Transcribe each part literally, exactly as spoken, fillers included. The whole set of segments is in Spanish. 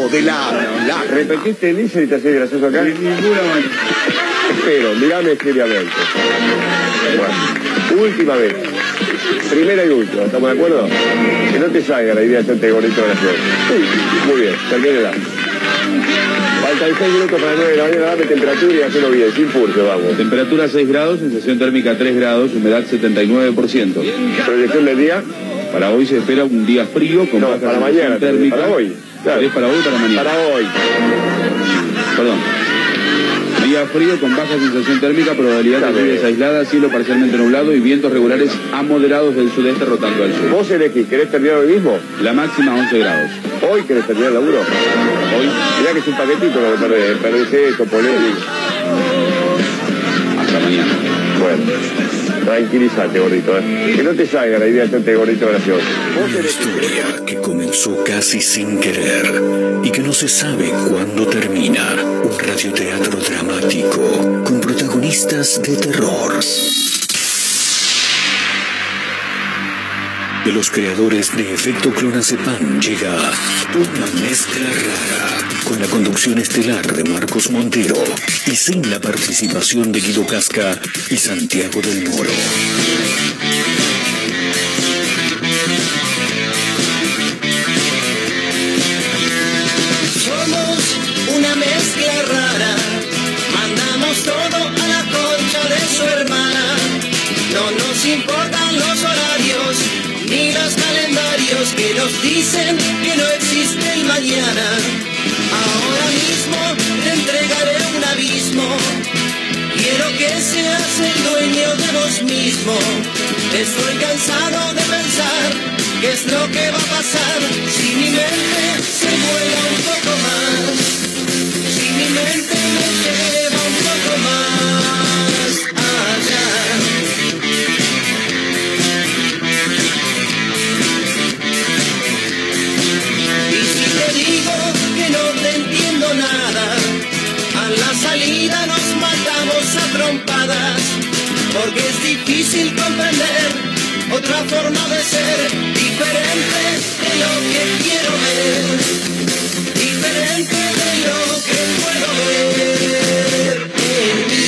capo, de lado. La... ¿Repetiste el dice y te haces gracioso acá? De ninguna manera. Espero, mirame seriamente. Bueno, última vez. Primera y última, ¿estamos de acuerdo? Que no te salga la idea de hacerte gorrito gracioso. Sí, muy bien, termínela. Faltan seis minutos para las nueve de la mañana, dame temperatura y hacelo bien, sin pulso, vamos. Temperatura seis grados, sensación térmica tres grados, humedad setenta y nueve por ciento. Proyección del día. Para hoy se espera un día frío con no, baja para sensación mañana, térmica. para hoy. Claro. ¿Es para hoy o para mañana? Para hoy. Perdón. Día frío con baja sensación térmica, probabilidad de lluvias aisladas, cielo parcialmente nublado y vientos regulares a moderados del sudeste rotando al sur. Vos elegís, ¿querés terminar hoy mismo? La máxima once grados. ¿Hoy querés terminar el laburo? Hoy. Mirá que es un paquetito lo que perdés, perdés esto, ponés. Hasta mañana. Bueno, tranquilízate, gordito, ¿eh? Que no te salga la idea de hacerte gordito gracioso. Una historia que comenzó casi sin querer y que no se sabe cuándo termina. Un radioteatro dramático con protagonistas de terror. De los creadores de Efecto Clonazepam llega Una Mezcla Rara, con la conducción estelar de Marcos Montero y sin la participación de Guido Casca y Santiago del Moro. Somos una mezcla rara, mandamos todo a la concha de su hermana. No nos importan los horarios ni los calendarios que nos dicen que no existe el mañana. Ahora mismo te entregaré un abismo. Quiero que seas el dueño de vos mismo. Estoy cansado de pensar qué es lo que va a pasar si mi mente se vuela un poco más. Si mi mente me lleva un poco más allá. Digo que no te entiendo nada. A la salida nos matamos a trompadas, porque es difícil comprender otra forma de ser, diferente de lo que quiero ver, diferente de lo que puedo ver en mí.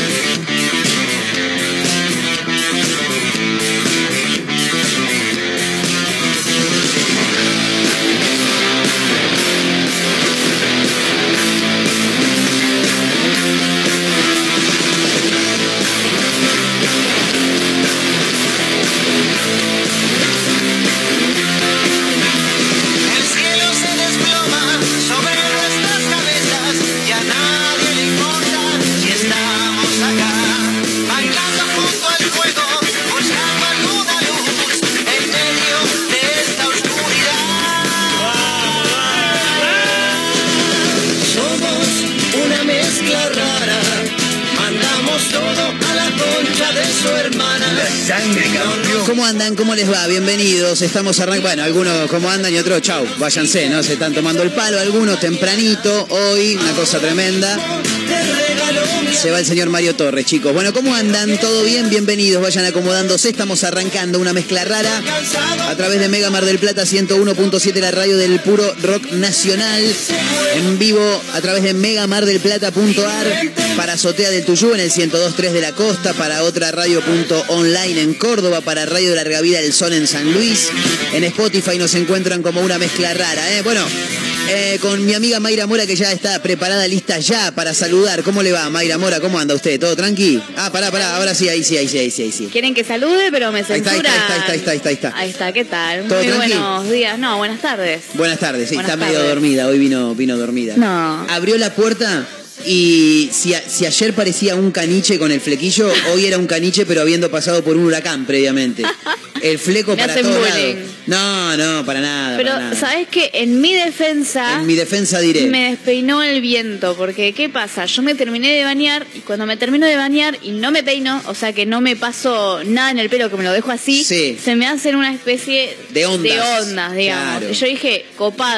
¿Cómo andan? ¿Cómo les va? Bienvenidos. Estamos arrancando. Bueno, algunos cómo andan y otros, chau, váyanse, ¿no? Se están tomando el palo, algunos tempranito, hoy, una cosa tremenda. Se va el señor Mario Torres, chicos. Bueno, ¿cómo andan? ¿Todo bien? Bienvenidos, vayan acomodándose. Estamos arrancando una mezcla rara a través de Mega Mar del Plata ciento uno punto siete, la radio del puro rock nacional. En vivo a través de mega mar del plata punto a r, para Azotea del Tuyú en el ciento dos punto tres de la costa, para otra radio punto online en Córdoba, para Radio Larga Vida del Sol en San Luis. En Spotify nos encuentran como Una Mezcla Rara, ¿eh? Bueno, eh, con mi amiga Mayra Mora, que ya está preparada, lista ya para saludar. ¿Cómo le va, Mayra Mora? ¿Cómo anda usted? ¿Todo tranqui? Ah, pará, pará, ahora sí, ahí sí, ahí sí, ahí sí, ahí sí. ¿Quieren que salude, pero me censuran? Ahí está, ahí está, ahí está, ahí está, ahí está. Ahí está, ¿qué tal? ¿Todo Muy tranqui? buenos días. No, buenas tardes. Buenas tardes, sí, Buenas está tardes. medio dormida, hoy vino, vino dormida. No. Abrió la puerta y si, a, si ayer parecía un caniche con el flequillo, hoy era un caniche pero habiendo pasado por un huracán previamente. El fleco Me para hacen todos bullying. lados. No, no, para nada. Pero, para nada. ¿sabes qué? En mi defensa... En mi defensa diré. Me despeinó el viento, porque ¿qué pasa? Yo me terminé de bañar y cuando me termino de bañar y no me peino, o sea que no me paso nada en el pelo, que me lo dejo así, Sí. se me hacen una especie De ondas. de ondas, digamos. Claro. Y yo dije, copado.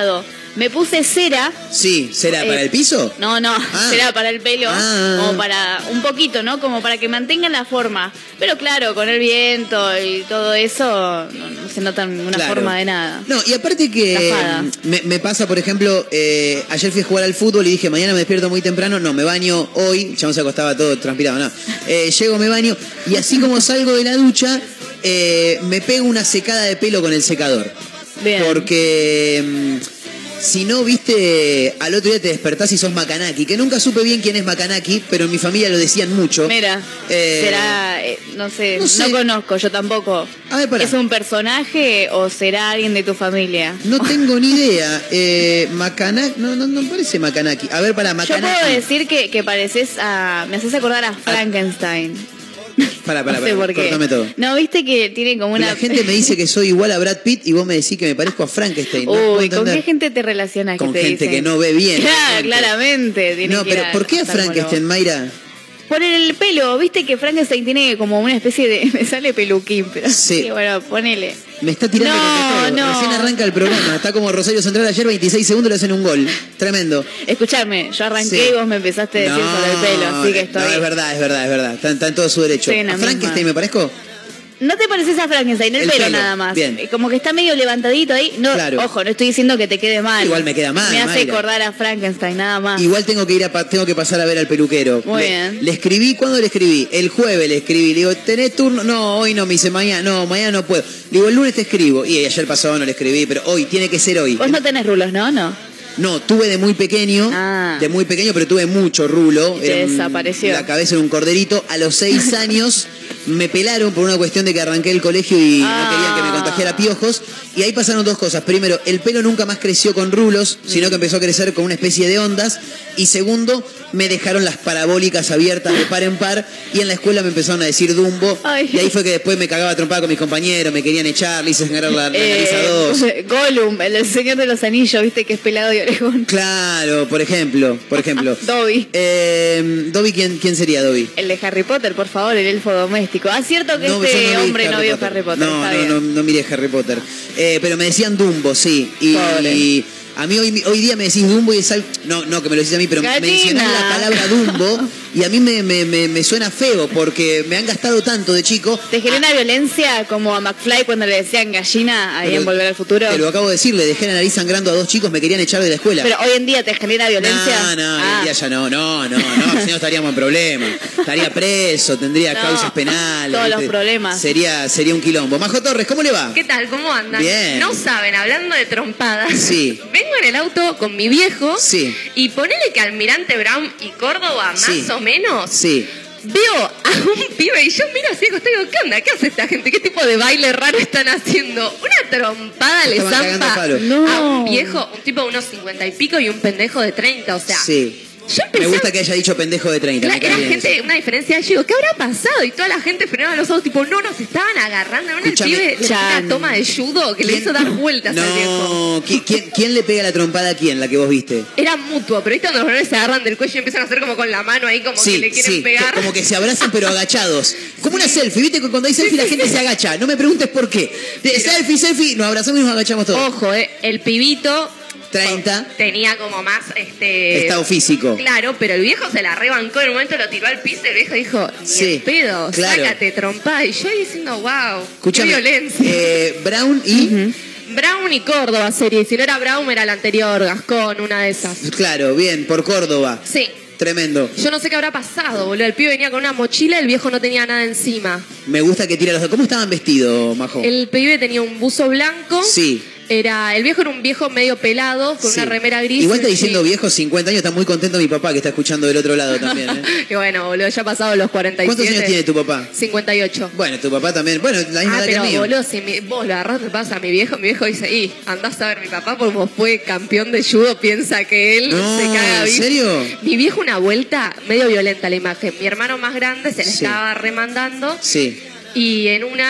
Me puse cera. Sí, ¿cera Eh, para el piso? No, no, Ah. cera para el pelo. Ah. Como para un poquito, ¿no? Como para que mantengan la forma. Pero claro, con el viento y todo eso, no, no se nota ninguna Claro. forma de nada. No, y aparte que Zafada. mm, me, me pasa, por ejemplo, eh, ayer fui a jugar al fútbol y dije, mañana me despierto muy temprano, no, me baño hoy, ya no se acostaba todo transpirado, no. Eh, llego, me baño, y así como salgo de la ducha, eh, me pego una secada de pelo con el secador. Bien. Porque mm, si no, viste, al otro día te despertás y sos Macanaki, que nunca supe bien quién es Macanaki, pero en mi familia lo decían mucho. Mira, Eh, será, eh, no sé, no no, sé. conozco, yo tampoco. A ver, pará. ¿Es un personaje o será alguien de tu familia? No tengo ni idea. Eh, Macanaki, no, no, no parece Macanaki. A ver, para Yo Macanaki. puedo decir que, que pareces a... Me haces acordar a Frankenstein. Para, para, no sé para, por qué. cortame todo. No, viste que tiene como una... La gente me dice que soy igual a Brad Pitt y vos me decís que me parezco a Frankenstein. No puedo Uy, ¿con entender. qué gente te relacionas? Con que te gente dicen? que no ve bien. Claro, obviamente. claramente. tiene No, que ir pero a ¿por qué a oftalmólogo. Frankenstein, Mayra? Por el pelo, viste que Frankenstein tiene como una especie de... Me sale peluquín, pero Sí. sí, bueno, ponele. Me está tirando No, contra todo. no. Recién arranca el programa. Está como Rosario Central ayer, veintiséis segundos le hacen un gol. Tremendo. Escuchame, yo arranqué Sí. y vos me empezaste a decir No, sobre el pelo, así que estoy... No, es verdad, es verdad, es verdad. Está, está en todo su derecho. Estoy en la ¿A Frankenstein misma. me parezco? No te pareces a Frankenstein, el, El pelo, pelo, nada más. bien. Como que está medio levantadito ahí. No, Claro. ojo, no estoy diciendo que te quede mal. Igual me queda mal, Me hace Mayra. acordar a Frankenstein, nada más. Igual tengo que ir a pa- tengo que pasar a ver al peluquero. Muy le, bien. Le escribí, ¿cuándo le escribí? El jueves le escribí. Le digo, ¿tenés turno? No, hoy no, me dice mañana. No, mañana no puedo. Le digo, el lunes te escribo. Y ayer pasado no le escribí, pero hoy, tiene que ser hoy. Vos no tenés rulos, ¿no? No. No, tuve de muy pequeño, Ah. de muy pequeño, pero tuve mucho rulo. Y te Era un- desapareció. La cabeza de un corderito. A los seis años me pelaron por una cuestión de que arranqué el colegio y Ah. no querían que me contagiara piojos. Y ahí pasaron dos cosas. Primero, el pelo nunca más creció con rulos, sino que empezó a crecer con una especie de ondas. Y segundo, me dejaron las parabólicas abiertas de par en par. Y en la escuela me empezaron a decir Dumbo. Ay. Y ahí fue que después me cagaba trompada con mis compañeros, me querían echar, le hice sangrar la, la nariz a dos. Eh, Gollum, el del Señor de los Anillos, viste que es pelado y orejón. Claro, por ejemplo, por ejemplo. Dobby. Eh, Dobby, ¿quién, ¿quién sería Dobby? El de Harry Potter, por favor, el elfo doméstico. Ah, cierto que No, este yo no vi hombre no vio Harry Potter. No, está no, bien. no, no miré Harry Potter. Eh, pero me decían Dumbo, sí. Y, Pobre. y a mí hoy, hoy día me decís Dumbo y es algo... No, no, que me lo decís a mí, pero Gallina. mencionás la palabra Dumbo y a mí me, me, me, me suena feo porque me han gastado tanto de chico. ¿Te genera violencia como a McFly cuando le decían gallina ahí Pero- en Volver al Futuro? Te lo acabo de decir, le dejé la nariz sangrando a dos chicos, me querían echar de la escuela. Pero hoy en día te genera violencia. No, no, hoy Ah. en día ya no, no, no, no, si no estaríamos en problemas. Estaría preso, tendría No, causas penales. todos los ¿viste? problemas. Sería, sería un quilombo. Majo Torres, ¿cómo le va? ¿Qué tal? ¿Cómo andan? Bien. No saben, hablando de trompadas. Sí. Vengo en el auto con mi viejo. Sí. Y ponele que Almirante Brown y Córdoba, más Sí. o menos. Sí. Veo a un pibe y yo miro así, y digo, ¿qué onda? ¿Qué hace esta gente? ¿Qué tipo de baile raro están haciendo? Una trompada le Estaban cagando a zampa palo. No. a un viejo, un tipo de unos cincuenta y pico y un pendejo de treinta. O sea, Sí. yo empecé Me gusta a- que haya dicho pendejo de treinta. Claro, me cae era bien gente, eso. una diferencia. Yo digo, ¿qué habrá pasado? Y toda la gente frenaba los ojos, tipo, no, nos estaban agarrando. Era el Escúchame. pibe de Chan. una toma de judo que le ¿Quién- hizo dar vueltas al viejo. No, ¿quién, quién, quién le pega la trompada a quién, la que vos viste? Era mutuo, pero viste cuando los varones se agarran del cuello y empiezan a hacer como con la mano ahí, como que Sí, le quieren sí, pegar. como que se abrazan pero agachados. Como una selfie, ¿viste? Que cuando hay selfie la gente se agacha. No me preguntes por qué. De selfie, selfie, nos abrazamos y nos agachamos todos. Ojo, eh, el pibito treinta, tenía como más este estado físico. Claro, pero el viejo se la rebancó, en un momento lo tiró al piso y el viejo dijo, ni Sí, en pedo, claro. sácate trompada. Y yo ahí diciendo, wow, qué Escúchame, violencia. eh, Brown y... Brown y Córdoba serie, si no era Brown era la anterior, Gascón, una de esas. Claro, bien, por Córdoba. Sí. Tremendo. Yo no sé qué habrá pasado, boludo. El pibe venía con una mochila, el viejo no tenía nada encima. Me gusta que tira los dos. ¿Cómo estaban vestidos, Majo? El pibe tenía un buzo blanco. Sí. Era, el viejo era un viejo medio pelado, con Sí. una remera gris. Igual está diciendo Sí. viejo, cincuenta años, está muy contento mi papá que está escuchando del otro lado también. ¿eh? Y bueno, boludo, ya ha pasado los cuarenta y siete. ¿Cuántos años tiene tu papá? cincuenta y ocho. Bueno, tu papá también. Bueno, la misma Ah, edad que pero el mío. boludo, si mi- vos lo agarrás, te pasa a mi viejo, mi viejo dice, y andás a ver, mi papá como fue campeón de judo, piensa que él No, se caga ¿en vivo. serio? Mi viejo una vuelta, medio violenta la imagen. Mi hermano más grande se le Sí. estaba remandando Sí. y en una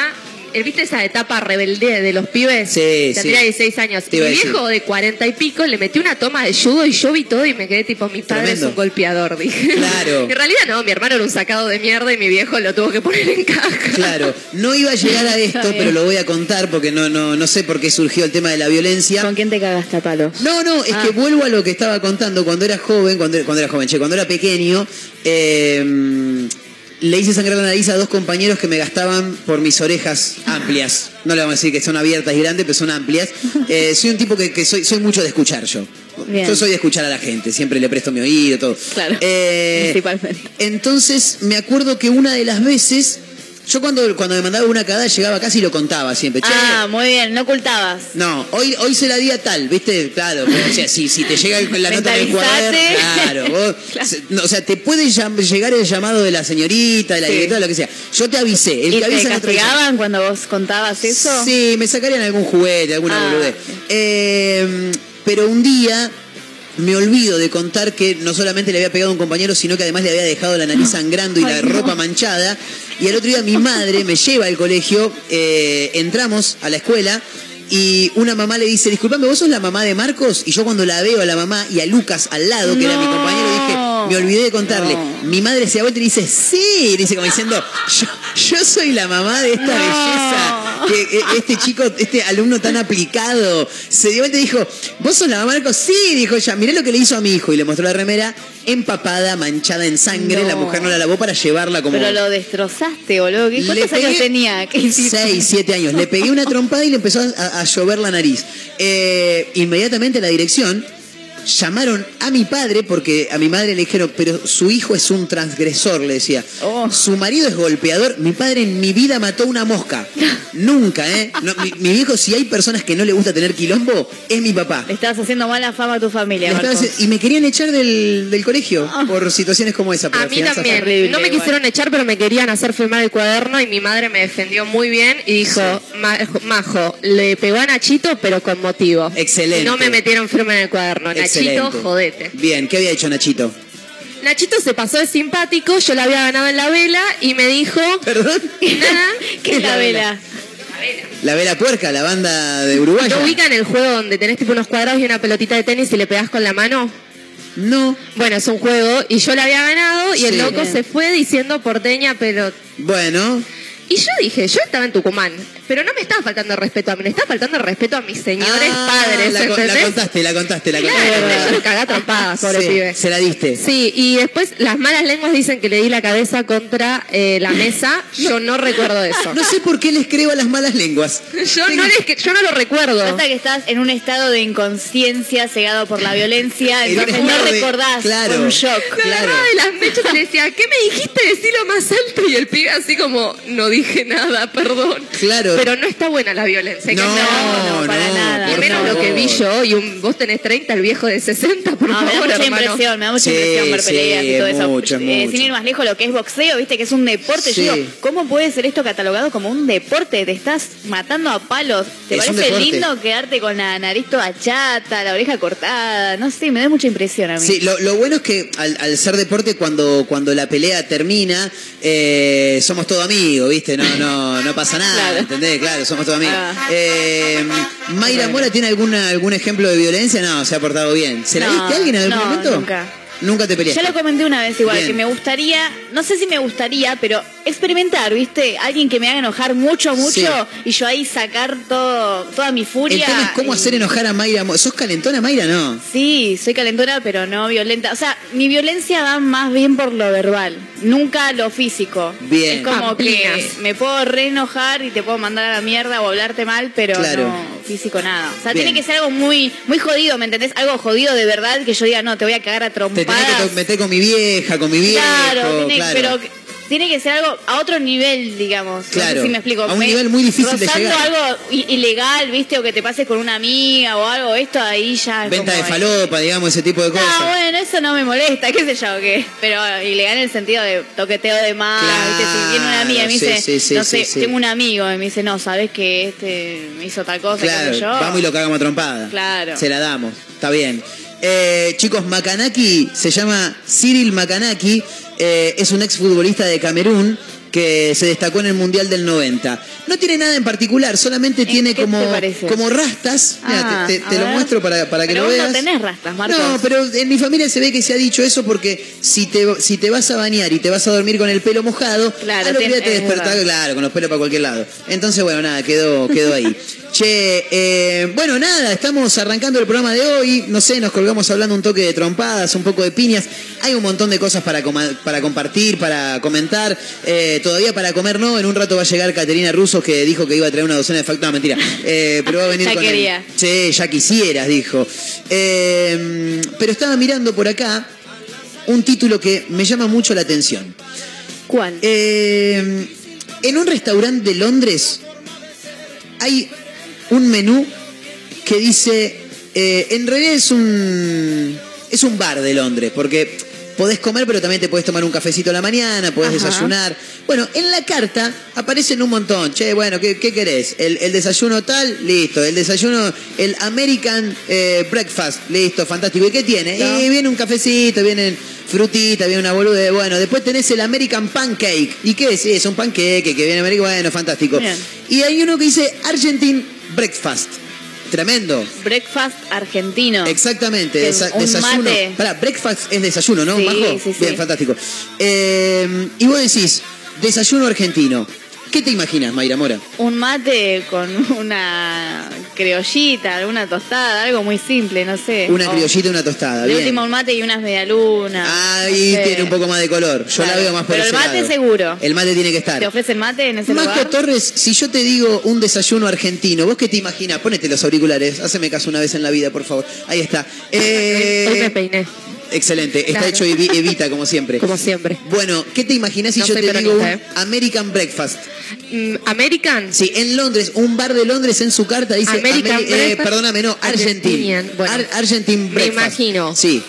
¿viste esa etapa rebeldía de los pibes? Sí, Tendría sí. dieciséis años. Te Y iba mi a decir. viejo de cuarenta y pico le metió una toma de judo y yo vi todo y me quedé tipo, mi padre Tremendo. es un golpeador, dije. Claro. En realidad no, mi hermano era un sacado de mierda y mi viejo lo tuvo que poner en caja. Claro, no iba a llegar a esto, bien. pero lo voy a contar porque no, no, no sé por qué surgió el tema de la violencia. ¿Con quién te cagaste a palos? No, no, es Ah. que vuelvo a lo que estaba contando. Cuando era joven, cuando, cuando era joven, che, cuando era pequeño, eh, le hice sangrar la nariz a dos compañeros que me gastaban por mis orejas amplias. No le vamos a decir que son abiertas y grandes, pero son amplias. Eh, soy un tipo que, que soy, soy mucho de escuchar yo. Bien. Yo soy de escuchar a la gente, siempre le presto mi oído, todo. Claro, Eh, principalmente. Entonces, me acuerdo que una de las veces, yo cuando, cuando me mandaba una cagada llegaba casi y lo contaba siempre. Che, Ah, muy bien, no ocultabas. no, hoy, hoy se la di a tal, ¿viste? Claro, o sea, si, si te llega la nota en el cuaderno, Mentalizate. claro, vos, se- no, o sea, te puede llam- llegar el llamado de la señorita, de la Sí. directora, lo que sea. Yo te avisé, el ¿Y que te avisa no traiciona. castigaban cuando vos contabas eso? Sí, me sacarían algún juguete, alguna Ah. boludez. Eh, pero un día me olvido de contar que no solamente le había pegado a un compañero, sino que además le había dejado la nariz sangrando y Ay, la no. ropa manchada. Y al otro día mi madre me lleva al colegio, eh, entramos a la escuela y una mamá le dice, disculpame, ¿vos sos la mamá de Marcos? Y yo cuando la veo a la mamá y a Lucas al lado, que era mi No. compañero, dije, me olvidé de contarle. No. Mi madre se da vuelta y dice, sí, dice como diciendo, yo, yo soy la mamá de esta No. belleza. Que eh, este chico, este alumno tan aplicado, se dio vuelta y dijo, ¿vos sos la mamá de Marcos? Sí, dijo ella, mirá lo que le hizo a mi hijo. Y le mostró la remera empapada, manchada en sangre. No. La mujer no la lavó para llevarla como... Pero lo destrozaste, boludo. ¿Qué- Le ¿Cuántos años pegué tenía? ¿Qué hiciste? Seis, siete años. Le pegué una trompada y le empezó a, a llover la nariz. Eh, inmediatamente la dirección llamaron a mi padre porque a mi madre le dijeron, pero su hijo es un transgresor, le decía. Oh. Su marido es golpeador. Mi padre en mi vida mató una mosca. Nunca, ¿eh? No, mi, mi viejo, si hay personas que no le gusta tener quilombo, es mi papá. Le estabas haciendo mala fama a tu familia, Le estaba Marcos. haci- y me querían echar del, del colegio Ah. por situaciones como esa. pero A al mí final también. zafaron. horrible No me igual. quisieron echar, pero me querían hacer firmar el cuaderno y mi madre me defendió muy bien y dijo, "Ma- Majo, le pegó a Nachito, pero con motivo. Excelente. Y no me metieron firma en el cuaderno. Excelente. Nachito, jodete. Bien, ¿qué había hecho Nachito? Nachito se pasó de simpático, yo la había ganado en la vela y me dijo, ¿Perdón? nada, ¿Qué es la vela? La Vela Puerca, la banda de Uruguay. ¿no ubican el juego donde tenés tipo unos cuadrados y una pelotita de tenis y le pegás con la mano? No. Bueno, es un juego y yo la había ganado y el Sí. loco se fue diciendo porteña, pero... Bueno, Y yo dije, yo estaba en Tucumán, pero no me estaba faltando el respeto a mí, me estaba faltando el respeto a mis señores Ah, padres, la, co- la ¿entendés? contaste, la contaste, la Claro, contaste. yo lo cagué a trompadas, pobre Sí, pibe. se la diste. Sí, y después las malas lenguas dicen que le di la cabeza contra eh, la mesa. Yo no recuerdo eso. No sé por qué les creo a las malas lenguas. Yo no, les, yo no lo recuerdo. Hasta que estás en un estado de inconsciencia, cegado por la violencia, En un entonces no estado de- recordás, claro. fue un shock. Me Claro. agarraba de las mechas y le decía, ¿qué me dijiste? Decilo más alto. Y el pibe así como, no dije nada, perdón. Claro. Pero no está buena la violencia. hay que No, hacerlo. no, para nada. Y por menos favor. lo que vi yo. Y un, vos tenés treinta, el viejo de sesenta, por No, me da favor, mucha hermano. impresión, me da mucha Sí, impresión ver sí, peleas y todo es eso. mucho, es Eh, mucho. sin ir más lejos, lo que es boxeo, viste que es un deporte. Sí. Yo digo, ¿cómo puede ser esto catalogado como un deporte? Te estás matando a palos. ¿Te Es un parece deporte. lindo quedarte con la nariz toda chata, la oreja cortada? No sé, me da mucha impresión a mí. Sí, lo, lo bueno es que al, al ser deporte, cuando, cuando la pelea termina, eh, somos todos amigos, ¿viste? No, no, no pasa nada, Claro. ¿entendés? Claro, somos todos amigos. Ah. Eh, ¿Mayra Mora tiene alguna, algún ejemplo de violencia? No, se ha portado bien. ¿Se la No, diste a alguien en algún no, momento? nunca. Nunca te peleaste. Ya lo comenté una vez igual, Bien. que me gustaría, no sé si me gustaría, pero experimentar, ¿viste? Alguien que me haga enojar mucho, mucho, Sí. y yo ahí sacar todo, toda mi furia. El tema es cómo y- hacer enojar a Mayra Mora. ¿Sos calentona, Mayra? No. Sí, soy calentona, pero no violenta. O sea, mi violencia va más bien por lo verbal, nunca lo físico. Bien. Es como Pamplinas. que me puedo re enojar y te puedo mandar a la mierda o hablarte mal, pero Claro. no físico nada. O sea, Bien. tiene que ser algo muy muy jodido, ¿me entendés? Algo jodido de verdad que yo diga, no, te voy a cagar a Te trompadas. tenés que to- meter con mi vieja, con mi viejo. Claro, tiene, claro. pero que- tiene que ser algo a otro nivel, digamos. No Claro, sé si me explico. a un Me- nivel muy difícil de rozando llegar. algo i- ilegal, ¿viste? O que te pases con una amiga o algo, esto ahí ya es Venta como de ahí. falopa, digamos, ese tipo de cosas. No, bueno, eso no me molesta, qué sé yo, qué. Pero ilegal en el sentido de toqueteo de más, Claro, ¿viste? Si viene una amiga y me sí, dice, sí, sí, no sí, sé, sí. tengo un amigo y me dice, no, ¿sabes que este me hizo tal cosa? Claro, qué sé yo? vamos y lo cagamos a trompada. Claro. Se la damos, está bien. Eh, chicos, Makanaki se llama Cyril Makanaki, eh, es un exfutbolista de Camerún que se destacó en el Mundial del noventa. No tiene nada en particular, solamente tiene ¿Qué como, te parece? como rastas. Ah, Mira, te, te- a te lo ver. muestro para, para que Pero lo vos veas. no tenés rastas, Marcos. No, pero en mi familia se ve que se ha dicho eso porque si te, si te vas a bañar y te vas a dormir con el pelo mojado, Claro, al otro tiene- día te es despertás, verdad. claro, con los pelos para cualquier lado. Entonces, bueno, nada, quedó, quedó ahí. Che, eh, bueno, nada, estamos arrancando el programa de hoy. No sé, nos colgamos hablando un toque de trompadas, un poco de piñas. Hay un montón de cosas para, coma- para compartir, para comentar. Eh, todavía para comer no, en un rato va a llegar Caterina Russo, que dijo que iba a traer una docena de facturas. No, mentira. Eh, pero va a venir Ya con quería. el- Che, ya quisieras, dijo. Eh, pero estaba mirando por acá un título que me llama mucho la atención. ¿Cuál? Eh, en un restaurante de Londres hay un menú que dice, eh, en realidad es un es un bar de Londres, porque podés comer, pero también te podés tomar un cafecito a la mañana, podés Ajá. desayunar. Bueno, en la carta aparecen un montón. Che, bueno, ¿qué, qué querés? El, el desayuno tal, listo. El desayuno, el American eh, Breakfast, listo, fantástico. ¿Y qué tiene? No. Y viene un cafecito, vienen frutita, viene una bolude. Bueno, después tenés el American Pancake. ¿Y qué es? Sí, es un panqueque que viene América. Bueno, fantástico. Bien. Y hay uno que dice Argentine Breakfast. Tremendo. Breakfast argentino. Exactamente, Que desa- un desayuno. mate. Pará, breakfast es desayuno, ¿no, Sí, Majo? sí, sí. Bien, fantástico. Eh, y vos decís, desayuno argentino. ¿Qué te imaginas, Mayra Mora? Un mate con una criollita, alguna tostada, algo muy simple, no sé. Una O criollita y una tostada. De Bien. última un mate y unas medialunas. Ahí no sé. tiene un poco más de color. Yo Claro. la veo más por Pero ese el mate lado. seguro. El mate tiene que estar. ¿Te ofrecen mate en ese Majo lugar? Torres, si yo te digo un desayuno argentino, ¿vos qué te imaginas? Ponete los auriculares, haceme caso una vez en la vida, por favor. Ahí está. Eh, Hoy me peiné, Excelente, está Claro. hecho Evi- Evita, como siempre. como siempre. Bueno, ¿qué te imaginas si No yo soy te digo un peronista, ¿eh? American Breakfast? Mm, American. Sí, en Londres, un bar de Londres en su carta dice... American Ameri- eh, Breakfast, perdóname, no, Argentine. Argentinian. Bueno, Ar- Argentine Me Breakfast. imagino. Sí.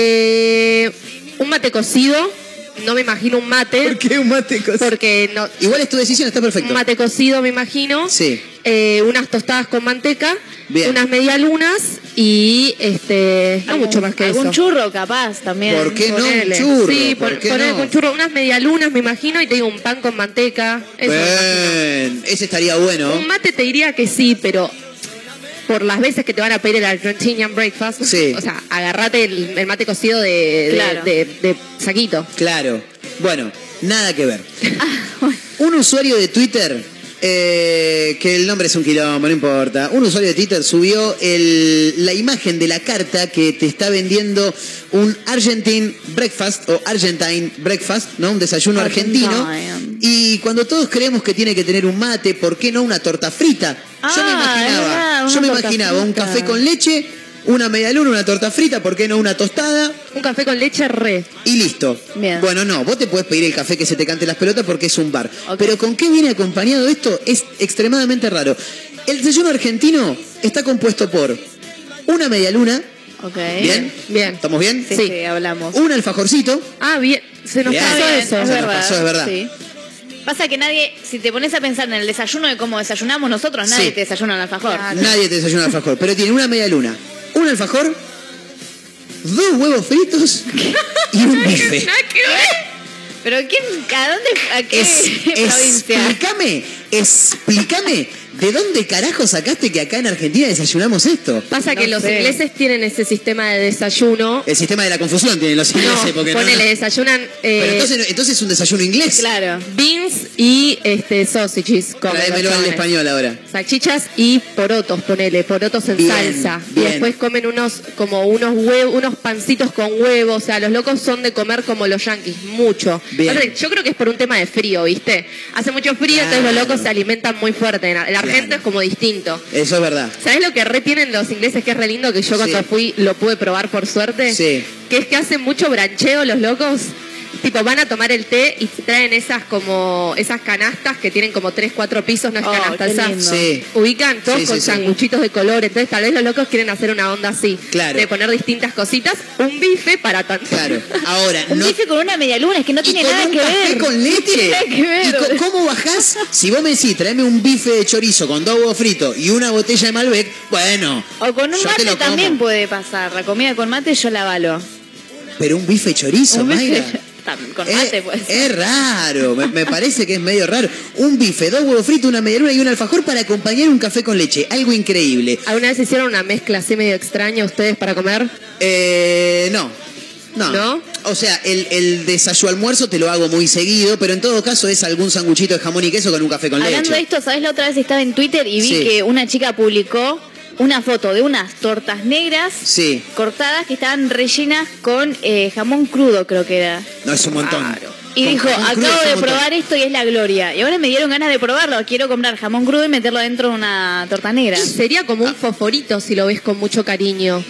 Eh, un mate cocido. No me imagino un mate. qué un mate cocido? Porque no. Igual es tu decisión, está perfecto. Un mate cocido, me imagino. Sí. Eh, unas tostadas con manteca. Bien. Unas medialunas. Y este. No Algún- mucho más que algún eso. churro capaz también. ¿Por qué no un Ponele. churro? Sí, ¿Por pon- qué ponele no? con churro. Unas medialunas, me imagino. Y te digo un pan con manteca. Eso me imagino. Bien, ese estaría bueno. Un mate te diría que sí, pero por las veces que te van a pedir el Argentinian Breakfast, Sí. o sea, agarrate el, el mate cocido de, de, Claro. de- de saquito. Claro. Bueno, nada que ver. Ah, Un usuario de Twitter, eh, que el nombre es un quilombo, no importa. Un usuario de Twitter subió el- la imagen de la carta que te está vendiendo un Argentine Breakfast o Argentine Breakfast, ¿no? Un desayuno argentino. Argentine. Y cuando todos creemos que tiene que tener un mate, ¿por qué no una torta frita? Yo me Ah, imaginaba, es verdad, yo una me torta imaginaba un frita. café con leche, una medialuna, una torta frita, ¿por qué no una tostada? Un café con leche re. Y listo. Bien. Bueno, no, vos te podés pedir el café que se te cante las pelotas porque es un bar. Ok. Pero ¿con qué viene acompañado esto? Es extremadamente raro. El desayuno argentino está compuesto por una medialuna. Ok. ¿Bien? Bien. ¿Estamos bien? Sí, Sí. sí, hablamos. Un alfajorcito. Ah, bien. Se nos Bien. pasó Está bien, eso. es Se nos verdad. pasó, es verdad. Sí. Pasa que nadie, si te pones a pensar en el desayuno de cómo desayunamos nosotros, nadie Sí. te desayuna un alfajor. Nadie te desayuna alfajor. Pero tiene una medialuna, un alfajor, dos huevos fritos y un bife. Nada que ver. Pero ¿quién, a dónde, a qué Es, provincia? explícame, explícame, ¿de dónde carajo sacaste que acá en Argentina desayunamos esto? Pasa que No los sé. ingleses tienen ese sistema de desayuno. El sistema de la confusión tienen los ingleses. No, porque no- ponele, desayunan eh, Pero entonces, entonces es un desayuno inglés. Claro. beans y este sausages. comen los Tráemelo al chabones. español ahora. Salchichas y porotos, ponele, porotos en Bien, salsa. bien. Y después comen unos, como unos huevos, unos pancitos con huevo. O sea, los locos son de comer como los yanquis, mucho. Bien. Pasa que yo creo que es por un tema de frío, ¿viste? Hace mucho frío, Claro. entonces los locos se alimentan muy fuerte. El argento Claro. es como distinto. Eso es verdad. ¿Sabes lo que retienen los ingleses que es re lindo? Que yo cuando Sí. fui lo pude probar por suerte. Sí. Que es que hacen mucho brancheo los locos. Tipo, van a tomar el té y traen esas como esas canastas que tienen como tres, cuatro pisos, no es Oh, canasta qué esa. lindo. Sí. Ubican todos Sí, sí, con sí. sanguchitos de color. Entonces, tal vez los locos quieren hacer una onda así. Claro. De poner distintas cositas. Un bife para tanto. Claro. Ahora, Un no. bife con una media luna, es que no y tiene con nada un que café ver. con leche. No tiene nada que ver. ¿Y co- cómo bajás? Si vos me decís, tráeme un bife de chorizo con dos huevos fritos y una botella de Malbec, bueno. O con un yo te mate lo como. también puede pasar. La comida con mate yo la avalo. Pero un bife de chorizo, Un bife- Mayra. con mate, es, pues. es raro, me, me parece que es medio raro. Un bife, dos huevos fritos, una medialuna y un alfajor para acompañar un café con leche. Algo increíble. ¿Alguna vez hicieron una mezcla así medio extraña ustedes para comer? Eh, no. No. ¿No? O sea, el, el desayuno almuerzo te lo hago muy seguido, pero en todo caso es algún sanguchito de jamón y queso con un café con Hablando leche. de esto, ¿sabés? La otra vez estaba en Twitter y vi Sí. que una chica publicó una foto de unas tortas negras Sí. cortadas que estaban rellenas con eh, jamón crudo, creo que era. No, es un montón. Claro. Y Con dijo, jamón crudo acabo es un de montón. probar esto y es la gloria. Y ahora me dieron ganas de probarlo. Quiero comprar jamón crudo y meterlo dentro de una torta negra. Sería como un fosforito si lo ves con mucho cariño.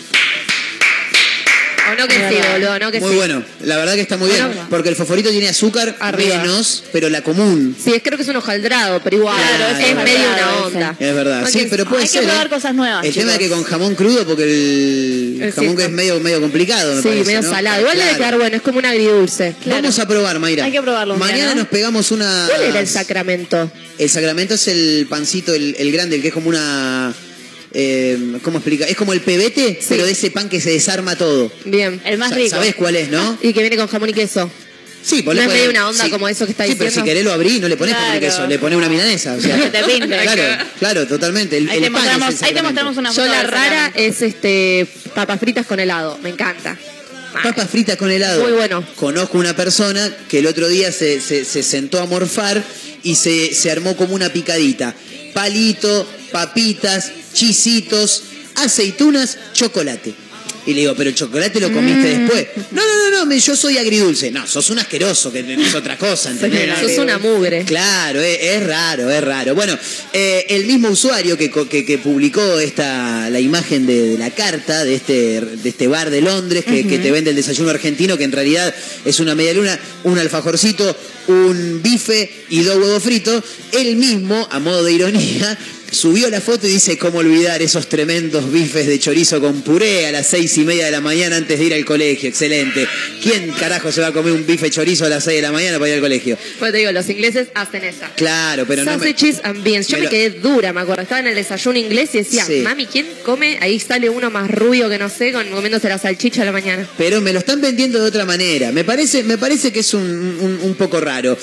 O no que Es sí, verdad. boludo, no que Muy sí. bueno, la verdad que está muy bien, Bueno. porque el fosforito tiene azúcar Arriba. menos, pero la común. Sí, es, creo que es un hojaldrado, pero igual, Claro, es es medio verdad, una onda. Es verdad, Aunque sí, pero puede hay que ser. probar ¿eh? cosas nuevas, El chicos. tema es que con jamón crudo, porque el Es jamón que cierto. es medio, medio complicado, me Sí, parece, medio ¿no? salado. Igual debe Claro. quedar bueno, es como un agridulce. Claro. Vamos a probar, Mayra. Hay que probarlo un día, Mañana ¿no? nos pegamos una... ¿Cuál era el sacramento? El sacramento es el pancito, el, el grande, el que es como una... Eh, ¿Cómo explica? Es como el pebete, Sí. pero de ese pan que se desarma todo. Bien. El más Sa- rico. ¿Sabés cuál es, no? Y que viene con jamón y queso. Sí, ¿No es medio una onda como eso que está sí, pero diciendo? si querés lo abrí, no le pones Claro. jamón y queso, le pones una milanesa. O sea, Que te pinte. Claro, claro, totalmente. El, Ahí el te pan es el mostramos- ahí te sacramento. mostramos una Yo foto la del rara sacramento. es este papas fritas con helado. Me encanta. Papas fritas con helado. Muy bueno. Conozco una persona que el otro día se, se, se sentó a morfar y se, se armó como una picadita. Palito, papitas, chisitos, aceitunas, chocolate. Y le digo, pero el chocolate lo comiste Mm. después. No, no, no, no, me- yo soy agridulce. No, sos un asqueroso, que es otra cosa, ¿entendés? Sos una mugre. Claro, es, es raro, es raro. Bueno, eh, el mismo usuario que, co- que, que publicó esta la imagen de, de la carta de este, de este bar de Londres que, que te vende el desayuno argentino, que en realidad es una medialuna, un alfajorcito, un bife y dos huevos fritos, él mismo, a modo de ironía, subió la foto y dice, ¿cómo olvidar esos tremendos bifes de chorizo con puré a las seis y media de la mañana antes de ir al colegio? Excelente. ¿Quién carajo se va a comer un bife chorizo a las seis de la mañana para ir al colegio? Pues te digo, los ingleses hacen esa. Claro, pero no me... Sausages and beans. Yo me me lo- quedé dura, me acuerdo. Estaba en el desayuno inglés y decía, Sí. mami, ¿quién come? Ahí sale uno más rubio que no sé, con, comiéndose la salchicha a la mañana. Pero me lo están vendiendo de otra manera. Me parece, me parece que es un, un- un poco raro.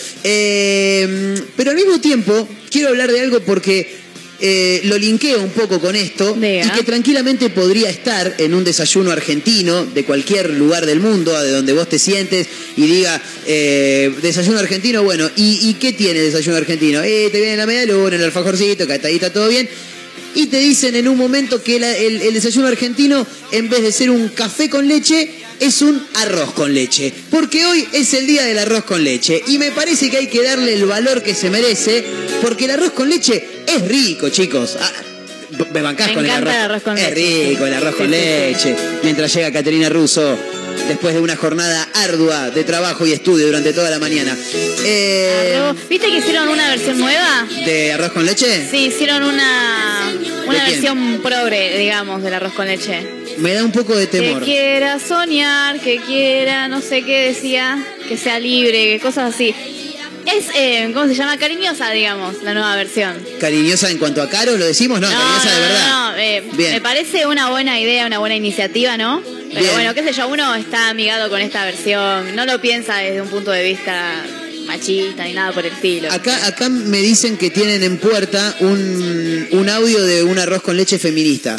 Eh, pero al mismo tiempo, quiero hablar de algo porque eh, lo linkeo un poco con esto Diga. y que tranquilamente podría estar en un desayuno argentino de cualquier lugar del mundo, de donde vos te sientes y diga, eh, desayuno argentino, bueno, ¿y, y qué tiene desayuno argentino? Eh, te viene la media luna, el alfajorcito, que hasta ahí está todo bien. Y te dicen en un momento que la- el, el desayuno argentino, en vez de ser un café con leche, es un arroz con leche. Porque hoy es el día del arroz con leche. Y me parece que hay que darle el valor que se merece, porque el arroz con leche es rico, chicos. Ah, me bancás Me con el encanta arroz. el arroz con es leche. rico el arroz Sí, con sí, sí. leche. Mientras llega Caterina Russo, después de una jornada ardua de trabajo y estudio durante toda la mañana. Eh, Arroz. ¿Viste que hicieron una versión nueva? ¿De arroz con leche? Sí, hicieron una, una quién? versión progre, digamos, del arroz con leche. Me da un poco de temor. Que quiera soñar, que quiera, no sé qué decía, que sea libre, que cosas así. Es, eh, ¿cómo se llama? Cariñosa, digamos, la nueva versión. ¿Cariñosa en cuanto a caro lo decimos? No, cariñosa de verdad. No, no, eh, Bien. me parece una buena idea, una buena iniciativa, ¿no? Pero Bien. bueno, qué sé yo, uno está amigado con esta versión, no lo piensa desde un punto de vista machista ni nada por el estilo. Acá, acá me dicen que tienen en puerta un, un audio de un arroz con leche feminista.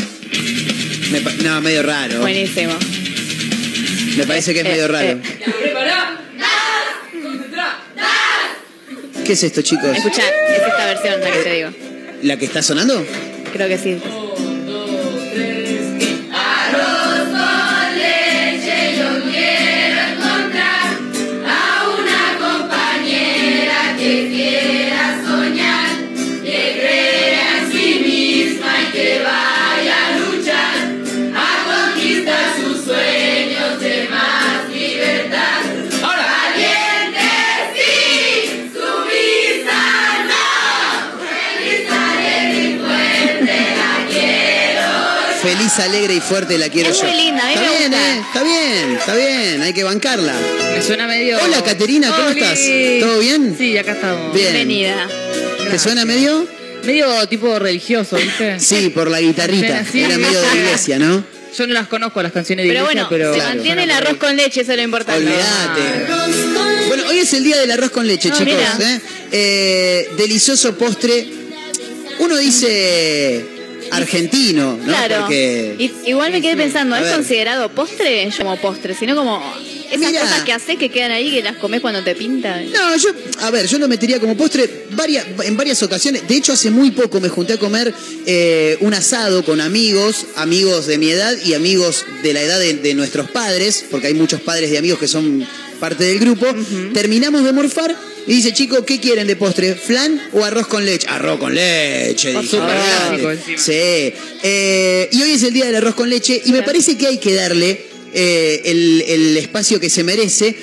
Me pa- no, medio raro. Buenísimo. Me parece que es Eh, medio raro. eh. ¿Qué es esto, chicos? Escuchá, es esta versión la que te digo. ¿La que está sonando? Creo que sí. Feliz, alegre y fuerte la quiero Es yo. muy linda, a mí está me bien, gusta. ¿eh? Está bien, está bien, hay que bancarla. Me suena medio... Hola, Caterina, ¿cómo Oli. estás? ¿Todo bien? Sí, acá estamos. Bien. Bienvenida. ¿Te suena medio? Medio tipo religioso, ¿viste? Sí, por la guitarrita. Sí, Era medio de iglesia, ¿no? Yo no las conozco las canciones de Pero iglesia, bueno, pero se claro, mantiene el suena arroz correcto. con leche, eso es lo importante. Olvídate. Bueno, hoy es el día del arroz con leche, Ah, chicos. mira. ¿eh? Eh, delicioso postre. Uno dice argentino, ¿no? Claro. Porque... Y- igual me quedé pensando, A ¿es ver. considerado postre? Yo como postre, sino como esas Mirá. cosas que haces que quedan ahí que las comes cuando te pintan. No, yo, a ver, yo lo metería como postre varias, en varias ocasiones. De hecho, hace muy poco me junté a comer eh, un asado con amigos, amigos de mi edad y amigos de la edad de, de nuestros padres, porque hay muchos padres de amigos que son parte del grupo. Terminamos de morfar y dice, chicos, ¿qué quieren de postre? ¿Flan o arroz con leche? Arroz con leche, dije. súper olvidate. rico encima. Sí. Eh, y hoy es el día del arroz con leche y me parece que hay que darle eh, el, el espacio que se merece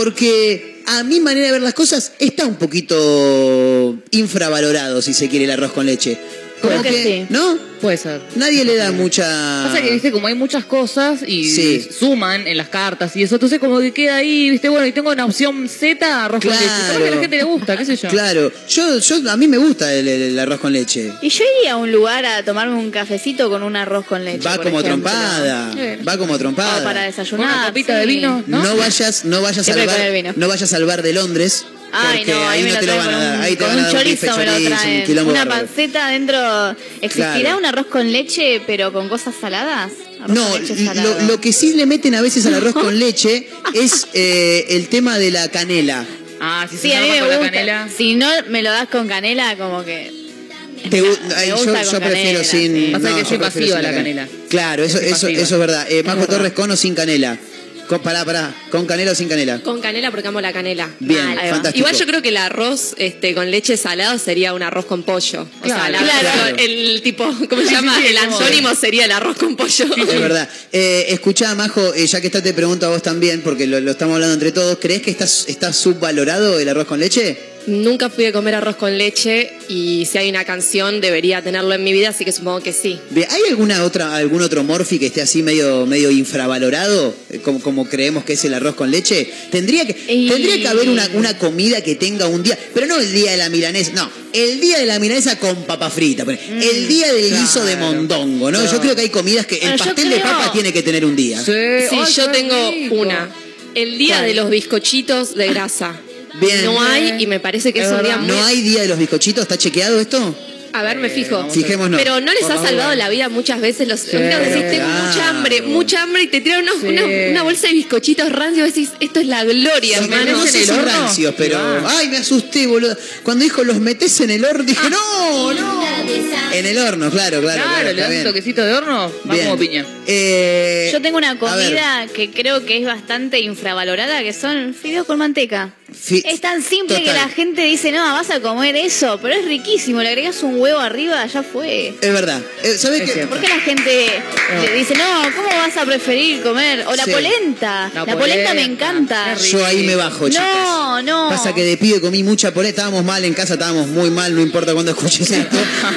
porque a mi manera de ver las cosas está un poquito infravalorado, si se quiere, el arroz con leche. Como Creo que sí. ¿no? Puede ser. Nadie le da mucha... Pasa que, viste, como hay muchas cosas y Sí. suman en las cartas y eso, entonces como que queda ahí, viste, bueno, y tengo una opción Z, arroz con leche. Capaz que a la gente le gusta, qué sé yo. Claro, yo, yo a mí me gusta el, el- el arroz con leche. Y yo iría a un lugar a tomarme un cafecito con un arroz con leche. Va por como ejemplo. trompada, Sí. va como trompada. O para desayunar. Una copita de sí. vino, ¿no? No vayas, no vayas al Siempre bar, con el vino. no vayas al bar de Londres. Ay, porque no, ahí ahí me no lo te lo traen van a con dar. un, Ahí te con van a un dar un chorizo, bife me lo chorizo, un traen. quilombo Una bárbaro. panceta adentro. ¿Existirá Claro. un arroz con leche, pero con cosas saladas? Arroz No, con leche salado. lo, lo que sí le meten a veces al arroz con leche es eh, el tema de la canela. Ah, si se Sí, a mí arma me con la gusta. canela. Si no me lo das con canela, como que... Te gu- Me ay, yo gusta yo con prefiero canela, sin. sí. Pasa que yo es prefiero invasiva sin la canela. Claro, eso, Es eso, invasiva. eso es verdad. Eh, Majo verdad. Torres, ¿con o sin canela? Con, pará, pará. ¿Con canela o sin canela? Con canela porque amo la canela. Bien, Ahí va. fantástico. Igual yo creo que el arroz este, con leche salado sería un arroz con pollo. O sea, Claro. la- Claro. el tipo, ¿cómo se Sí, llama? sí, sí, el como- antónimo sería el arroz con pollo. Es verdad. Eh, escuchá, Majo, eh, ya que está, te pregunto a vos también, porque lo, lo estamos hablando entre todos. ¿Crees que está, está subvalorado el arroz con leche? Nunca fui a comer arroz con leche y si hay una canción debería tenerlo en mi vida, así que supongo que sí. Bien, ¿hay alguna otra, algún otro morfi que esté así medio, medio infravalorado, eh, como, como creemos que es el arroz con leche? Tendría que, Y- tendría que haber una, una comida que tenga un día, pero no el día de la milanesa, no, el día de la milanesa con papa frita, pone, el día del guiso de mondongo, ¿no? Yo creo que hay comidas que el Bueno, yo pastel de creo- papa tiene que tener un día. Sí, Sí, ay, yo qué tengo rico. una. El día ¿Cuál? de los bizcochitos de grasa. Bien. No hay y me parece que Es es, un día verdad. muy... ¿No hay día de los bizcochitos? ¿Está chequeado esto? A ver, me fijo. Fijémonos. Pero no les Por ha favor. salvado la vida muchas veces. Los amigos decís, tengo claro. mucha hambre, mucha hambre, y te tiran unos- Sí. una, una bolsa de bizcochitos rancios y decís, esto es la gloria, Los hermano. no metés sé en si el horno? rancios, pero... Ah. Ay, me asusté, boludo. Cuando dijo, los metés en el horno, dije, no, no. En el horno, claro, claro. Claro, claro, le está das un bien. toquecito de horno, va Bien. como piña. Eh, Yo tengo una a ver, comida que creo que es bastante infravalorada, que son fideos con manteca. fi- Es tan simple total. que la gente dice, no, vas a comer eso, pero es riquísimo, le agregas un huevo arriba, ya fue. Es verdad. Eh, ¿Sabés Es qué? cierto. ¿Por qué la gente le dice, no, ¿cómo vas a preferir comer? O la Sí. polenta. La La, polenta me polenta, encanta. qué rico. Yo ahí me bajo, chicas. No, no. Pasa que de pibe comí mucha polenta, estábamos mal en casa, estábamos muy mal, no importa cuándo escuches esto.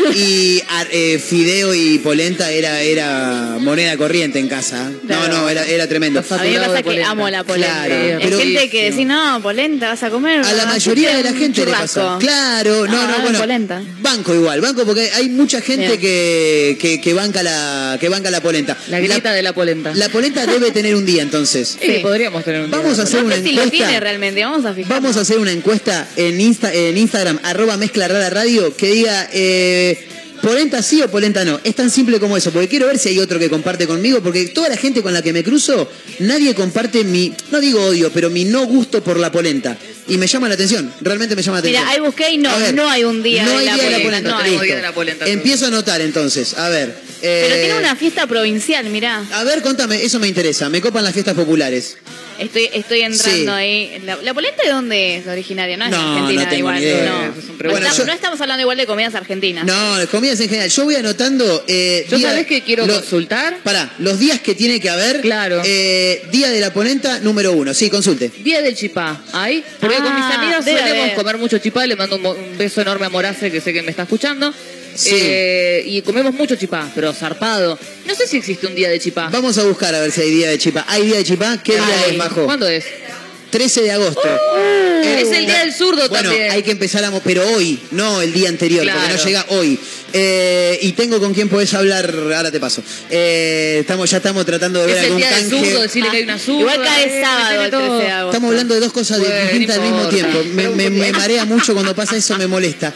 Y a- eh, fideo y polenta era, era moneda corriente en casa. No, Claro. no, era, era tremendo. Está A mí me saturado pasa de que polenta. amo la polenta. Claro, Hay pero- gente que dice, no, polenta, vas a comer. A la vas mayoría de la hacer gente un le pasa. churrasco. Claro, no, No, no, no, bueno. polenta. Banco igual, banco porque hay mucha gente Bien. que, que, que banca la que banca la polenta. La grita de la polenta. La polenta debe tener un día entonces. Sí, podríamos tener un día Vamos de a hacer No una sé si lo encuesta. tiene realmente, vamos a fijar. Vamos a hacer una encuesta en, Insta, en Instagram, arroba mezcla rara radio, que diga eh, polenta sí o polenta no. Es tan simple como eso, porque quiero ver si hay otro que comparte conmigo, porque toda la gente con la que me cruzo, nadie comparte mi, no digo odio, pero mi no gusto por la polenta. Y me llama la atención, realmente me llama la Mira, atención. ahí busqué y no, A ver, no hay un día no de hay la día de la polenta, polenta, no hay. listo. día de la polenta, Empiezo a anotar entonces, a ver. eh, Pero tiene una fiesta provincial, mirá. A ver, contame, eso me interesa, me copan las fiestas populares. Estoy, estoy entrando Sí. ahí. ¿La, la polenta de dónde es originaria? No es No, argentina no tengo igual. ni idea. No. Eso es un No, pregunta. estamos, Bueno, yo- no estamos hablando igual de comidas argentinas. No, comidas en general. Yo voy anotando. Eh, ¿Yo día- sabés que quiero lo- consultar? Pará, los días que tiene que haber. Claro. Eh, día de la polenta número uno. Sí, consulte. Día del chipá, ¿hay? Porque Ah, con mis amigas debe solemos haber. comer mucho chipá, le mando un, mo- un beso enorme a Morace, que sé que me está escuchando. Sí. Eh, y comemos mucho chipá, pero zarpado. No sé si existe un día de chipá. Vamos a buscar a ver si hay día de chipá. ¿Hay día de chipá? ¿Qué día Ay, es, Majo? ¿Cuándo es? trece de agosto. Uh, es el día del zurdo bueno, también. hay que empezar a... mo- Pero hoy, no el día anterior, Claro. porque no llega hoy. Eh, y tengo con quién podés hablar, ahora te paso. Eh, estamos, ya estamos tratando de ver Es el algún día del canje. zurdo, decirle que hay una zurda. Igual cae eh, sábado metele el todo. trece de agosto. Estamos hablando de dos cosas de- Bueno, distintas no al mismo importa. tiempo. Me, me- me marea mucho cuando pasa eso, me molesta.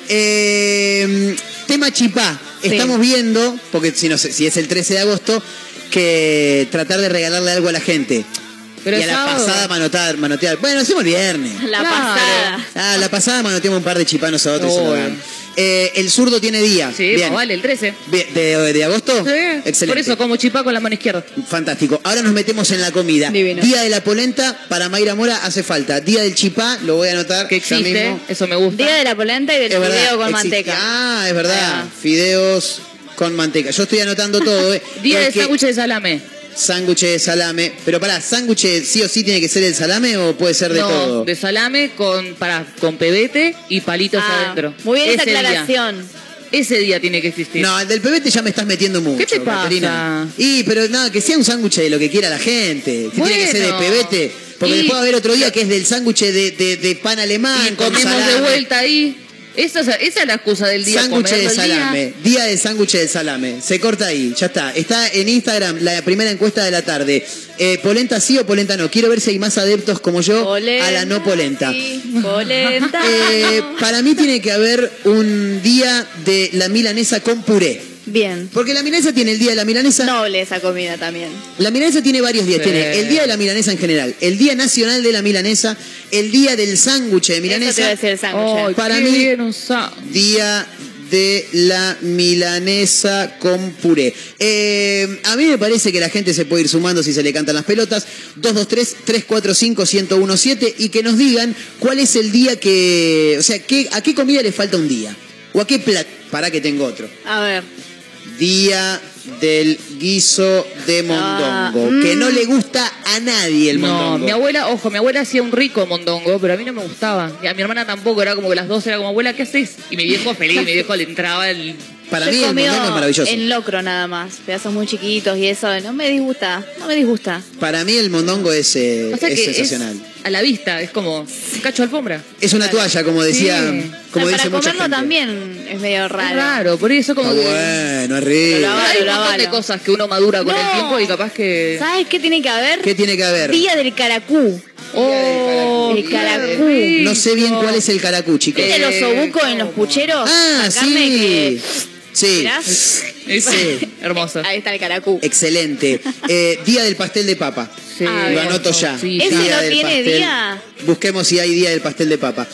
Eh, tema chipá. Estamos viendo, porque si, no, sé- si es el trece de agosto, que tratar de regalarle algo a la gente. Pero y a el la sábado. pasada manotar, manotear. Bueno, hacemos el viernes. La Claro. pasada. Ah, la pasada manoteamos un par de chipá nosotros y se lo Obvio. dan. Eh, el zurdo tiene día. Sí, Bien. más vale, el trece. Bien, ¿De, de agosto? Sí. Excelente. Por eso como chipá con la mano izquierda. Fantástico. Ahora nos metemos en la comida. Divino. Día de la polenta, para Mayra Mora hace falta. Día del chipá, lo voy a anotar. Que ya existe, mismo. eso me gusta. Día de la polenta y del Es verdad, fideo con existe. manteca. Ah, es verdad. Ah. Fideos con manteca. Yo estoy anotando todo, ¿eh? Día El de que- sándwich de salame. Sándwich de salame. Pero pará, ¿sándwich sí o sí tiene que ser el salame o puede ser de no, todo? de salame con, para, con pebete y palitos Ah, adentro. muy bien esa Ese día. aclaración. Ese día tiene que existir. No, el del pebete ya me estás metiendo mucho. ¿Qué te pasa? Caterina. Y, pero nada, que sea un sándwich de lo que quiera la gente. Que tiene que ser de Bueno. pebete. Porque Y- después va a haber otro día que es del sándwich de, de, de pan alemán. Y con comemos de salame. vuelta ahí. Esa, es- esa es la excusa del día. Sándwich de comerlo el día. salame. Día del sándwich del salame. Se corta ahí, ya está. Está en Instagram la primera encuesta de la tarde. Eh, ¿Polenta sí o polenta no? Quiero ver si hay más adeptos como yo Polenta, a la no polenta. sí, polenta. Eh, para mí tiene que haber un día de la milanesa con puré. Bien. Porque la milanesa tiene el día de la milanesa. Noble esa comida también. La milanesa tiene varios días. Sí. Tiene el día de la milanesa en general, el día nacional de la milanesa, el día del sándwich de Eso te iba a milanesa, decir el sándwich. Ay, Para qué mí- bien un sándwich. día de la milanesa con puré. Eh, a mí me parece que la gente se puede ir sumando si se le cantan las pelotas. dos dos tres, tres cuatro cinco, uno cero uno siete y que nos digan cuál es el día que... O sea, qué, a qué comida le falta un día. O a qué plato... Para que tengo otro. A ver. Día del guiso de mondongo. Ah, mm. Que no le gusta a nadie el No, mondongo. mi abuela, ojo, mi abuela hacía un rico mondongo, pero a mí no me gustaba. Y a mi hermana tampoco, era como que las dos era como, abuela, ¿qué haces? Y mi viejo feliz, mi viejo le entraba el... Para Yo mí he el comido mondongo es maravilloso. en locro nada más, pedazos muy chiquitos y eso, no me disgusta, no me disgusta. Para mí el mondongo es, eh, O sea es que sensacional. es a la vista, es como un cacho de alfombra. Es una toalla, como decía, Sí. como O sea, dice para mucha comerlo gente. también es medio raro. Es raro, por eso como Está que... bueno, es Pero rico. la- Hay un Lo montón de avalo. cosas que uno madura con No. el tiempo y capaz que... ¿Sabes qué tiene que haber? ¿Qué tiene que haber? Día del caracú. Oh, El qué caracú. rico. No sé bien cuál es el caracú, chicos. ¿Viste los obucos en los pucheros? Ah, La carne sí. que... Sí. ¿Mirás? Sí, hermoso. Ahí está el caracú. Excelente. Eh, día del pastel de papa. Sí, Ah, Lo bien. anoto ya. Sí, ¿Ese Día no del tiene pastel. día? Busquemos si hay día del pastel de papa.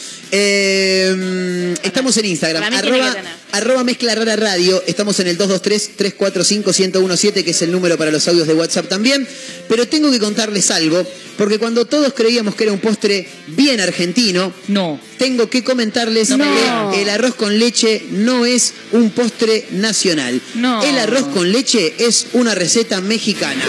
Eh, estamos en Instagram. Para mí tiene Arroba, que tener. arroba Mezcla Rara Radio. Estamos en el dos dos tres, tres cuatro cinco, uno cero uno siete, que es el número para los audios de WhatsApp también. Pero tengo que contarles algo, porque cuando todos creíamos que era un postre bien argentino, No. tengo que comentarles No me que digas. el arroz con leche no es un postre nacional. No. El arroz con leche es una receta mexicana.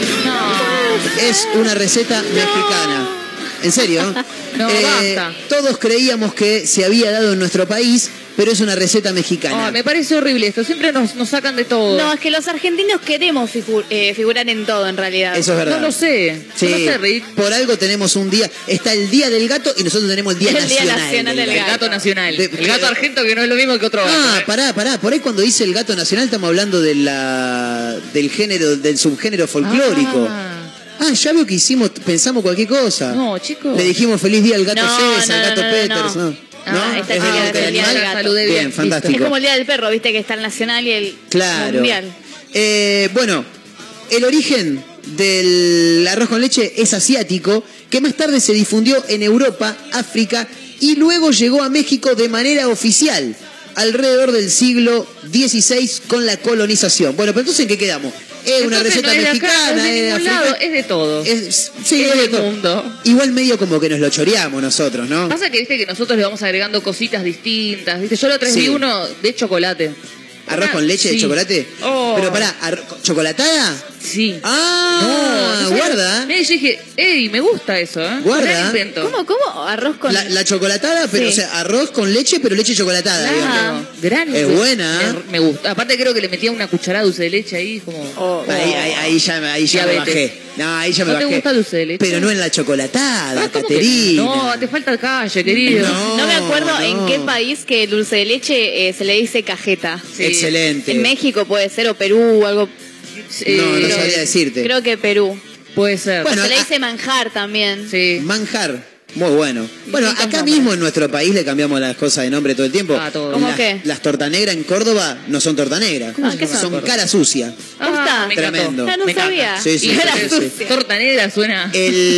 Es una receta mexicana. ¿En serio? No, Eh, basta. todos creíamos que se había dado en nuestro país, pero es una receta mexicana. Ay, me parece horrible esto. Siempre nos, nos sacan de todo. No, es que los argentinos queremos figu- eh, figurar en todo en realidad. Eso es verdad. No lo sé. Sí, No lo sé, Rick. por algo tenemos un día. Está el Día del Gato y nosotros tenemos el Día El Día Nacional, Nacional del El Gato. gato nacional. De- el gato argento que no es lo mismo que otro gato. Ah, ¿eh? pará, pará. Por ahí cuando dice el gato nacional estamos hablando de la, del género, del subgénero folclórico. Ah. Ah, ya veo que hicimos, pensamos cualquier cosa. No, chicos. Le dijimos feliz día al gato No, César, no, al gato no, no, Peters, no. ¿no? Ah, ¿No? esta ¿Es chica del es del del día animal? del gato. Saludé Bien, bien. fantástico. Es como el Día del Perro, viste que está el nacional y el Claro. mundial. Eh, bueno, el origen del arroz con leche es asiático, que más tarde se difundió en Europa, África y luego llegó a México de manera oficial, alrededor del siglo dieciséis con la colonización. Bueno, pero entonces ¿en qué quedamos? Es una Entonces receta no es de acá, mexicana, no es de es ningún africana. lado, es de todo. Es, sí, Es es de del todo. mundo. Igual medio como que nos lo choreamos nosotros, ¿no? Pasa que viste que nosotros le vamos agregando cositas distintas. ¿Viste? Yo la otra vez Sí. vi uno de chocolate. ¿Arroz Ah, con leche de sí. chocolate? Oh. Pero pará, arro- ¿chocolatada? Sí. Ah, No, no guarda. sabía. Yo dije, ey, me gusta eso, ¿eh? Guarda. Gran invento. ¿Cómo, cómo? Arroz con... La, la chocolatada, pero Sí. o sea, arroz con leche, pero leche chocolatada, digamos. Claro. Gran Es invento. buena. Me, me gusta. Aparte creo que le metía una cucharada de dulce de leche ahí, como... Oh, Ahí, ahí, ahí ya, me- ahí ya me Diabetes. bajé. No, ahí ya me ¿No te bajé. gusta el dulce de leche? Pero no en la chocolatada, Ah, ¿cómo que Caterina. No, te falta calle, querido. No. No me acuerdo no. en qué país que el dulce de leche eh, se le dice cajeta. Sí. Excelente. En México puede ser, o Perú, o algo. Eh, No, no creo- sabría decirte. Creo que Perú. Puede ser. Bueno, se le ah- dice manjar también. Sí. Manjar. Muy bueno. Bueno, Distintos acá nombres. mismo en nuestro país le cambiamos las cosas de nombre todo el tiempo. Ah, todo. ¿Cómo Las- qué? Las torta negra en Córdoba no son torta negra. Ah, ¿qué son? Son cara sucia. ¿Posta? me encantó. Tremendo. Ya no Me encanta. sabía. Sí, sí, Y Cara sí, sí. sucia. torta negra suena...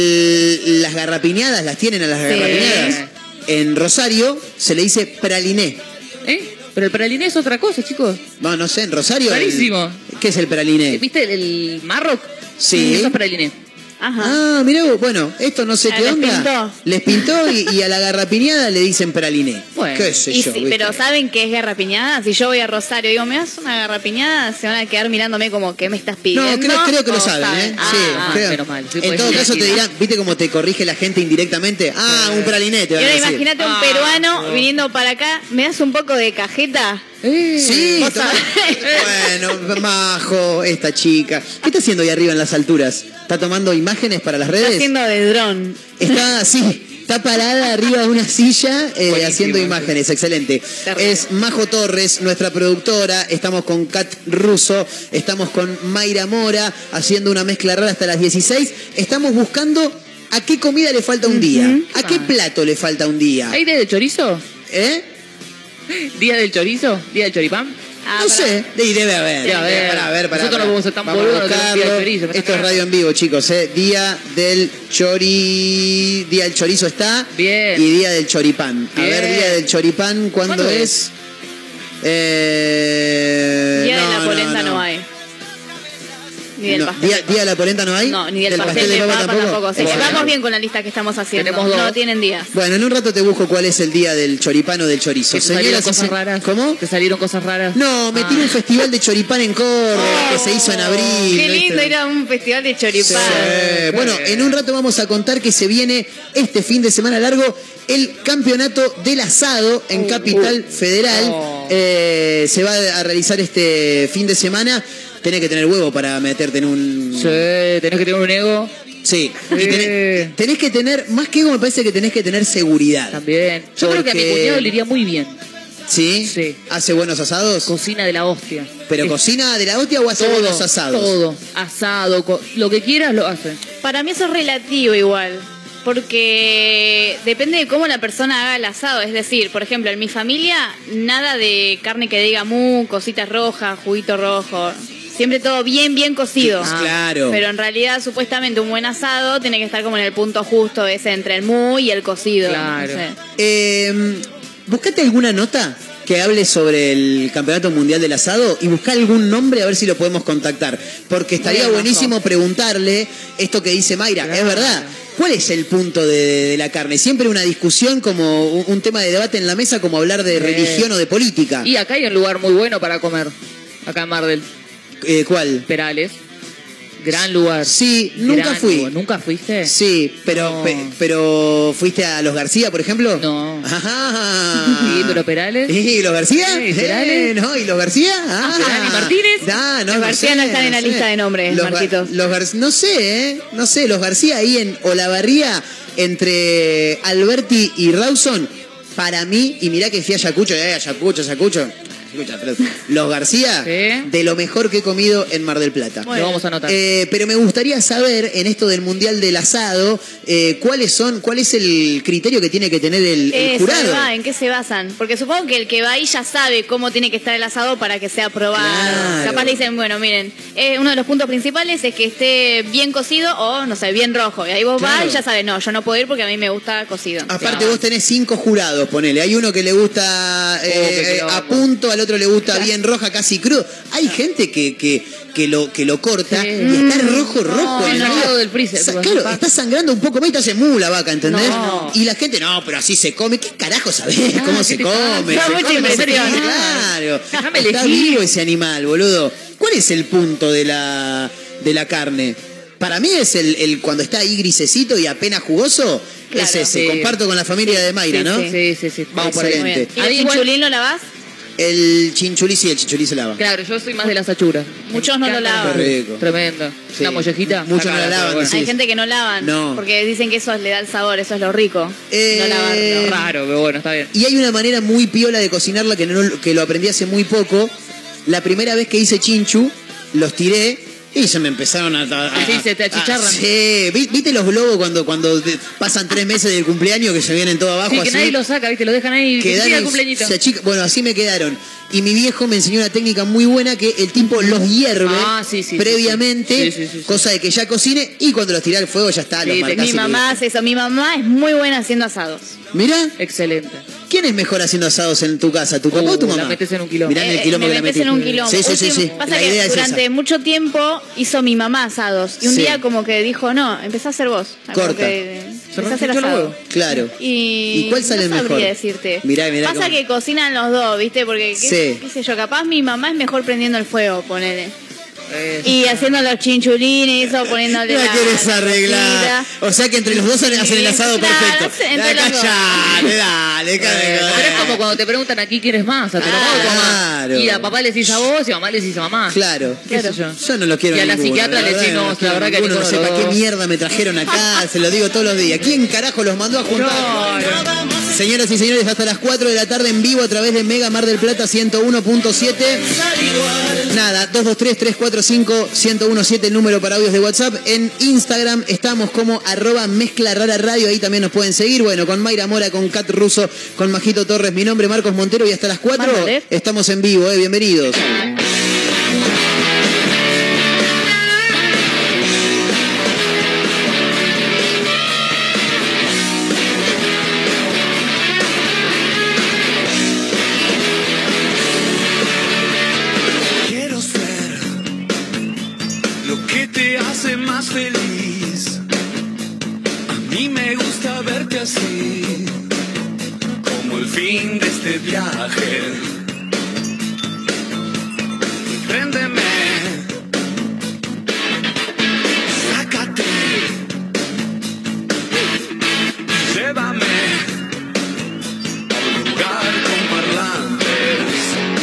El- las garrapiñadas, las tienen a las Sí. garrapiñadas. En Rosario se le dice praliné. ¿Eh? Pero el praliné es otra cosa, chicos. No, no sé, en Rosario. el- Rarísimo. ¿Qué es el praliné? ¿Viste el, el Marroc? Sí. Eso es praliné. Ajá. Ah, mirá vos, bueno, esto no sé Ah, qué les onda. pintó. Les pintó y, y a la garrapiñada le dicen praliné. Bueno. ¿Qué sé Y yo? sí, ¿viste? pero ¿saben qué es garrapiñada? Si yo voy a Rosario y digo, ¿me das una garrapiñada? Se van a quedar mirándome como, ¿qué me estás pidiendo? No, creo, creo que lo ¿O saben, ¿eh? Ah, sí, ah, creo. menos mal. Sí, en pues, todo sí, caso te sí. dirán, ¿viste cómo te corrige la gente indirectamente? Ah, un praliné te Y van a ahora decir. imagínate un Ah, peruano no. viniendo para acá, ¿me das un poco de cajeta? Eh. Sí, Vos toma- sabés. bueno, majo, esta chica. ¿Qué está haciendo ahí arriba en las alturas? ¿Está tomando imágenes para las Está redes? haciendo de dron. Está así, está parada arriba de una silla eh, Buenísimo, haciendo eso. imágenes, excelente. Terrible. Es Majo Torres, nuestra productora, estamos con Kat Russo, estamos con Mayra Mora, haciendo una mezcla rara hasta las dieciséis. Estamos buscando a qué comida le falta un día, a qué Ah. plato le falta un día. ¿Hay día del chorizo? ¿Eh? ¿Día del chorizo? ¿Día del choripán? Ah, No pará. sé, y debe haber. Debe haber. Para, a ver, para, Nosotros no podemos ser tan Vamos a boludos, no tenemos día buscarlo. del chorizo, me está Esto es cagando. radio en vivo, chicos. ¿eh? Día del chori... Día del chorizo está. Bien. Y día del choripán. A Bien. ver, día del choripán, ¿cuándo, ¿Cuándo es? es? Eh... Día de no, la polenta no, hay. Ni del No, pastel. día, día de la polenta no hay. No, ni del, pastel, de papa tampoco. Sí, Bueno. vamos bien con la lista que estamos haciendo. Tenemos dos. No tienen días. Bueno, en un rato te busco cuál es el día del choripán o del chorizo. ¿Te salieron Señoras y cosas se- raras? ¿Cómo? ¿Te salieron cosas raras? No, me Ah. tiré un festival de choripán en Córdoba que se hizo en abril. Qué lindo ¿viste? ir a un festival de choripán. Sí. Bueno, en un rato vamos a contar que se viene este fin de semana largo el campeonato del asado en Capital Federal. Oh. Eh, se va a realizar este fin de semana. Tenés que tener huevo para meterte en un... Sí, tenés que tener un ego Sí. Y Sí. tenés, tenés que tener, más que ego, me parece que tenés que tener seguridad. también. Yo creo que a mi Porque- cuñado le iría muy bien. ¿Sí? Sí. ¿Hace buenos asados? Cocina de la hostia. ¿Pero Es cocina de la hostia o hace todo, buenos asados? Todo. Asado, co- lo que quieras lo hace. Para mí eso es relativo igual. Porque depende de cómo la persona haga el asado. Es decir, por ejemplo, en mi familia, nada de carne que diga mu, cositas rojas, juguito rojo. Siempre todo bien, bien cocido. Ah, claro. Pero en realidad, supuestamente, un buen asado tiene que estar como en el punto justo ese entre el mu y el cocido. Claro. No sé. Eh, buscate alguna nota que hable sobre el Campeonato Mundial del Asado y busca algún nombre a ver si lo podemos contactar. Porque estaría Bien, buenísimo Majo. preguntarle esto que dice Mayra. Claro. Es verdad. ¿Cuál es el punto de, de la carne? Siempre una discusión como un, un tema de debate en la mesa como hablar de Sí. religión o de política. Y acá hay un lugar muy bueno para comer. Acá en Mar del Eh, ¿Cuál? Perales. Gran lugar. Sí, nunca Gran fui. lugar. ¿Nunca fuiste? Sí, pero, No. pe- pero ¿fuiste a los García, por ejemplo? No. Ajá. Sí, pero Perales. ¿Y los García? Sí, Perales. Eh, ¿no? ¿Y los García? Ah, Perales y Martínez. Ah, no, Los no García sé, no están en la sé. lista de nombres, Los Ga- Marquitos. Los Gar- no sé, ¿eh? No sé, los García ahí en Olavarría, entre Alberti y Rawson, para mí, y mirá que fui a Ayacucho, eh, Ayacucho, Ayacucho. Escucha, pero los García, Sí. de lo mejor que he comido en Mar del Plata. Lo vamos a anotar. Eh, pero me gustaría saber, en esto del Mundial del Asado, eh, cuáles son, cuál es el criterio que tiene que tener el, el Eso, jurado. ahí va, ¿en qué se basan? Porque supongo que el que va ahí ya sabe cómo tiene que estar el asado para que sea aprobado. Claro. Capaz le dicen, bueno, miren, eh, uno de los puntos principales es que esté bien cocido o, no sé, bien rojo. Y ahí vos Claro. vas y ya sabes, no, yo no puedo ir porque a mí me gusta cocido. Aparte vos tenés cinco jurados, ponele. Hay uno que le gusta eh, Oh, qué eh, quilombo. a punto, al otro le gusta bien roja, casi crudo. Hay gente que, que, que, lo, que lo corta Sí. y está rojo, rojo. en el medio. lado del freezer, Sa- tipo, Claro, pa. está sangrando un poco más y te hace mu la vaca, ¿entendés? No. Y la gente, no, pero así se come. ¿Qué carajo sabés Ah, cómo ¿qué se te come? pasa? Se Da mucha come, no se impresión. come, claro. Déjame Está elegir. vivo ese animal, boludo. ¿Cuál es el punto de la de la carne. Para mí es el, el cuando está ahí grisecito y apenas jugoso, Claro, es ese. sí. Comparto con la familia de Mayra, Sí, ¿no? sí. Sí, sí, sí. Vamos por Muy bien. excelente. ¿Y A el mí igual- chinchulín lo lavás? El chinchulí, sí, el chinchulí se lava. Claro, yo soy más de las achuras. Muchos no lo lavan. Qué rico. Tremendo. Sí. Una mollejita. Muchos no la sacala, lavan, pero bueno. sí. Hay gente que no lavan. No. Porque dicen que eso le da el sabor, eso es lo rico. Eh, No lavar. Eh, no. Raro, pero bueno, está bien. Y hay una manera muy piola de cocinarla que, no, que lo aprendí hace muy poco. La primera vez que hice chinchu, los tiré y se me empezaron a... a- a- Sí, se te achicharran. a- sí, ¿Vi- ¿viste los globos cuando, cuando te- pasan tres meses del cumpleaños que se vienen todo abajo Sí, que así? nadie lo saca, ¿viste? Lo dejan ahí. Que Quedan siga y el cumpleañito. se achica- bueno, así me quedaron. Y mi viejo me enseñó una técnica muy buena que el tipo los hierve Ah, sí, sí, sí, previamente, sí. Sí, sí, sí, sí. cosa de que ya cocine y cuando los tira al fuego ya está, Sí, los te- marcás Mi y mamá listo. hace eso. Mi mamá es muy buena haciendo asados. Mirá, Excelente. ¿quién es mejor haciendo asados en tu casa, tu papá Uh, o tu la mamá? metés en un quilombo. Mirá en el Eh, quilombo me que la metes metí. en un quilombo. Sí, sí, sí, sí. Último- Pasa La que idea es durante esa. mucho tiempo hizo mi mamá asados. Y un Sí. día como que dijo, no, empezá a hacer vos. Como Corta. que Se empezá a hacer rompió los asado. huevos. Claro. Y, ¿Y cuál sale no sabría mejor? decirte. Mirá, mirá Pasa cómo- que cocinan los dos, ¿viste? Porque, qué, Sí. qué sé yo, capaz mi mamá es mejor prendiendo el fuego, ponele. Eh, Y haciendo los chinchulines o poniéndole La la... querés la arreglar. cosita. O sea que entre los dos hacen el asado Claro, perfecto. entre los dos. Callate, dale, Eh, callate. pero es como cuando te preguntan aquí quién es más, a tu papá o tu mamá. Claro. Y a papá le decís a vos y a mamá le decís a mamá. Claro. ¿Qué sé yo? Yo no lo quiero Y a la ninguno, psiquiatra la le verdad, decís, no no, lo quiero la verdad que ninguno, no sé ninguno para de qué los dos. mierda me trajeron acá, se lo digo todos los días. ¿Quién carajo los mandó a juntar? Señoras y señores, hasta las cuatro de la tarde en vivo a través de Mega Mar del Plata ciento uno punto siete. Nada, dos dos tres, tres cuatro cinco, uno cero uno siete el número para audios de WhatsApp. En Instagram estamos como arroba mezcla rara radio, ahí también nos pueden seguir. Bueno, con Mayra Mora, con Kat Russo, con Majito Torres, mi nombre Marcos Montero y hasta las cuatro Mándale. estamos en vivo, eh, bienvenidos. Quiero ser lo que te hace más feliz. A mí me gusta verte así, como el fin de este viaje. Préndeme, sácate, llévame a un lugar con parlantes.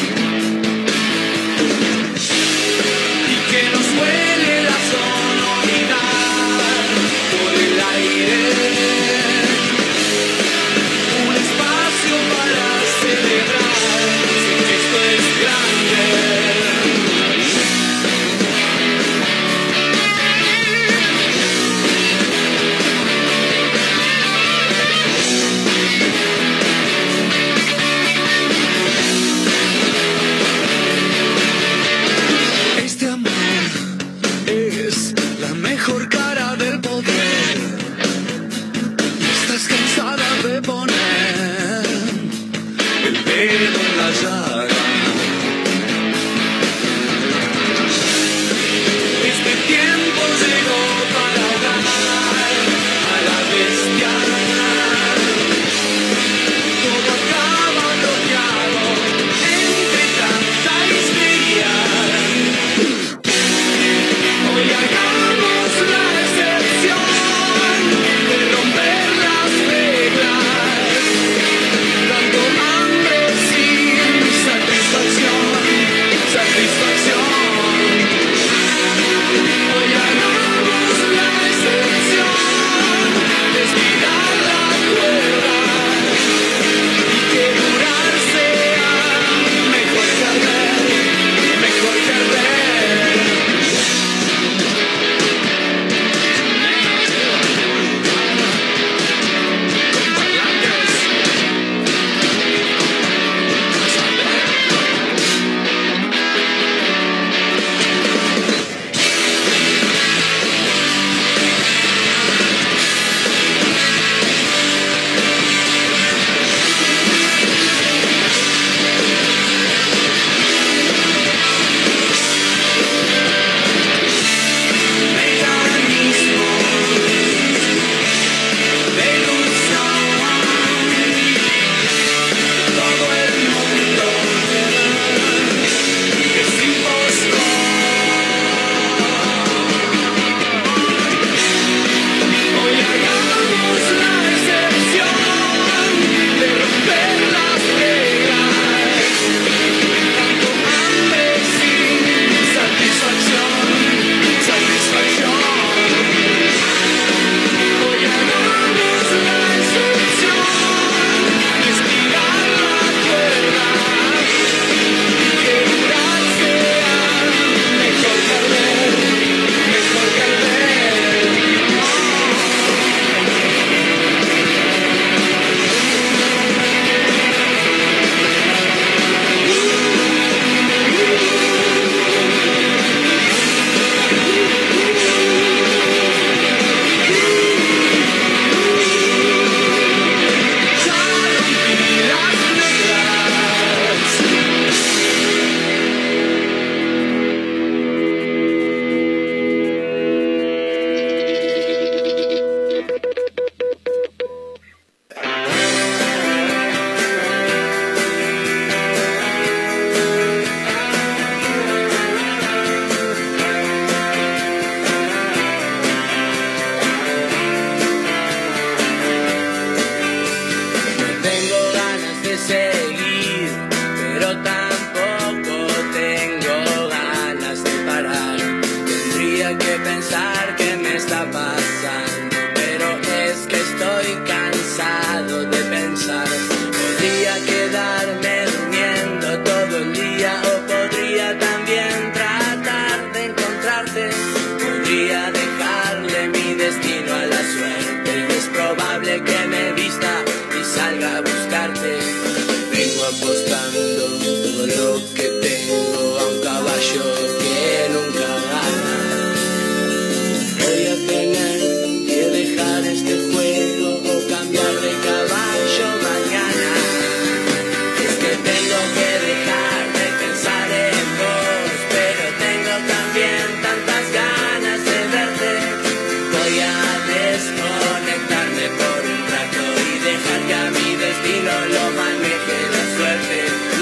Y que nos suene la sonoridad por el aire. Un espacio para celebrar desconectarme por un rato y dejar que a mi destino lo maneje la suerte.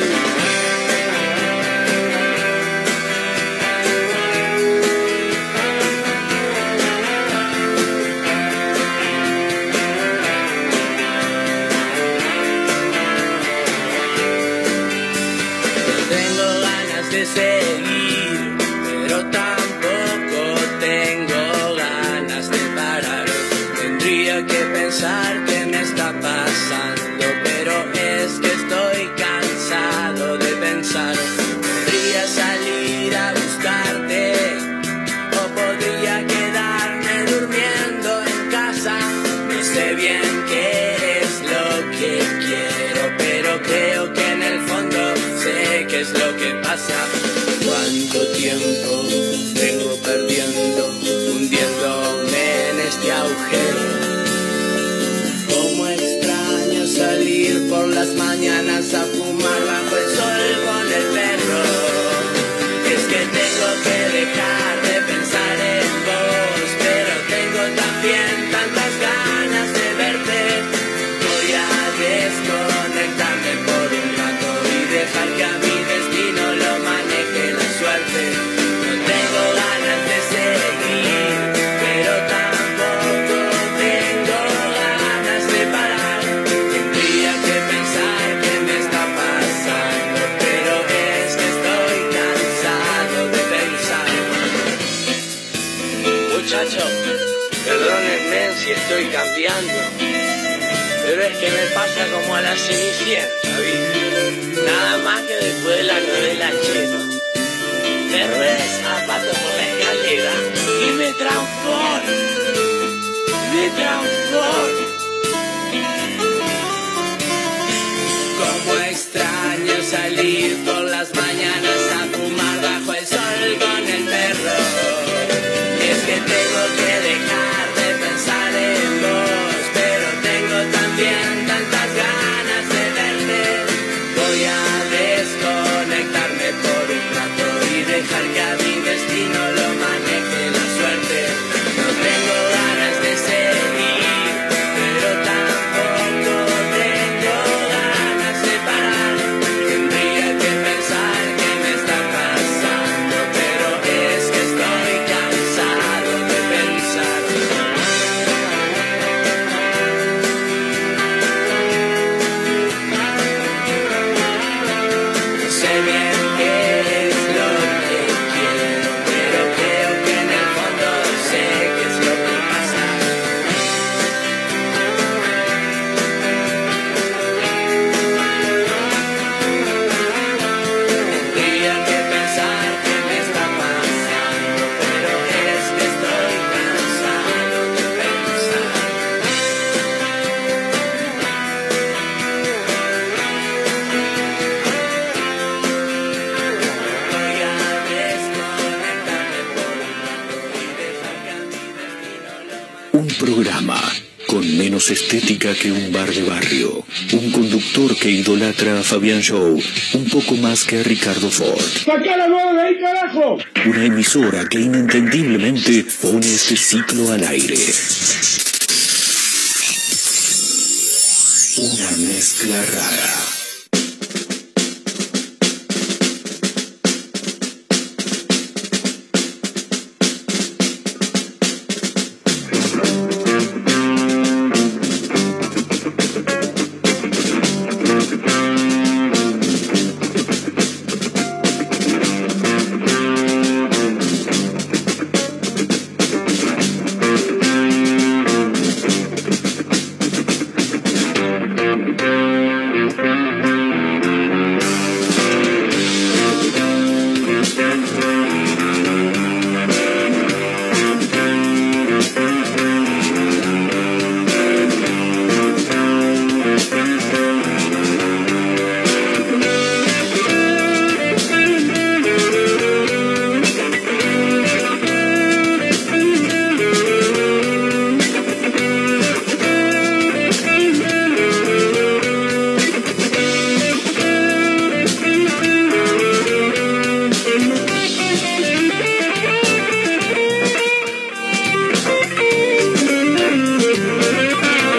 Tengo ganas de seguir, pero tampoco tengo ganas de parar. Tendría que pensar qué me está pasando, pero es que estoy cansado de pensar. Podría salir a buscarte o podría quedarme durmiendo en casa. No sé bien qué es lo que quiero, pero creo que en el fondo sé qué es lo que pasa. Cuánto tiempo vengo perdiendo, hundiéndome en este agujero. Cómo extraño salir por las mañanas a fumar bajo el sol con el perro. Es que tengo que dejar de pensar en vos, pero tengo también tantas ganas de verte. Voy a desconectarme por un rato y dejar que a mi destino lo maneje la suerte. No tengo ganas de seguir, pero tampoco tengo ganas de parar. Tendría que pensar qué me está pasando, pero es que estoy cansado de pensar. Muchacho, perdónenme si estoy cambiando, pero es que me pasa como a la Cenicienta, ¿viste? Nada más que después de la novela china. Me rueda zapato por la escalera y me transformo, me transformo. Como extraño salir por las mañanas a fumar bajo el sol con el perro. Es que tengo que dejar de pensar en vos, pero tengo también tantas ganas de verte. Voy a desconectarme por un rato y dejar que a mi destino lo maneje la suerte. No tengo ganas de seguir, pero tampoco tengo ganas de parar. Tendría que pensar qué me está pasando, pero es que estoy cansado de pensar. No sé bien qué es lo que quiero, pero creo que en el fondo sé qué es lo que pasa. Tendría que pensar qué me está pasando, pero es que estoy cansado de pensar. Voy a desconectarme por un rato y dejar que a mi destino lo Un programa con menos estética que un bar de barrio. Un conductor que idolatra a Fabián Show un poco más que a Ricardo Ford. ¡Sacá la mano de ahí, carajo! Una emisora que inentendiblemente pone este ciclo al aire. Una mezcla rara. Thank you.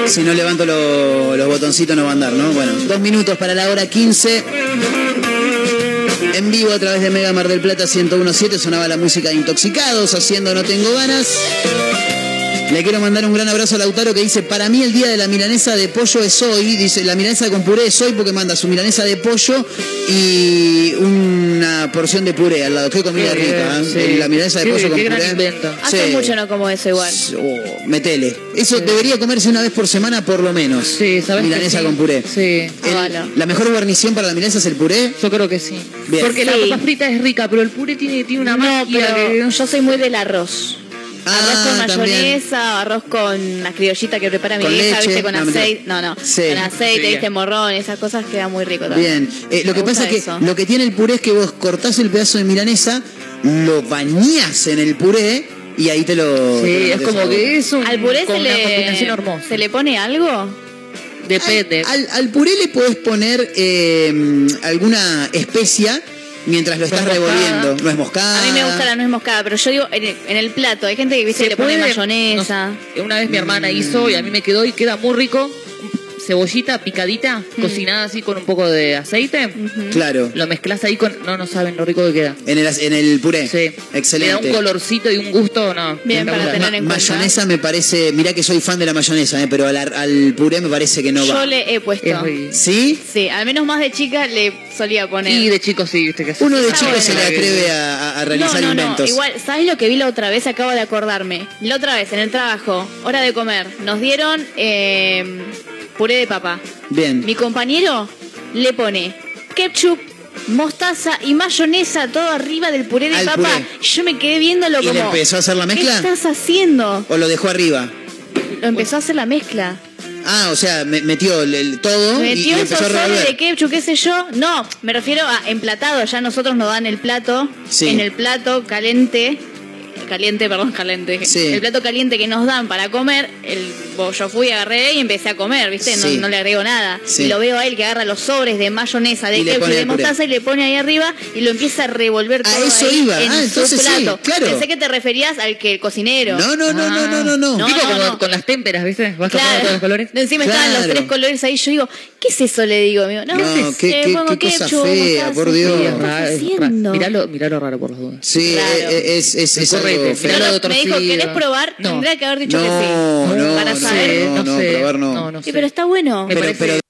Si no levanto lo, los botoncitos no va a andar, ¿no? Bueno, dos minutos para la hora quince. En vivo a través de Mega Mar del Plata ciento uno punto siete sonaba la música de Intoxicados, haciendo No Tengo Ganas. Le quiero mandar un gran abrazo a Lautaro que dice, para mí el día de la milanesa de pollo es hoy. Dice, la milanesa con puré es hoy porque manda su milanesa de pollo y una porción de puré al lado. Qué comida Qué rica, bien, ¿eh? sí. La milanesa de Qué- pollo con qué gran puré. invento. Hace Sí. mucho no como eso igual. Oh, metele. Eso debería comerse una vez por semana por lo menos. Sí, ¿sabes que Milanesa sí? con puré. Sí. El- Ah, bueno. La mejor guarnición para la milanesa es el puré. Yo creo que sí. Bien. Porque la Sí. papa frita es rica, pero el puré tiene, tiene una No, magia pero que... yo soy muy del arroz. Arroz con Ah, también. mayonesa, arroz con la criollita que prepara mi Con vieja, leche. viste, con No, mentira. aceite. No, no. Sí. Con aceite, Sí. viste, morrón, esas cosas queda muy rico también. Bien. Eh, lo Me que pasa gusta es que eso. lo que tiene el puré es que vos cortás el pedazo de milanesa, lo bañás en el puré y ahí te lo... te Sí, lo es metés como a- que es un, ¿Al puré con se una combinación le, hermosa. se le pone algo? Depende. Al, al puré le podés poner eh, alguna especia mientras lo estás Nuez moscada. revolviendo. Nuez moscada. A mí me gusta la nuez moscada, pero yo digo en el, en el plato. Hay gente que viste Se le pone puede- mayonesa. no sé, una vez mi hermana hizo y a mí me quedó y queda muy rico. Cebollita picadita, Mm. cocinada así con un poco de aceite. Claro. Lo mezclas ahí con... No, no saben lo rico que queda. En el, en el puré. Sí. Excelente. Le da un colorcito y un gusto, no. Bien, para espectacular. tener en cuenta. Mayonesa me parece... Mirá que soy fan de la mayonesa, eh, pero al, al puré me parece que no Yo va. le he puesto. Es rico. ¿Sí? Sí, al menos más de chica le solía poner. Y de chicos sí, viste que es- Uno de Está chicos bueno. se le atreve a, a realizar no, no, inventos. no, igual, ¿sabes lo que vi la otra vez? Acabo de acordarme. La otra vez, en el trabajo, hora de comer, nos dieron eh, puré de papa. Bien. Mi compañero le pone ketchup, mostaza y mayonesa todo arriba del puré de Al papa. puré. Yo me quedé viéndolo ¿Y como... le empezó a hacer la mezcla? ¿Qué estás haciendo? ¿O lo dejó arriba? Lo empezó a hacer la mezcla. Ah, o sea, me- metió el, el todo y, y Metió empezó esos a soles revolver. de ketchup, qué sé yo. No, me refiero a emplatado. Ya nosotros nos dan el plato. Sí. En el plato caliente. Caliente, perdón, caliente. Sí. El plato caliente que nos dan para comer. El, yo fui, agarré y empecé a comer, ¿viste? No, Sí. no le agrego nada. Sí. Y lo veo a él que agarra los sobres de mayonesa, de Y le ketchup pone y de el puré. mostaza y le pone ahí arriba y lo empieza a revolver A todo eso ahí iba. en Ah, su entonces sí, plato. claro. Pensé que te referías al que el cocinero. No, no, no, no, no, no, no. No, Tipo no, como no. con las témperas, ¿viste? Vas tomando Claro. todos los colores. Encima estaban los Claro. tres colores ahí. Yo digo, ¿qué es eso? Le digo, amigo. No, No, es, qué- eh, qué- pongo qué cosa ketchup, fea, mostaza. por Dios. ¿Qué Sí, estás raro, es haciendo? raro. Miralo, miralo raro por las dudas. Sí, Claro. eh, es, es, es El algo correte, feo. No, miralo no, de me dijo, torcido. ¿querés probar? No. Tendría que haber dicho No, que sí. no, Para no, saber. no, no, sé. probar no. No, no Sí, sé. pero está bueno. Me Pero, parece- pero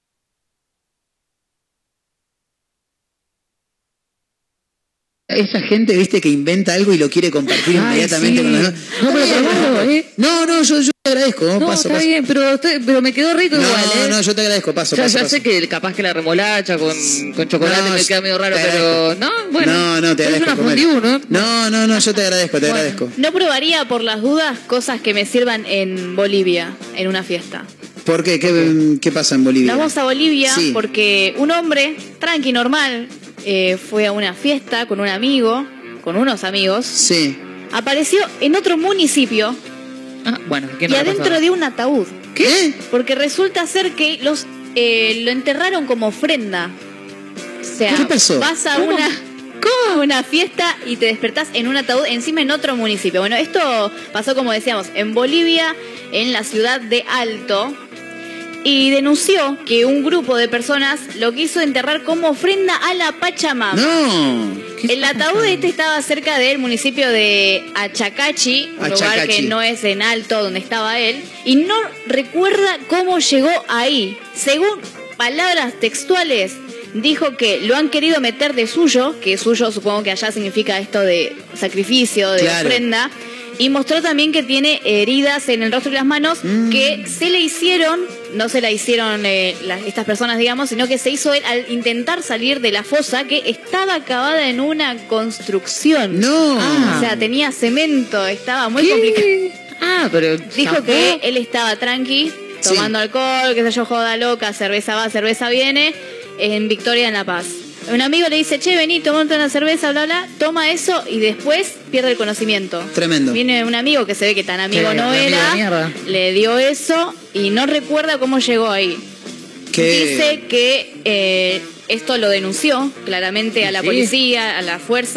esa gente, viste, que inventa algo y lo quiere compartir Ay, inmediatamente sí. con los demás. No, pero Está bien, probalo, ¿eh? No, no, yo, yo te agradezco. No, paso, está paso. bien, pero, estoy- pero me quedó rico No, igual, ¿eh? no, yo te agradezco, paso, Ya, paso, ya paso. sé que capaz que la remolacha con, con chocolate No, me queda medio raro, te pero agradezco. no, bueno. No, no, te es agradezco. una comer. fondue, ¿no? No, no, no, yo te agradezco, te Bueno. agradezco. No probaría por las dudas cosas que me sirvan en Bolivia, en una fiesta. ¿Por qué? ¿Qué, qué pasa en Bolivia? Nos vamos a Bolivia Sí. porque un hombre, tranqui, normal, eh, fue a una fiesta con un amigo, con unos amigos, Sí. apareció en otro municipio Ah, bueno, ¿qué y no le ha adentro pasado? de un ataúd. ¿Qué? Porque resulta ser que los eh, lo enterraron como ofrenda. O sea, ¿Qué pasó? vas a ¿Cómo? una, a una fiesta y te despertás en un ataúd encima en otro municipio. Bueno, esto pasó, como decíamos, en Bolivia, en la ciudad de Alto. Y denunció que un grupo de personas lo quiso enterrar como ofrenda a la Pachamama. No. ¿Qué El está ataúd pasando? este estaba cerca del municipio de Achacachi, un lugar Achacachi. que no es en Alto donde estaba él, y no recuerda cómo llegó ahí. Según palabras textuales, dijo que lo han querido meter de suyo, que suyo supongo que allá significa esto de sacrificio, de Claro. ofrenda, y mostró también que tiene heridas en el rostro y las manos Mm. que se le hicieron, no se la hicieron eh, las- estas personas, digamos, sino que se hizo él al intentar salir de la fosa que estaba acabada en una construcción. No. O sea, tenía cemento, estaba muy ¿Qué? complicado. Ah, pero Dijo zafó. que él estaba tranqui, Sí. tomando alcohol, qué sé yo, joda loca, cerveza va, cerveza viene, en Victoria, en La Paz. Un amigo le dice, che, vení, tomate una cerveza, bla, bla, toma eso y después pierde el conocimiento. Tremendo. Viene un amigo que se ve que tan amigo Sí, no un amigo de era, mierda. le dio eso y no recuerda cómo llegó ahí. ¿Qué? Dice que eh, esto lo denunció claramente a la Sí. policía, a las fuerzas,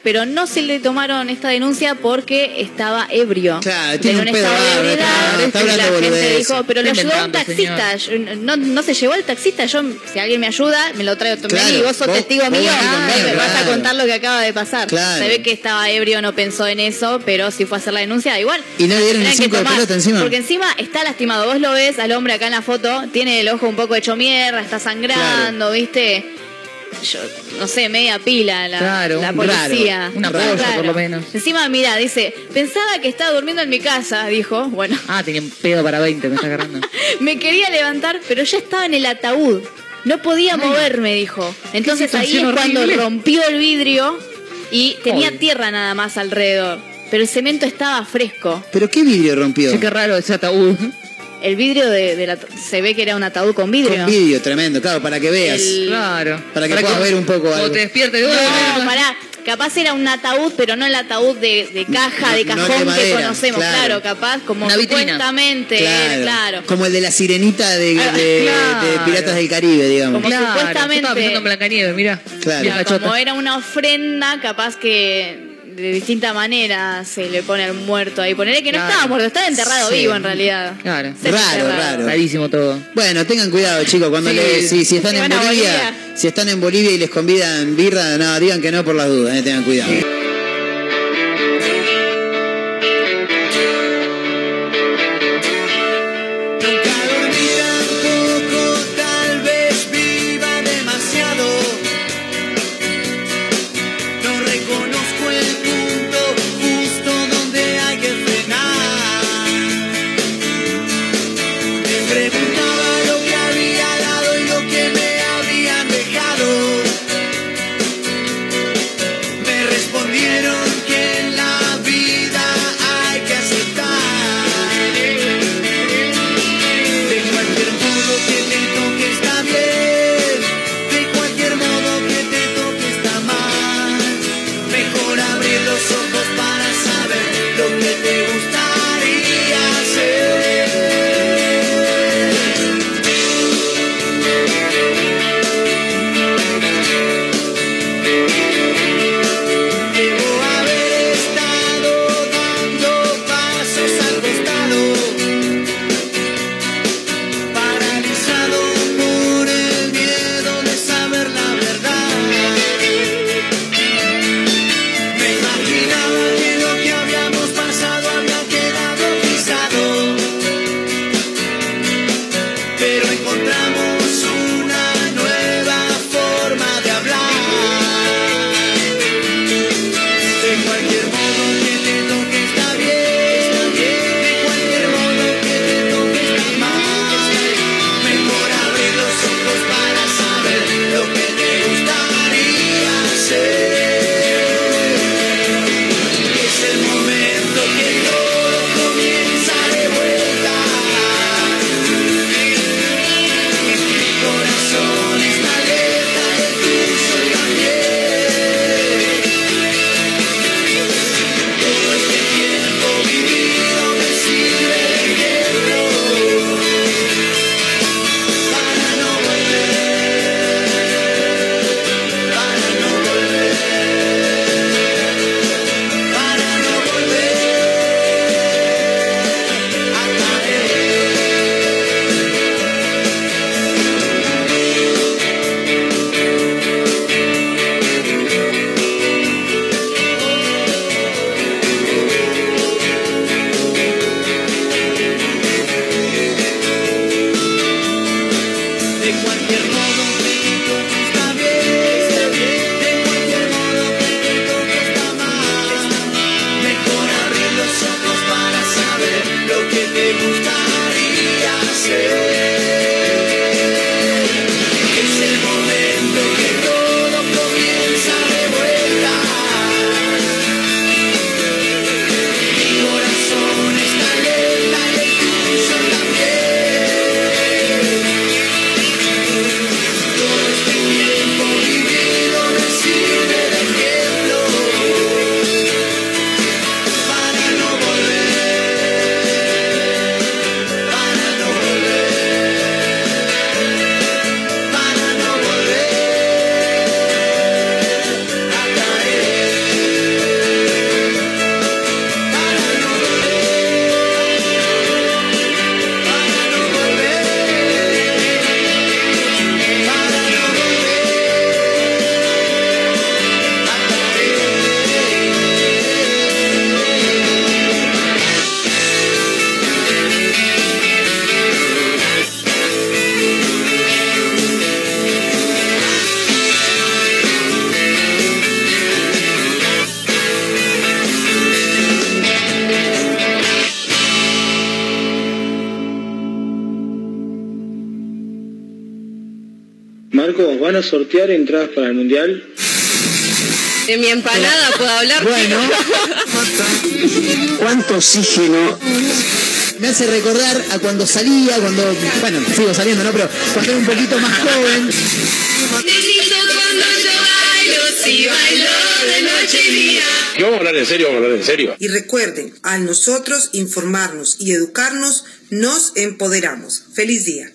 pero no se le tomaron esta denuncia porque estaba ebrio. Claro, tiene en un pedo estado de bárbaro, ebriedad. está- está hablando La gente boludeces. dijo, pero lo Está ayudó un inventando, taxista. Yo- No, no se llevó al taxista. Yo, si alguien me ayuda, me lo traigo. Claro, Vení, vos sos vos- testigo vos mío. venís conmigo, Ay, me vas a claro. contar lo que acaba de pasar. Claro. Se ve que estaba ebrio, no pensó en eso, pero sí fue a hacer la denuncia. Igual. Y no le dieron tenían el que cinco de tomar, pelota encima. Porque encima está lastimado. Vos lo ves al hombre acá en la foto, tiene el ojo un poco hecho mierda, está sangrando, ¿viste? Yo, no sé, media pila la, Claro, la un policía. raro, una Raro. polla, por lo menos. Encima, mira, dice, pensaba que estaba durmiendo en mi casa, dijo. Bueno, Ah, tenía un pedo para veinte, me está agarrando. me quería levantar, pero ya estaba en el ataúd. No podía moverme, dijo. Entonces ahí es situación cuando horrible. rompió el vidrio y tenía Ay. tierra nada más alrededor. Pero el cemento estaba fresco. ¿Pero qué vidrio rompió? Che, qué raro ese ataúd. El vidrio de, de la, se ve que era un ataúd con vidrio. Con vidrio, tremendo, claro, para que veas. El- Claro. Para que puedas ver un poco Cuando algo. te despiertes, No, pará. Capaz era un ataúd, pero no el ataúd de, de caja, de No, no cajón de madera, que conocemos. claro. Claro, capaz, como Una vitrina. supuestamente Claro. era, claro. Como el de la sirenita de, Ah, de- claro. de Piratas del Caribe, digamos. Como Claro, supuestamente- yo estaba pensando en Blancanieves, mirá. Claro. Mirá, Como cachota. era una ofrenda, capaz que de distinta manera se le pone al muerto ahí. Ponerle que no Claro. estaba muerto, estaba enterrado Sí. vivo en realidad. Claro. Raro, raro. Rarísimo todo. Bueno, tengan cuidado, chicos, cuando Sí. le- si, si están Si en van a Bolivia, Bolivia. si están en Bolivia y les convidan birra, no, digan que no por las dudas, eh, tengan cuidado. Nunca dormí tampoco, tal vez viva demasiado. No reconozco el punto justo donde hay que frenar. Me preguntaba lo que había dado y lo que me habían dejado. Me respondió Marco, ¿van a sortear entradas para el Mundial? De mi empanada puedo hablar. Bueno. ¿Cuánto oxígeno? Me hace recordar a cuando salía, cuando, bueno, sigo saliendo, ¿no? Pero cuando era un poquito más joven. Si bailo de noche y día. Y vamos a hablar en serio, vamos a hablar en serio. Y recuerden, al nosotros informarnos y educarnos, nos empoderamos. ¡Feliz día!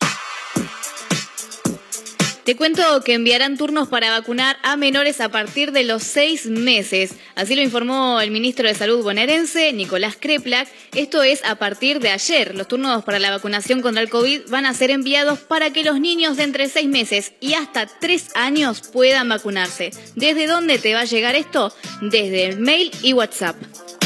Te cuento que enviarán turnos para vacunar a menores a partir de los seis meses. Así lo informó el ministro de Salud bonaerense, Nicolás Kreplak. Esto es a partir de ayer. Los turnos para la vacunación contra el COVID van a ser enviados para que los niños de entre seis meses y hasta tres años puedan vacunarse. ¿Desde dónde te va a llegar esto? Desde el mail y WhatsApp.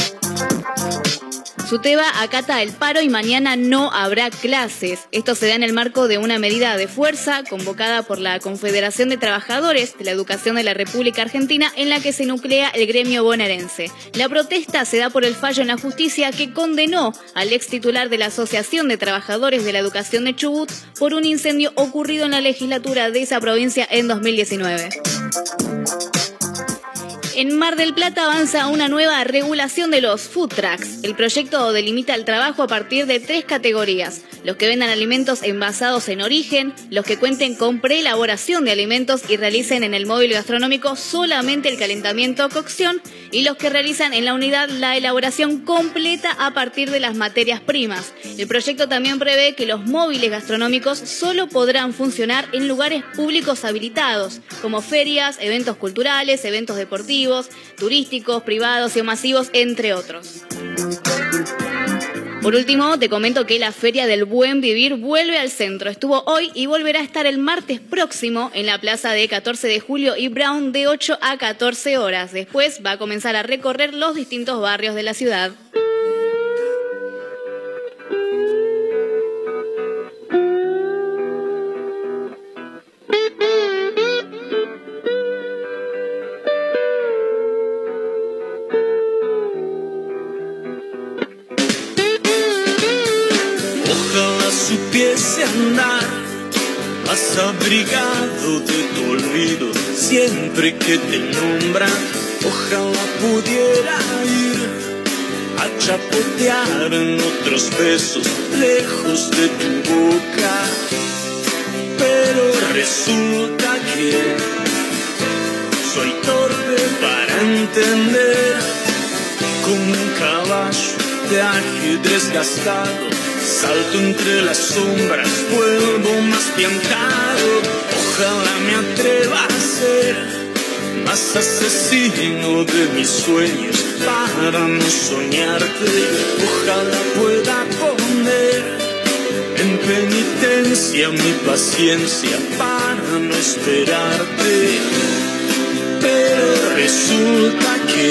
Suteba acata el paro y mañana no habrá clases. Esto se da en el marco de una medida de fuerza convocada por la Confederación de Trabajadores de la Educación de la República Argentina, en la que se nuclea el gremio bonaerense. La protesta se da por el fallo en la justicia que condenó al ex titular de la Asociación de Trabajadores de la Educación de Chubut por un incendio ocurrido en la legislatura de esa provincia en dos mil diecinueve. En Mar del Plata avanza una nueva regulación de los food trucks. El proyecto delimita el trabajo a partir de tres categorías: los que vendan alimentos envasados en origen, los que cuenten con preelaboración de alimentos y realicen en el móvil gastronómico solamente el calentamiento o cocción, y los que realizan en la unidad la elaboración completa a partir de las materias primas. El proyecto también prevé que los móviles gastronómicos solo podrán funcionar en lugares públicos habilitados, como ferias, eventos culturales, eventos deportivos, turísticos, privados y masivos, entre otros. Por último, te comento que la Feria del Buen Vivir vuelve al centro. Estuvo hoy y volverá a estar el martes próximo en la plaza de catorce de julio y Brown de ocho a catorce horas. Después va a comenzar a recorrer los distintos barrios de la ciudad. Supiese andar más abrigado de tu olvido siempre que te nombran. Ojalá pudiera ir a chapotear en otros besos lejos de tu boca, pero resulta que soy torpe para entender. Como un caballo de ajedrez gastado, salto entre las sombras, vuelvo más piantado. Ojalá me atreva a ser más asesino de mis sueños para no soñarte. Ojalá pueda poner en penitencia mi paciencia para no esperarte. Pero resulta que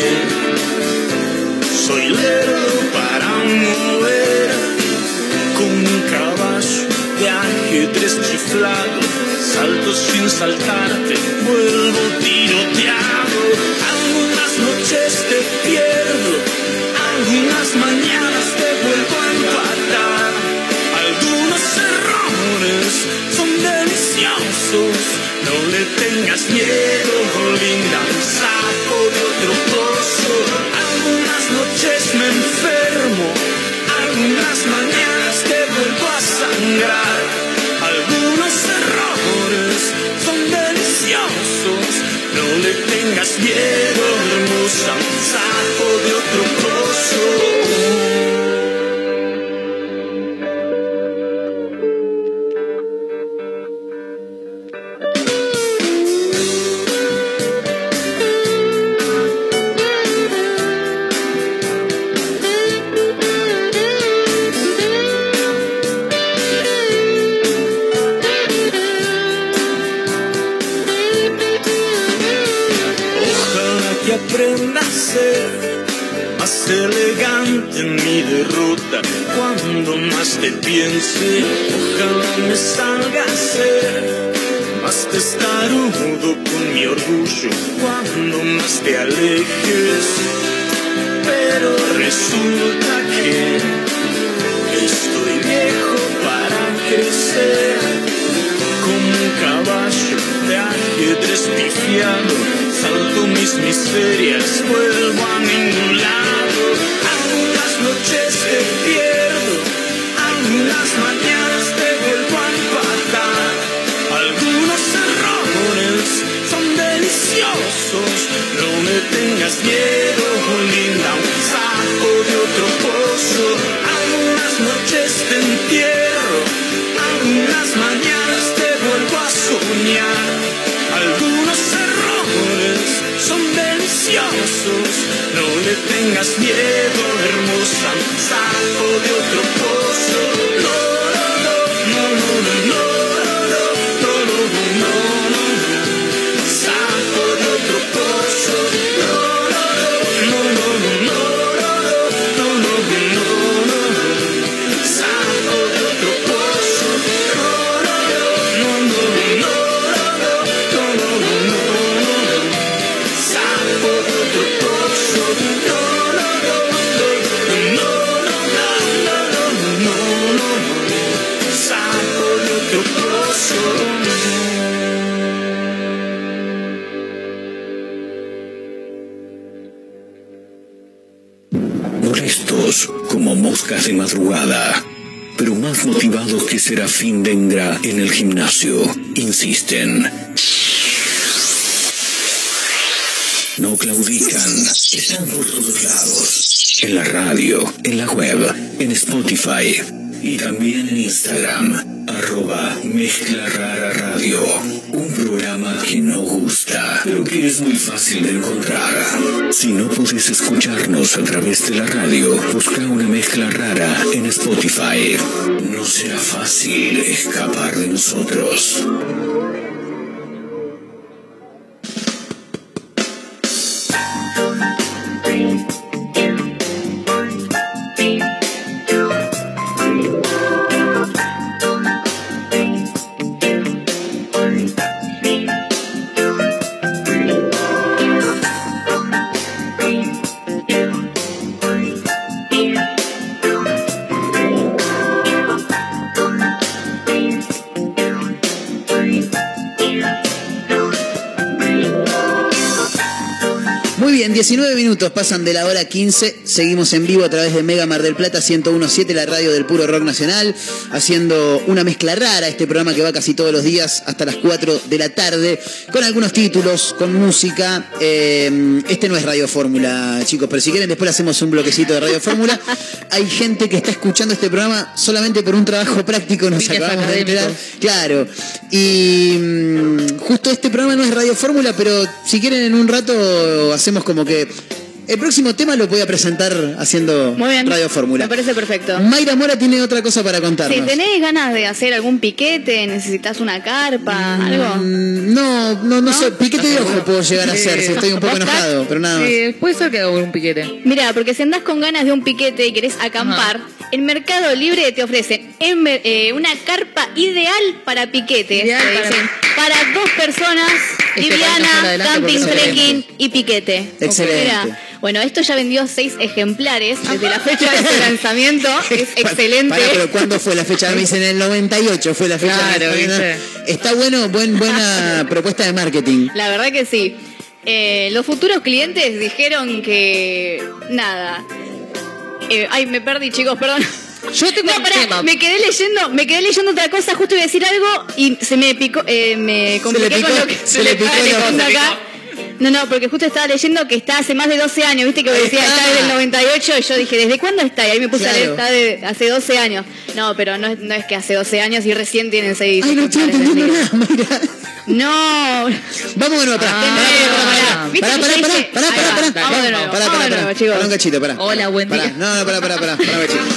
soy lerdo para mover. Como un caballo de ajedrez chiflado, salto sin saltarte, vuelvo tiroteado. Algunas noches te pierdo, algunas mañanas te vuelvo a empatar. Algunos errores son deliciosos, no le tengas miedo, linda, un sapo de otro pozo. Algunas noches me enfermo, algunas mañanas te vuelvo a sangrar. Algunos errores son deliciosos, no le tengas miedo, hermosa, un sapo de otro pozo. Aprenda a ser más elegante en mi derrota cuando más te piense. Ojalá me salga a ser más testarudo con mi orgullo cuando más te alejes. Pero resulta que estoy viejo para crecer. Como un caballo nadie despifiado, salto mis miserias, vuelvo a ningún lado. Algunas noches te pierdo, algunas mañanas te vuelvo a empatar. Algunos errores son deliciosos, no me tengas miedo, linda, un saco de otro pozo. Algunas noches te entierro, algunas mañanas te vuelvo a soñar. Algunos errores son deliciosos, no le tengas miedo, hermosa, un saco de otro pozo. No, no, no, no, no, no, no, no, no, no, no, saco de otro pozo. No, no, no, no, no, no, no, no, no, no, saco de otro pozo. No, no, no, no, no, no, no, no, no, saco de otro pozo. No, no, no, no, no, no, no, saco de otro pozo. Molestos como moscas de madrugada, pero más motivados que Serafín Dengra en el gimnasio, insisten. No claudican, están por todos lados. En la radio, en la web, en Spotify y también en Instagram, arroba Mezcla Rara Radio. Un programa que no gusta, pero que es muy fácil de encontrar. Si no podés escucharnos a través de la radio, busca una mezcla rara en Spotify. No será fácil escapar de nosotros. diecinueve minutos pasan de la hora quince, seguimos en vivo a través de Mega Mar del Plata ciento uno punto siete, la radio del puro rock nacional, haciendo una mezcla rara, este programa que va casi todos los días hasta las cuatro de la tarde, con algunos títulos, con música. Eh, este no es Radio Fórmula, chicos, pero si quieren después le hacemos un bloquecito de Radio Fórmula. Hay gente que está escuchando este programa solamente por un trabajo práctico, nos Fines acabamos de enterar. académicos. Claro, y mm, justo este programa no es Radio Fórmula, pero si quieren en un rato hacemos como que el próximo tema lo voy a presentar haciendo Muy bien. Radio Fórmula. Me parece perfecto. Mayra Mora tiene otra cosa para contarnos. Si tenés ganas de hacer algún piquete, necesitas una carpa, algo. Mm, no, no, no, sé. Piquete de ojo puedo llegar a hacer si estoy un poco ¿Vos estás? enojado, pero nada más. Sí, puede ser que haga un piquete. Mira, porque si andás con ganas de un piquete y querés acampar, en Mercado Libre te ofrecen en- eh, una carpa ideal para piquete. Ideal te para- dicen, para dos personas, Este país no liviana, sale adelante camping, porque somos trekking y piquete. Excelente. Mira, bueno, esto ya vendió seis ejemplares desde la fecha de su lanzamiento. Es excelente. Pará, pero ¿cuándo fue la fecha? Me dicen en el noventa y ocho fue la fecha. Claro, de la- ¿viste? Está bueno, buen, buena propuesta de marketing. La verdad que sí. Eh, los futuros clientes dijeron que nada. Eh, ay, me perdí, chicos, perdón. Yo tengo No, un pará, tema. me quedé leyendo, me quedé leyendo otra cosa, justo iba a decir algo y se me picó, eh, me compliqué picó, con lo que se le picó estaba el ojo. leyendo acá. No, no, porque justo estaba leyendo que está hace más de doce años, viste que Ahí decía, está. está desde el noventa y ocho, y yo dije, ¿desde cuándo está? Y ahí me puse a leer, Claro. está de hace doce años. No, pero no es, no es que hace doce años y recién tienen seis. Ay, no estoy ejemplares entendiendo vendidos. nada, Mayra. No. Vamos de nuevo, pará. Ah, ¿Viste Pará, que pará, se pará, dice? pará, Ahí pará, va, pará. Vamos de nuevo, Pará, vamos pará, de pará. nuevo, chicos. Pará un cachito, pará. Hola, buen Pará. día. No, no, pará, pará, pará, pará un cachito.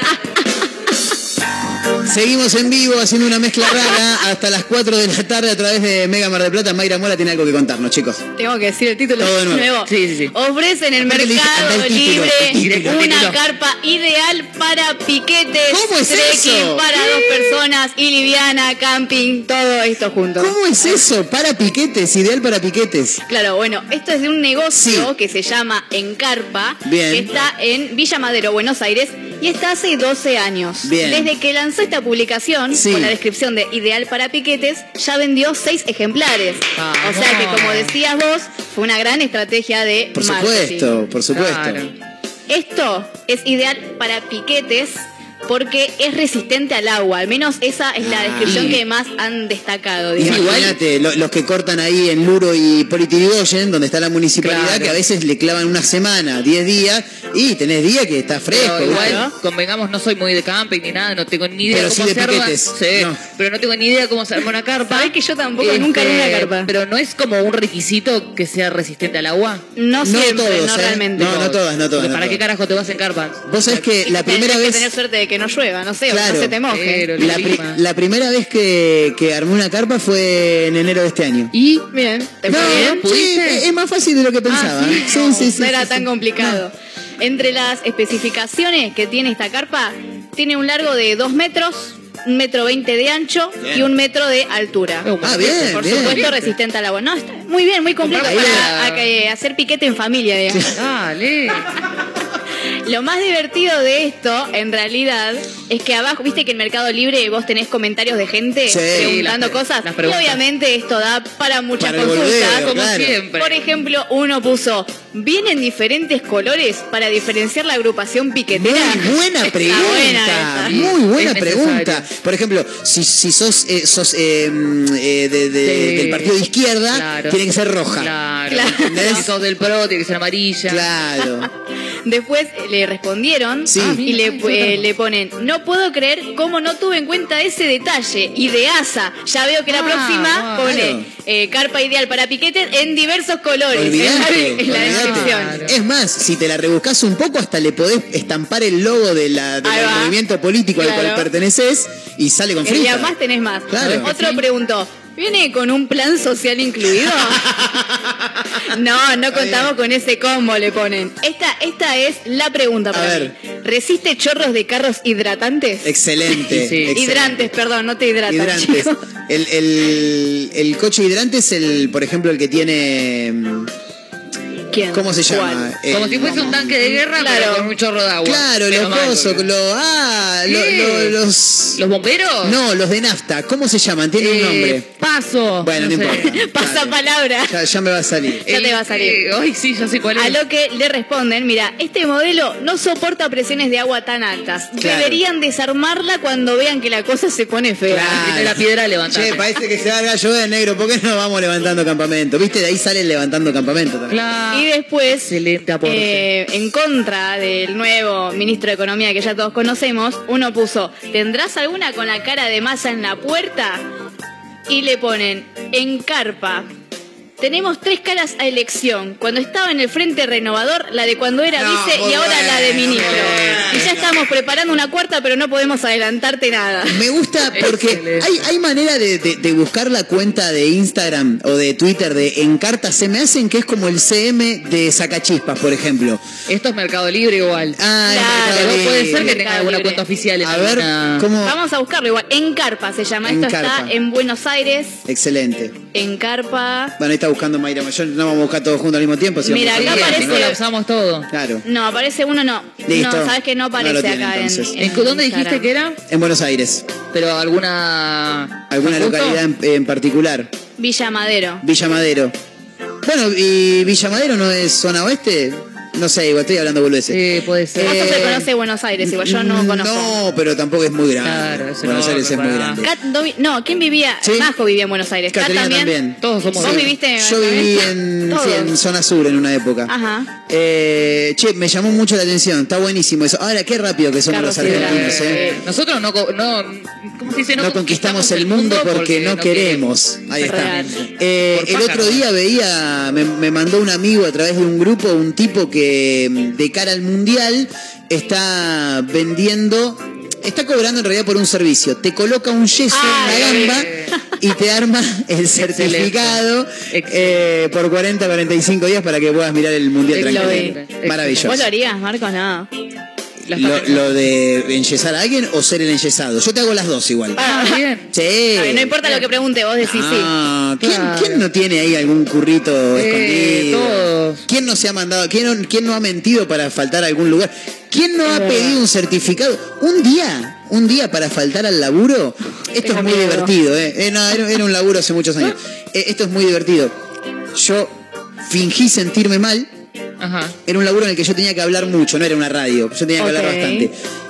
Seguimos en vivo haciendo una mezcla rara hasta las cuatro de la tarde a través de Mega Mar del Plata. Mayra Mora tiene algo que contarnos, chicos. Tengo que decir el título Todo de nuevo. Sí, sí, sí. Ofrecen en el Aparte le dice, Mercado anda el título, Libre el título, el una título. carpa ideal para piquetes, ¿Cómo es trekking eso? para dos personas, piscinas y liviana, camping, todo esto junto. ¿Cómo es eso? Para piquetes, ideal para piquetes. Claro, bueno, esto es de un negocio Sí. que se llama Encarpa, Bien. que está en Villa Madero, Buenos Aires, y está hace doce años. Bien. Desde que lanzó esta publicación, Sí. con la descripción de ideal para piquetes, ya vendió seis ejemplares. O sea que, como decías vos, fue una gran estrategia de Por marketing. supuesto, por supuesto. Claro. Esto es ideal para piquetes porque es resistente al agua. Al menos esa es la Ah. descripción que más han destacado. digamos. Imagínate, lo- los que cortan ahí en Luro y Politirigoyen, donde está la municipalidad, Claro. que a veces le clavan una semana, diez días, y tenés días que está fresco. Pero igual, ¿viste? convengamos, no soy muy de camping ni nada, no tengo ni idea Pero cómo sí de se arma. piquetes. Sí, No. pero no tengo ni idea cómo se arma una carpa. Sabés que yo tampoco, Este, nunca en una carpa. Pero no es como un requisito que sea resistente al agua. No No siempre, todos, no ¿eh? realmente. No, no todas, no todas. Porque no ¿para qué todas. carajo te vas en carpa? Vos sabés que la Tenés primera que vez... tener suerte de que no llueva, no sé, o Claro. no se te moje. Pero La, pri- la primera vez que, que armé una carpa fue en enero de este año. Y Bien, ¿te No, fue bien? sí, ¿Pudiste? es más fácil de lo que pensaba. sí, sí, no, sí, sí, no era sí, tan sí. complicado. Entre las especificaciones que tiene esta carpa, tiene un largo de dos metros, un metro veinte de ancho Bien. y un metro de altura. Ah, bien, Por bien. supuesto, resistente al agua. No, está muy bien, muy completo Ahí para la- a- eh, hacer piquete en familia, digamos. Dale. Lo más divertido de esto, en realidad, es que abajo, viste que en Mercado Libre vos tenés comentarios de gente Sí, preguntando las pre- cosas. las Y preguntas. obviamente esto da para muchas Para el consultas. boludeo, Como claro. siempre. Por ejemplo, uno puso, ¿vienen diferentes colores para diferenciar la agrupación piquetera? Muy buena Está pregunta, buena esa. muy buena Es necesario. pregunta. Por ejemplo, si, si sos, eh, sos eh, mm, eh, de- de- Sí. del partido de izquierda, Claro. tiene que ser roja. Claro. Claro. ¿Entendés? Si sos del pro, tiene que ser amarilla. Claro. Después le respondieron Sí. y le, Ah, mira, eh, le ponen, no puedo creer cómo no tuve en cuenta ese detalle. Y de asa, ya veo que la Ah, próxima claro. pone eh, carpa ideal para piquetes en diversos colores. Olvidate, Es la olvidate. descripción. Es más, si te la rebuscas un poco, hasta le podés estampar el logo de la, del Ahí va. movimiento político al Claro. cual perteneces y sale con Y fruta. además tenés más. Claro. Otro preguntó, ¿viene con un plan social incluido? No, no contamos con ese combo, le ponen. Esta, esta es la pregunta A para ver. mí. ¿Resiste chorros de carros hidratantes? Excelente. Sí. excelente. Hidrantes, perdón, no te hidratan, Hidrantes. chicos. El, el, el coche hidrante es el, por ejemplo, el que tiene. mm, ¿Quién? ¿Cómo se llama? ¿Cuál? El- Como si fuese un tanque de guerra, Claro. pero con un chorro de agua. Claro, Pero los mal, cosos, porque- lo, ah, lo- ¿Qué? lo- los. ¿Los bomberos? No, los de nafta. ¿Cómo se llaman? Tiene un Eh, nombre. Paso. Bueno, no, sé. importa. Pasa Claro. palabra. Ya, ya me va a salir. Ya te va a salir. Eh, Ay, sí, ya sé cuál es. A lo que le responden, mira, este modelo no soporta presiones de agua tan altas. Claro. Deberían desarmarla cuando vean que la cosa se pone fea. Claro. Tiene la piedra levantada. Che, parece que se va a llover, negro. ¿Por qué no vamos levantando campamento? ¿Viste? De ahí sale levantando campamento también. Claro. Y después, Excelente aporte. eh, en contra del nuevo ministro de Economía que ya todos conocemos, uno puso, ¿tendrás alguna con la cara de masa en la puerta? Y le ponen, en carpa. Tenemos tres caras a elección. Cuando estaba en el Frente Renovador, la de cuando era No, vice muy y ahora bueno, la de ministro. muy bueno. Y ya estamos preparando una cuarta, pero no podemos adelantarte nada. Me gusta porque Excelente. hay, hay manera de, de- de buscar la cuenta de Instagram o de Twitter de Encarta. Se me hacen que es como el C M de Sacachispas, por ejemplo. Esto es Mercado Libre igual. Ah, Claro, Mercado Pero puede Libre. ser que tenga Mercado alguna Libre. cuenta oficial en A ver, alguna- ¿cómo? Vamos a buscarlo igual. En Carpa se llama. Esto Encarpa. está en Buenos Aires. Excelente. En Carpa. Bueno, ahí está buscando Mayra Mayor. No vamos a buscar todos juntos al mismo tiempo. si Mira, vamos a acá buscar aparece- bien, ¿no? Colapsamos todo. Claro. No, aparece uno, no. Listo. No, sabes que no No aparece lo tiene, acá en, entonces. en ¿En dónde dijiste Instagram. que era? En Buenos Aires. Pero alguna. ¿Alguna ¿Justo? localidad en, en particular? Villa Madero. Villa Madero. Bueno, ¿y Villa Madero no es zona oeste? No sé, igual estoy hablando boludeces. Sí, puede ser. Vos se conoce Buenos Aires, igual yo no conozco. No, pero tampoco es muy grande. Claro, es Buenos enorme, Aires es muy para- grande. Kat no, vi- no, ¿quién vivía? Sí. Majo vivía en Buenos Aires. Kat Caterina también. también. Todos somos. ¿Vos Sí. viviste en Yo viví Buenos en, Todos. sí, en zona sur en una época. Ajá. Eh, che, me llamó mucho la atención. Está buenísimo eso. Ahora, qué rápido que somos Carlos los argentinos, Hidrata. ¿eh? Eh, nosotros no, co- no, ¿cómo se dice? No conquistamos el mundo porque no queremos. Ahí está. Real. Eh, Por el pájaro. otro día veía, me, me mandó un amigo a través de un grupo, un tipo que mm, de cara al mundial está vendiendo, está cobrando en realidad por un servicio. Te coloca un yeso Ay, en la gamba y te arma el certificado eh, por cuarenta, cuarenta y cinco días para que puedas mirar el mundial Lo tranquilo. vi. Maravilloso. ¿Vos lo harías, Marcos? No. La lo, facha. lo de enyesar a alguien o ser el enyesado. Yo te hago las dos igual. Ah, bien. Sí. Ay, no importa lo que pregunte, vos decís Ah, ¿quién, Claro. quién no tiene ahí algún currito Eh, escondido? todos. ¿Quién no se ha mandado? ¿Quién no, quién no ha mentido para faltar a algún lugar? ¿Quién no ha verdad. pedido un certificado? Un día, un día para faltar al laburo. Esto Tengo es muy miedo. divertido, ¿eh? Eh, no, era, era un laburo hace muchos años. Eh, esto es muy divertido. Yo fingí sentirme mal. Ajá. Era un laburo en el que yo tenía que hablar mucho, no era una radio. Yo tenía que hablar Ok. bastante.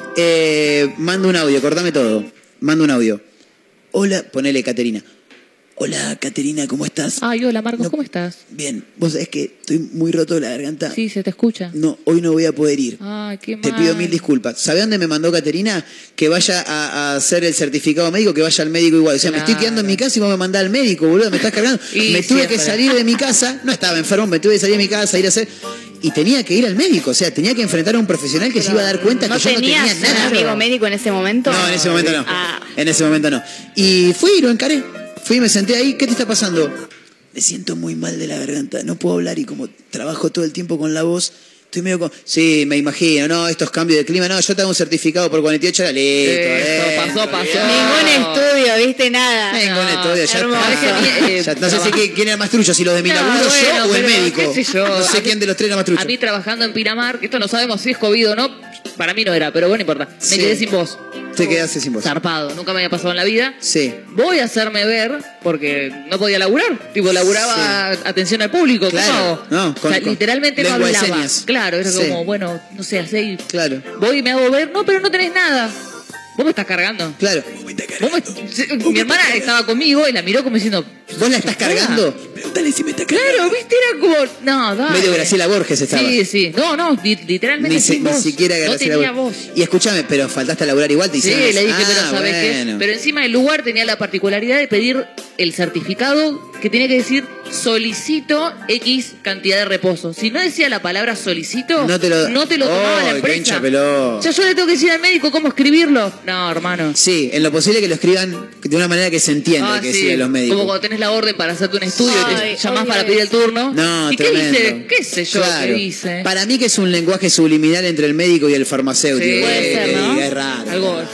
Eh, mando un audio, cortame todo. Mando un audio. Hola, ponele Caterina. Hola, Caterina, ¿cómo estás? Ay, hola Marcos, No. ¿cómo estás? Bien, vos sabés que estoy muy roto de la garganta. Sí, se te escucha. No, hoy no voy a poder ir. Ay, qué mal. Te pido mil disculpas. ¿Sabe dónde me mandó Caterina? Que vaya a, a hacer el certificado médico, que vaya al médico igual. O sea, me estoy Claro. quedando en mi casa y vos me mandás al médico, boludo, me estás cargando. Y me tuve que siempre. salir de mi casa, no estaba enfermo, me tuve que salir de mi casa, ir a hacer... Y tenía que ir al médico, o sea, tenía que enfrentar a un profesional que se iba a dar cuenta ¿No que yo no tenía tenías un nada. amigo médico en ese momento? No, en ese momento no. Ah. En ese momento no. Y fui y lo encaré. Fui y me senté ahí. ¿Qué te está pasando? Me siento muy mal de la garganta. No puedo hablar y como trabajo todo el tiempo con la voz, estoy medio con... Sí, me imagino. No, estos cambios de clima. No, yo te hago un certificado por cuarenta y ocho horas. Listo. Eso, eh. pasó, pasó. Ningún estudio, viste nada. Ningún estudio. Ya hermoso. está. Eh, Ya- no sé si traba- quién, quién era más trucho, si los de mi No, laburo, bueno, yo o el pero médico. qué sé yo. No sé A mí- quién de los tres era más trucho. A mí trabajando en Pinamar, que esto no sabemos si es COVID o no, para mí no era, pero bueno, no importa. Me Sí. quedé sin voz. Te quedaste sin voz. Zarpado, nunca me había pasado en la vida. Sí. Voy a hacerme ver porque no podía laburar. Tipo, laburaba atención al público. ¿Cómo Claro. hago? No, o con- sea, con literalmente no lengua de hablaba. señas. Claro, era Sí. como, bueno, no sé, así. Claro. Voy y me hago ver, no, pero no tenés nada. Vos me estás cargando. Claro. Vos me- Mi hermana estaba conmigo y la miró como diciendo, ¿Vos la estás cargando? Pregúntale si me está cargando. claro, viste, era como, no, dale. Medio Graciela Borges estaba. Sí, sí. No, no, li- literalmente Ni, si- sin ni voz. siquiera no Graciela tenía Borges. voz. Y escúchame, pero faltaste a laburar igual, te Sí, hicieron le eso. dije, pero Ah, ¿sabes qué? bueno. Pero encima el lugar tenía la particularidad de pedir el certificado que tenía que decir solicito X cantidad de reposo. Si no decía la palabra solicito, No te lo- no te lo tomaba Ay, la qué empresa. hincha pelota. O sea, yo le tengo que decir al médico cómo escribirlo. No, hermano. Sí, en lo posible que lo escriban de una manera que se entienda Ah, que sí. decían los médicos. Como cuando tenés la orden para hacerte un estudio y Ay, te llamás odio para pedir el turno. No, ¿Y tremendo. qué hice? ¿Qué sé yo Claro. qué hice? Para mí que es un lenguaje subliminal entre el médico y el farmacéutico. Sí. Puede ser, ¿no? Es raro. Algo.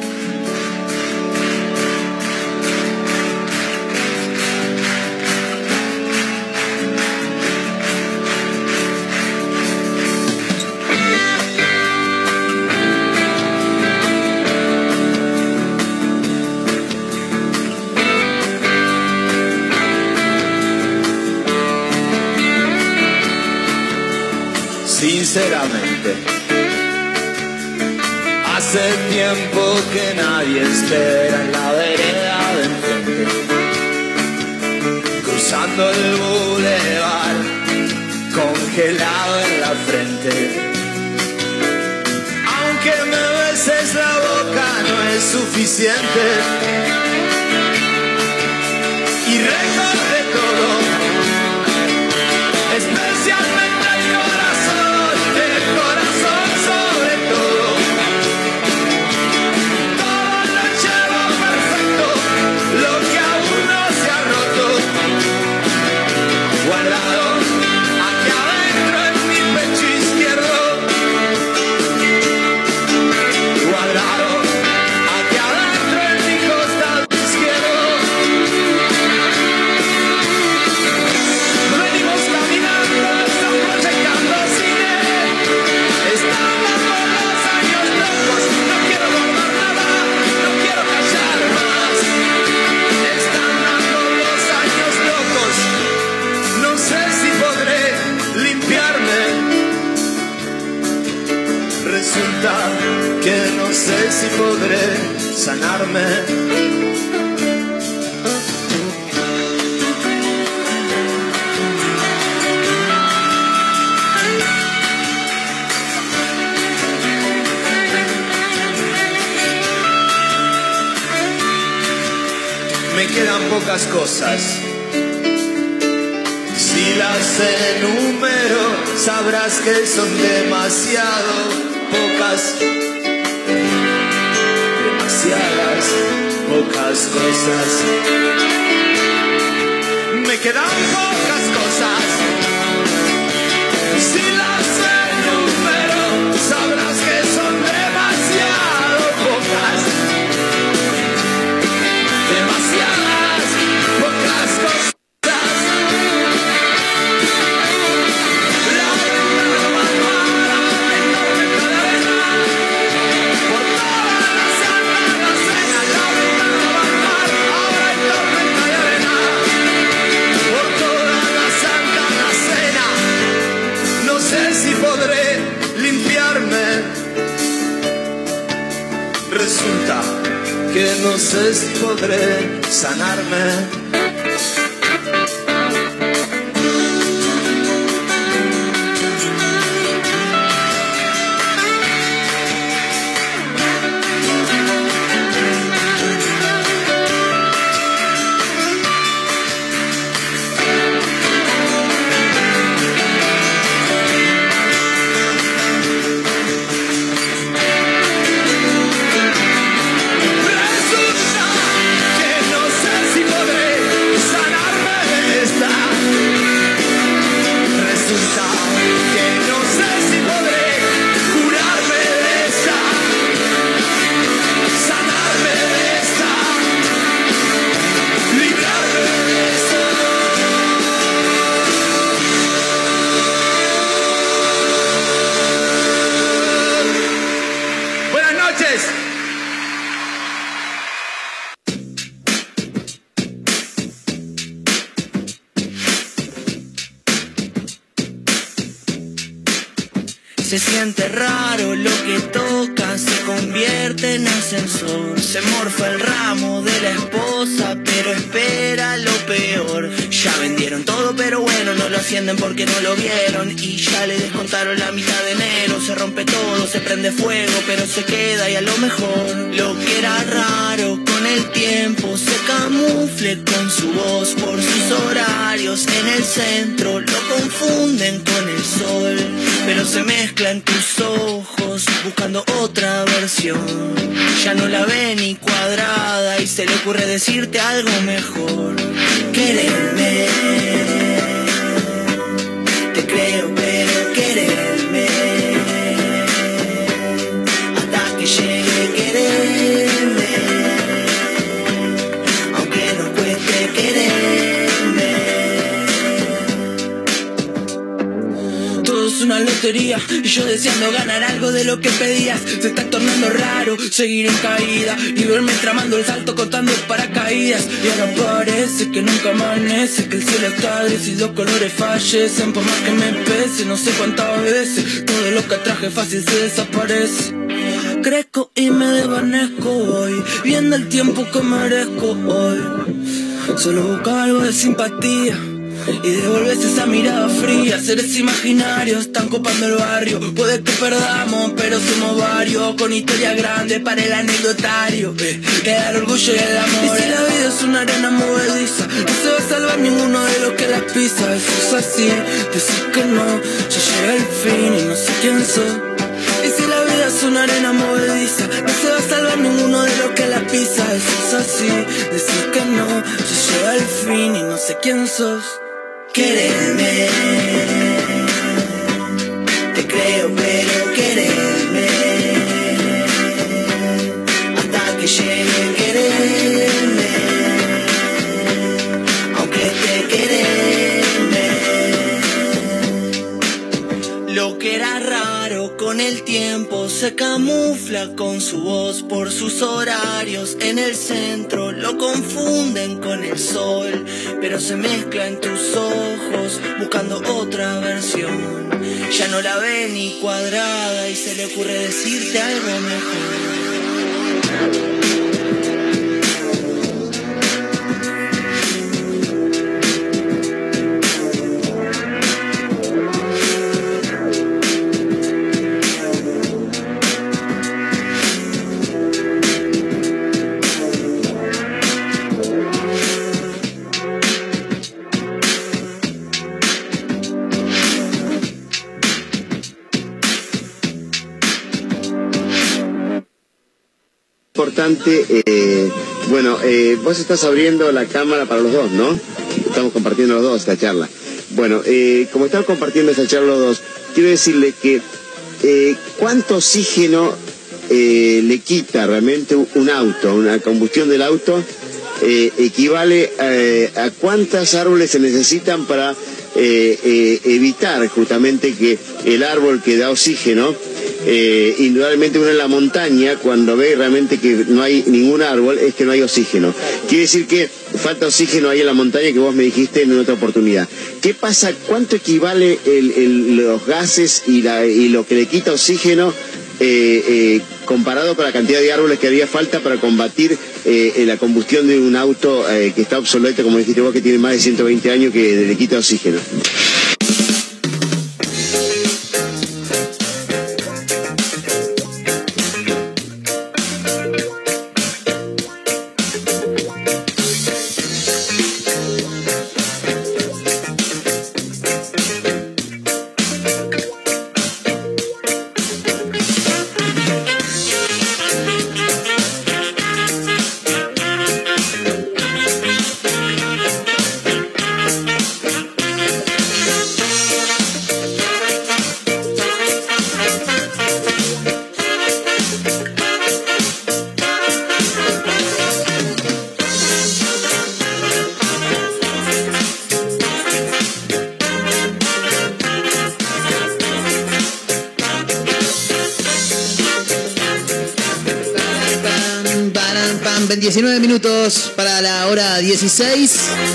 Sinceramente, hace tiempo que nadie espera en la vereda de enfrente, cruzando el bulevar, congelado en la frente. Aunque me beses la boca no es suficiente, y recorre todo, especialmente el corazón, el corazón sobre todo. Todo lo llevo perfecto, lo que aún no se ha roto, guardado aquí adentro en mi pecho izquierdo, guardado aquí adentro en mi costado izquierdo. Venimos caminando, estamos proyectando cine. Están dando los años locos, no quiero guardar nada, no quiero callar más. Están dando los años locos, no sé si podré limpiarme. Resulta que no sé si podré sanarme. Me quedan pocas cosas. Si las enumero, sabrás que son demasiado pocas. Demasiadas pocas cosas. Me quedan pocas cosas. Si las enumero, sabrás que son no sé si podré sanarme. Se siente raro lo que toca, se convierte en ascensor. Se morfa el ramo de la esposa, pero espera lo peor. Ya vendieron todo, pero bueno, no lo ascienden porque no lo vieron. Y ya le descontaron la mitad de enero. Se rompe todo, se prende fuego, pero se queda y a lo mejor lo que era raro con el tiempo se camufle con su voz. Por sus horarios en el centro lo confunden con el sol, pero se mezcla en tus ojos buscando otra versión. Ya no la ve ni cuadrada y se le ocurre decirte algo mejor. Quererme, te creo, pero quererme, hasta que llegue quererme, aunque no cueste quererme. Todo es una lotería y yo deseando ganar algo de lo que pedías. Se está tornando raro seguir en caída y verme tramando el salto cortando paracaídas. Y ahora parece que nunca amanece, que el cielo está gris y los colores fallecen. Por más que me pese, no sé cuántas veces todo lo que atraje fácil se desaparece. Crezco y me desvanezco hoy, viendo el tiempo que merezco hoy. Solo buscaba algo de simpatía y devolves esa mirada fría. Seres imaginarios están copando el barrio. Puede que perdamos, pero somos varios, con historia grande para el anecdotario. eh, Queda el orgullo y el amor. Y si la vida es una arena movediza, no se va a salvar ninguno de los que la pisa. Eso es así, decir que no, ya llega el fin y no sé quién soy. Y si la vida es una arena movediza, no se va a salvar ninguno de los que la pisa. Eso es así, decir que no, ya llega el fin y no sé quién sos. Quererme, te creo, pero quererme, hasta que llegue quererme, aunque esté quererme. Lo que era raro con el tiempo se camufla con su voz. Por sus horarios en el centro lo confunden con el sol, pero se mezcla en tus ojos buscando otra versión. Ya no la ve ni cuadrada y se le ocurre decirte algo mejor. Importante, eh, bueno, eh, vos estás abriendo la cámara para los dos, ¿no? Estamos compartiendo los dos esta charla. Bueno, eh, como estamos compartiendo esta charla los dos, quiero decirle que eh, cuánto oxígeno eh, le quita realmente un auto, una combustión del auto, eh, equivale eh, a cuántos árboles se necesitan para eh, eh, evitar justamente que el árbol que da oxígeno, Eh, indudablemente uno en la montaña, cuando ve realmente que no hay ningún árbol, es que no hay oxígeno. Quiere decir que falta oxígeno ahí en la montaña, que vos me dijiste en otra oportunidad. ¿Qué pasa? ¿Cuánto equivale el, el, los gases y, la, y lo que le quita oxígeno eh, eh, comparado con la cantidad de árboles que haría falta para combatir eh, la combustión de un auto eh, que está obsoleto, como dijiste vos, que tiene más de ciento veinte años, que le quita oxígeno. diecinueve minutos para la hora dieciséis.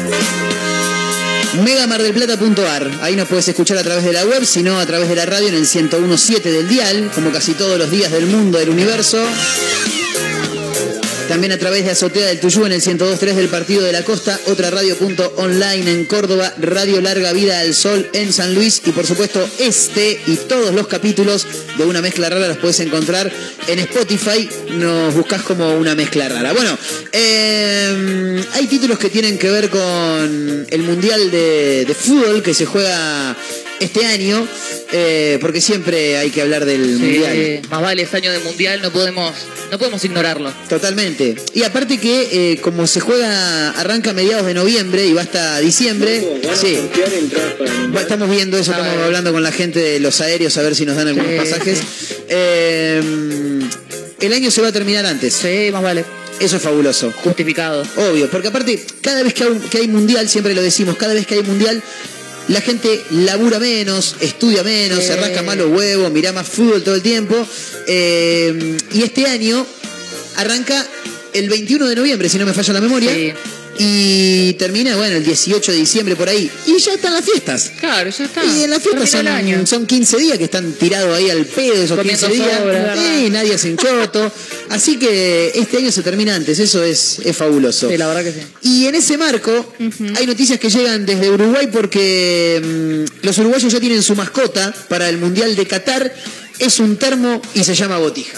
mega mar del plata punto a r. Ahí nos puedes escuchar a través de la web, sino a través de la radio en el ciento uno punto siete del dial, como casi todos los días del mundo, del universo. También a través de Azotea del Tuyú en el ciento dos punto tres del Partido de la Costa, otra radio punto online en Córdoba, Radio Larga Vida al Sol en San Luis y por supuesto este y todos los capítulos de Una Mezcla Rara los puedes encontrar en Spotify, nos buscás como Una Mezcla Rara. Bueno, eh, hay títulos que tienen que ver con el Mundial de, de Fútbol que se juega este año, eh, porque siempre hay que hablar del sí, Mundial. Más vale, es año de Mundial, no podemos, no podemos ignorarlo. Totalmente. Y aparte que eh, como se juega, arranca a mediados de noviembre y va hasta diciembre. Sí. Estamos viendo eso, estamos hablando con la gente de los aéreos a ver si nos dan algunos sí, pasajes. Sí. Eh, el año se va a terminar antes. Sí, más vale. Eso es fabuloso. Justificado. Obvio, porque aparte, cada vez que hay, que hay mundial, siempre lo decimos, cada vez que hay mundial, la gente labura menos, estudia menos, eh. se rasca más los huevos, mirá más fútbol todo el tiempo. Eh, y este año arranca el veintiuno de noviembre, si no me falla la memoria. Sí. Y termina, bueno, el dieciocho de diciembre por ahí. Y ya están las fiestas. Claro, ya está. Y en las fiestas son, son quince días que están tirados ahí al pedo esos quince días. Sí, nadie hace un choto. Así que este año se termina antes, eso es, es fabuloso. Sí, la verdad que sí. Y en ese marco uh-huh. hay noticias que llegan desde Uruguay porque mmm, los uruguayos ya tienen su mascota para el Mundial de Qatar. Es un termo y se llama Botija.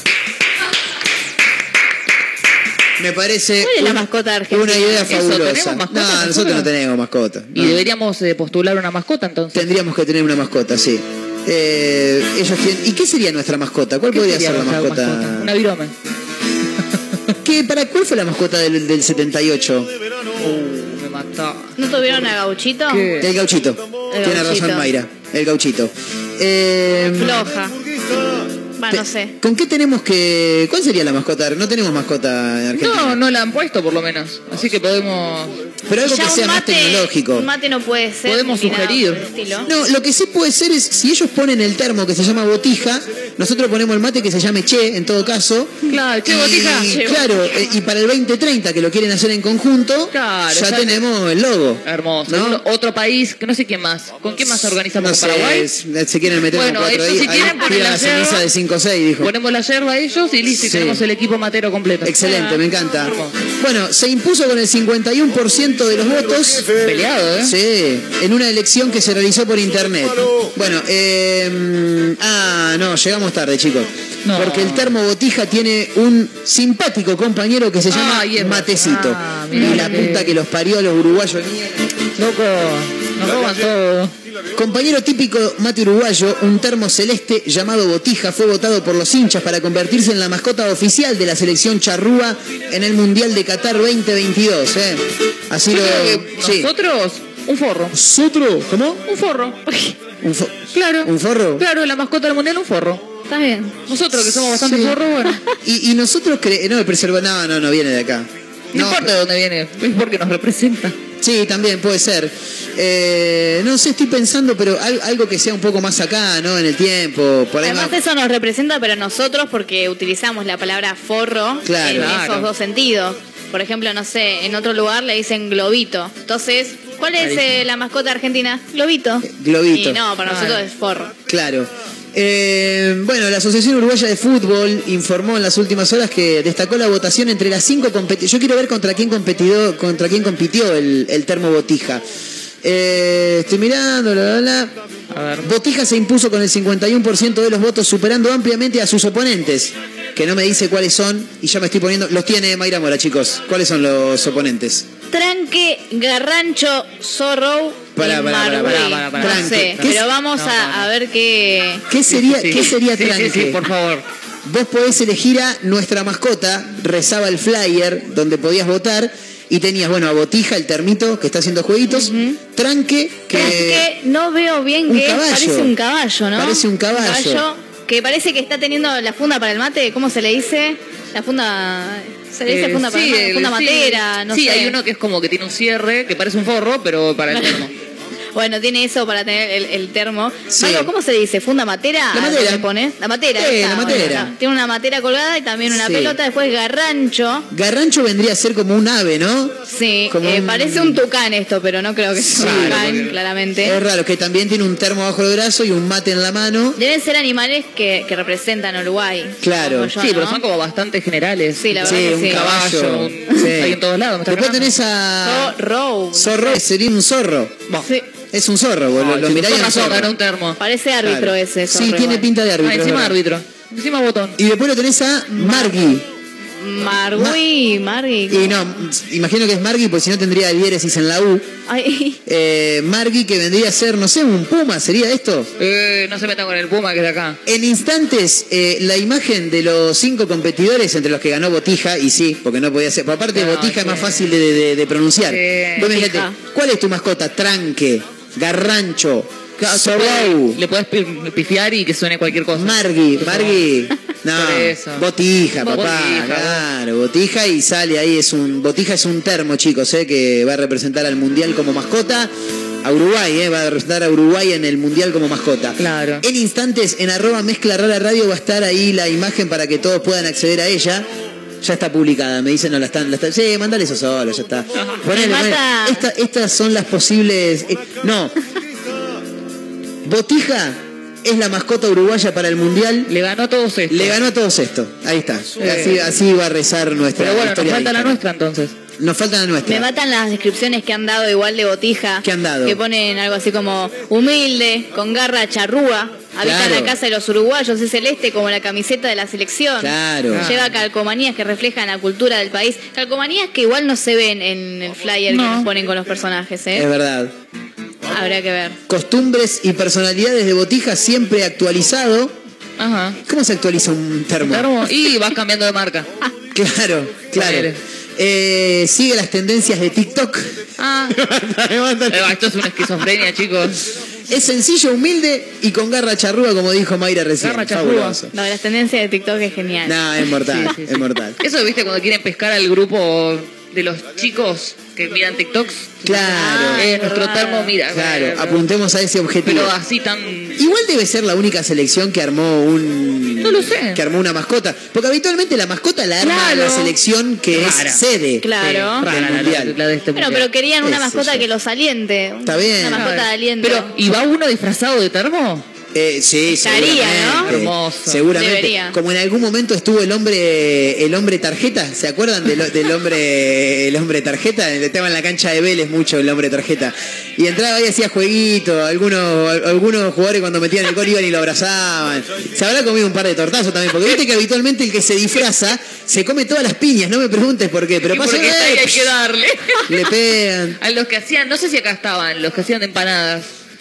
Me parece ¿Cuál es la mascota argentina? Una idea fabulosa. ¿Eso, mascota, no, nosotros no tenemos mascota. No. Y deberíamos eh, postular una mascota entonces. Tendríamos que tener una mascota, sí. Eh, ellos tienen... ¿Y qué sería nuestra mascota? ¿Cuál podría ser la mascota? mascota? Una virome. ¿Qué, para, ¿Cuál fue la mascota del, del setenta y ocho? Uh, me mató. ¿No tuvieron a Gauchito? ¿Qué? El Gauchito. El Tiene gauchito. razón Mayra. El Gauchito. Eh, Floja. Bueno, no sé. ¿Con qué tenemos que...? ¿Cuál sería la mascota? No tenemos mascota en Argentina. No, no la han puesto por lo menos. Así que podemos... Pero algo que sea mate, más tecnológico. Un mate no puede ser. Podemos sugerir. No, lo que sí puede ser es, si ellos ponen el termo que se llama Botija, nosotros ponemos el mate que se llame Che, en todo caso. Claro, Che Botija. Y, claro, eh, y para el veinte treinta, que lo quieren hacer en conjunto, claro, ya sale. Tenemos el logo. Hermoso. ¿No? Otro país, que no sé quién más. ¿Con quién más se organiza por no sé, Paraguay? Es, se quieren meter bueno, con cuatro ellos si quieren poner la ceniza de cinco seis, dijo. Ponemos la yerba a ellos y listo, y sí. tenemos el equipo matero completo. Excelente, ah, me encanta. Hermoso. Bueno, se impuso con el cincuenta y uno por ciento de los votos. Peleado, ¿eh? Sí, en una elección que se realizó por internet. Bueno, eh, ah, no, llegamos tarde, chicos. No. Porque el termo Botija tiene un simpático compañero que se llama ah, Matecito. Ah, y la que... puta que los parió a los uruguayos. Loco, nos roban todo. Compañero típico mate uruguayo, un termo celeste llamado Botija fue votado por los hinchas para convertirse en la mascota oficial de la selección charrúa en el Mundial de Qatar veinte veintidós. ¿eh? Así Yo lo... creo que sí. Nosotros, un forro. ¿Nosotros? ¿Cómo? Un forro. ¿Un fo... Claro. ¿Un forro? Claro, la mascota del Mundial, un forro. Está bien. Nosotros que somos bastante sí. forros, bueno. Y, y nosotros cre... No, el preservativo... No, no, no viene de acá. No, no importa de dónde viene, es porque nos representa. Sí, también puede ser. Eh, no sé, estoy pensando, pero algo que sea un poco más acá, ¿no? En el tiempo. Por ahí Además, más... eso nos representa para nosotros porque utilizamos la palabra forro claro, en claro. esos dos sentidos. Por ejemplo, no sé, en otro lugar le dicen globito. Entonces, ¿cuál es eh, la mascota argentina? Globito. Globito. Y no, para nosotros claro. es forro. Claro. Eh, bueno, la Asociación Uruguaya de Fútbol informó en las últimas horas que destacó la votación entre las cinco competiciones. Yo quiero ver contra quién competió, contra quién compitió el, el Termo Botija. Eh, estoy mirando, la, la, la. A ver. Botija se impuso con el cincuenta y uno por ciento de los votos, superando ampliamente a sus oponentes, que no me dice cuáles son, y ya me estoy poniendo. Los tiene Mayra Mora, chicos. ¿Cuáles son los oponentes? Tranque, Garrancho, Zorro Pará, y pará, pará, Marwí. pará, pará, pará. No Tranque. sé, ¿Qué pero es? vamos No, a, no, no. a ver qué... ¿Qué sería, Sí, ¿qué sería sí, Tranque? Sí, sí, por favor. Vos podés elegir a nuestra mascota, rezaba el flyer donde podías votar y tenías, bueno, a Botija, el termito que está haciendo jueguitos, uh-huh. Tranque, que... Tranque, no veo bien un qué es, caballo. parece un caballo, ¿no? Parece un caballo. Que parece que está teniendo la funda para el mate, ¿cómo se le dice? La funda... Se le dice Eh, funda para sí, el mate, el- funda sí. matera, no sí, sé. hay uno que es como que tiene un cierre, que parece un forro, pero para el termo. Bueno, tiene eso para tener el, el termo. Sí. Marco, ¿cómo se dice? ¿Funda matera? La matera. ¿Le pone? La matera. Sí, esa, la matera. bueno, tiene una matera colgada y también una Sí. pelota. Después garrancho. Garrancho vendría a ser como un ave, ¿no? Sí, Como eh, un- parece un tucán esto, pero no creo que sea un Sí, tucán, porque- claramente. Es raro, que también tiene un termo bajo el brazo y un mate en la mano. Deben ser animales que, que representan a Uruguay. Claro. supongo yo, Sí, pero ¿no? son como bastante generales. Sí, la verdad Sí, que un sí. caballo. un- Sí. Hay en todos lados. ¿me estás Después cargando? tenés a... Zorro. Zorro, sería un zorro. Sí, Es un zorro, vos lo, No, lo si mirás y es un nosotros zorro. ganó un termo. parece árbitro Claro. ese. Sí, zorro tiene igual. pinta de árbitro. Ah, es encima verdad. árbitro. Encima botón. Y después lo tenés a Margui. Margui, Margui. Y no, imagino que es Margui, porque si no tendría diéresis en la U. Ay, Eh, Margui, que vendría a ser, no sé, un puma, ¿sería esto? Eh, no se metan con el Puma que está acá. En instantes, eh, la imagen de los cinco competidores, entre los que ganó Botija, y sí, porque no podía ser. Por aparte, No, Botija sí. es más fácil de, de- de pronunciar. Sí. Vos imagínate, Botija. ¿cuál es tu mascota? Tranque, Garrancho, Claro, se Zorro, puede- Le puedes pi- pifiar y que suene cualquier cosa. Margui, Margui. No, Por eso. Botija, papá, Botija. claro, Botija y sale ahí, es un, Botija es un termo, chicos, eh, que va a representar al Mundial como mascota, a Uruguay, eh, va a representar a Uruguay en el Mundial como mascota. Claro. En instantes, en arroba mezcla rara radio va a estar ahí la imagen para que todos puedan acceder a ella. Ya está publicada, me dicen, no la están, la están. Sí, mandale eso solo, ya está. Ponele, Me ponele. mata. Esta- estas son las posibles. eh, no. Botija es la mascota uruguaya para el Mundial. Le ganó a todos estos. Le ganó a todos esto. Ahí está. Así, así va a rezar nuestra Pero bueno, nos historia falta de la Instagram. nuestra entonces. Nos falta la nuestra. me matan las descripciones que han dado igual de Botija. ¿Qué han dado? Que ponen algo así como humilde, con garra charrúa. Habita en Claro. la casa de los uruguayos, es celeste como la camiseta de la selección. Claro. Lleva calcomanías que reflejan la cultura del país. Calcomanías que igual no se ven en el flyer que nos ponen con los personajes, ¿eh? Es verdad. Habría que ver. Costumbres y personalidades de Botija siempre actualizado. Ajá. ¿Cómo se actualiza un termo? Termo. Y vas cambiando de marca. Claro, claro. Ponele. Eh, sigue las tendencias de TikTok. Ah. Eh, esto es una esquizofrenia, chicos. Es sencillo, humilde y con garra charrúa, como dijo Mayra recién. Garra charrúa. Fabuloso. No, las tendencias de TikTok es genial. No, es mortal, Sí, sí, sí. es mortal. Eso, viste, cuando quieren pescar al grupo de los chicos que miran TikToks. Claro. Eh, nuestro termo, mira. Claro, bueno, apuntemos a ese objetivo. Pero así tan. Igual debe ser la única selección que armó un. No lo sé. Que armó una mascota. Porque habitualmente la mascota la arma Claro. la selección que Rara. es sede. Claro. Sí, del rara la- mundial. la de este Bueno, mundial. pero querían una Qué sé mascota yo. que los aliente. Está bien. Una mascota de aliento. Pero, ¿y va uno disfrazado de termo? Eh, sí, Estaría, seguramente. ¿no? Hermoso. Seguramente. Debería. Como en algún momento estuvo el hombre, el hombre tarjeta, ¿se acuerdan del, del hombre, el hombre tarjeta? Estaba en la cancha de Vélez mucho el hombre tarjeta. Y entraba y hacía jueguito, algunos, algunos jugadores cuando metían el gol iban y lo abrazaban. Se habrá comido un par de tortazos también, porque viste que habitualmente el que se disfraza se come todas las piñas, no me preguntes por qué, pero Y pasa porque está ahí, hay que darle. le pegan. A los que hacían, no sé si acá estaban, los que hacían de empanadas.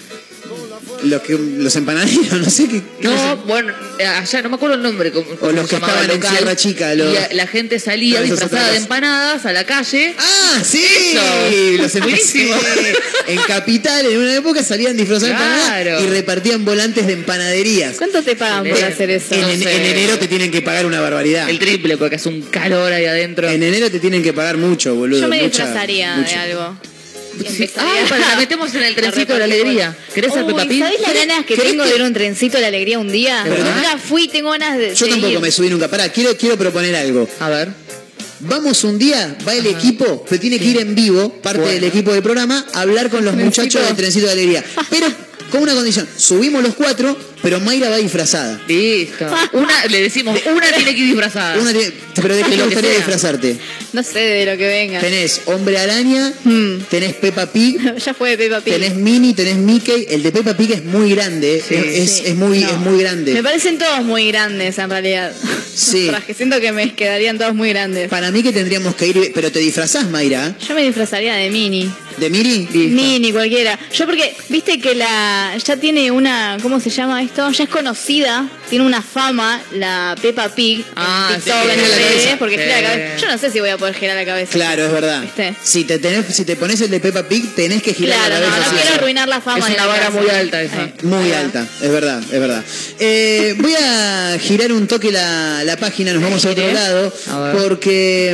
Los, que, los empanaderos, no sé qué. qué No, sé. bueno, allá no me acuerdo el nombre. Cómo, O cómo los se que llamaba estaban el en local. Sierra Chica, los- Y a- la gente salía Ah, eso es disfrazada otra de cosa. empanadas a la calle. ¡Ah, sí! Eso. Los Buenísimo. empecé. En Capital, en una época salían disfrazados de empanadas Claro. y repartían volantes de empanaderías. ¿Cuánto te pagan por hacer eso? En, No en- sé. en enero te tienen que pagar una barbaridad. El triple, porque es un calor ahí adentro. En enero te tienen que pagar mucho, boludo. Yo me mucha- disfrazaría mucho. de algo. Y Sí. empezaría Ah, para, la metemos en el a trencito de la repartir alegría. bolsas. ¿Querés ser Uy, Peppa Pig? ¿sabés las ganas que ¿Querés tengo que- de ir a un trencito de la alegría un día? ¿De verdad? Nunca fui, tengo ganas de Yo de tampoco ir. me subí nunca. Pará, quiero, quiero proponer algo. A ver. Vamos un día, va el equipo, pero tiene que ir en vivo, parte Bueno. del equipo del programa, a hablar con los Trencito. muchachos del Trencito de Alegría. Pero con una condición, subimos los cuatro, pero Mayra va disfrazada. Listo. Una, le decimos, una tiene que ir disfrazada. Una tiene, pero ¿de qué te gustaría disfrazarte? No sé, de lo que venga. Tenés Hombre Araña, hmm. tenés Peppa Pig. Ya fue de Peppa Pig. Tenés Minnie, tenés Mickey. El de Peppa Pig es muy grande. Sí, es, sí. Es, muy, no. es muy grande. Me parecen todos muy grandes en realidad. Sí. Que siento que me quedarían todos muy grandes. Para mí que tendríamos que ir. Pero te disfrazás, Mayra. Yo me disfrazaría de Minnie. ¿De Minnie? Minnie, cualquiera. Yo porque, viste que la ya tiene una, ¿cómo se llama esto? Ya es conocida, tiene una fama, la Peppa Pig. Ah, en TikTok, sí, en las redes, porque sí. gira la cabeza. Yo no sé si voy a poder girar la cabeza. Claro, es verdad. ¿Viste? Si te tenés, si te pones el de Peppa Pig, tenés que girar claro, la cabeza. No, no quiero arruinar la fama. Es una vara muy alta esa. Eh. Muy alta, es verdad, es verdad. Eh, voy a girar un toque la, la página, nos vamos a otro lado, a porque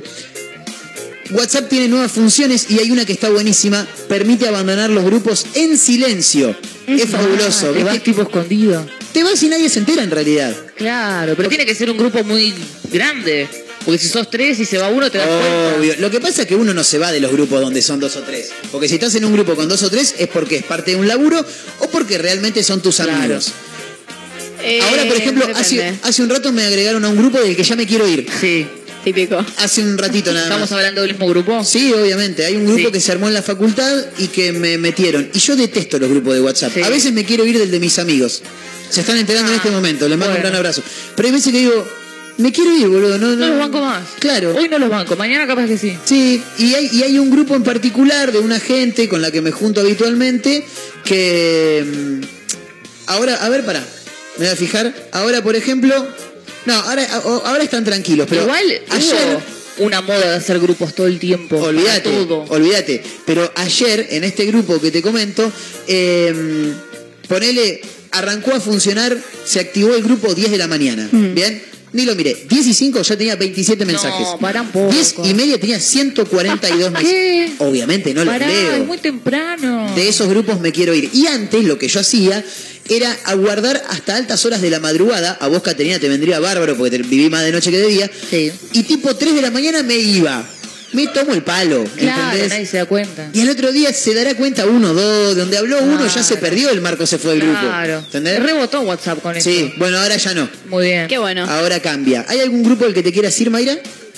mmm, WhatsApp tiene nuevas funciones y hay una que está buenísima, permite abandonar los grupos en silencio. Es ah, fabuloso. Te vas tipo escondido. Te vas y nadie se entera en realidad. Claro, pero tiene que ser un grupo muy grande. Porque si sos tres y se va uno, te das cuenta. Obvio. Lo que pasa es que uno no se va de los grupos donde son dos o tres. Porque si estás en un grupo con dos o tres es porque es parte de un laburo o porque realmente son tus claro. amigos. Eh, Ahora, por ejemplo, hace, hace un rato me agregaron a un grupo del que ya me quiero ir. Sí. Típico. Hace un ratito nada más. ¿Estamos hablando del mismo grupo? Sí, obviamente. Hay un grupo sí. que se armó en la facultad y que me metieron. Y yo detesto los grupos de WhatsApp. Sí. A veces me quiero ir del de mis amigos. Se están enterando ah, en este momento. Les mando bueno. un gran abrazo. Pero hay veces que digo, me quiero ir, boludo. No, no, no los banco más. Claro. Hoy no los banco. Mañana capaz que sí. Sí. Y hay, y hay un grupo en particular de una gente con la que me junto habitualmente que... Ahora, a ver, pará. Me voy a fijar. Ahora, por ejemplo... No, ahora, ahora están tranquilos, pero igual ayer una moda de hacer grupos todo el tiempo. Olvídate, todo. olvídate. Pero ayer en este grupo que te comento, eh, ponele, arrancó a funcionar, se activó el grupo diez de la mañana, mm. ¿bien? Ni lo miré. diez y cinco ya tenía veintisiete mensajes. No, para un poco. diez y media tenía ciento cuarenta y dos mensajes. ¿Qué? Obviamente no los leo. Es muy temprano. De esos grupos me quiero ir. Y antes lo que yo hacía era aguardar hasta altas horas de la madrugada. A vos, Caterina, te vendría bárbaro porque te viví más de noche que de día. Sí. Y tipo tres de la mañana me iba. Me tomo el palo, claro, ¿entendés? Nadie se da cuenta. Y al otro día se dará cuenta uno, dos, de donde habló claro. uno ya se perdió, el marco se fue del grupo. Claro. ¿Entendés? Rebotó WhatsApp con eso. Sí, bueno, ahora ya no. Muy bien. Qué bueno. Ahora cambia. ¿Hay algún grupo al que te quieras ir, Mayra?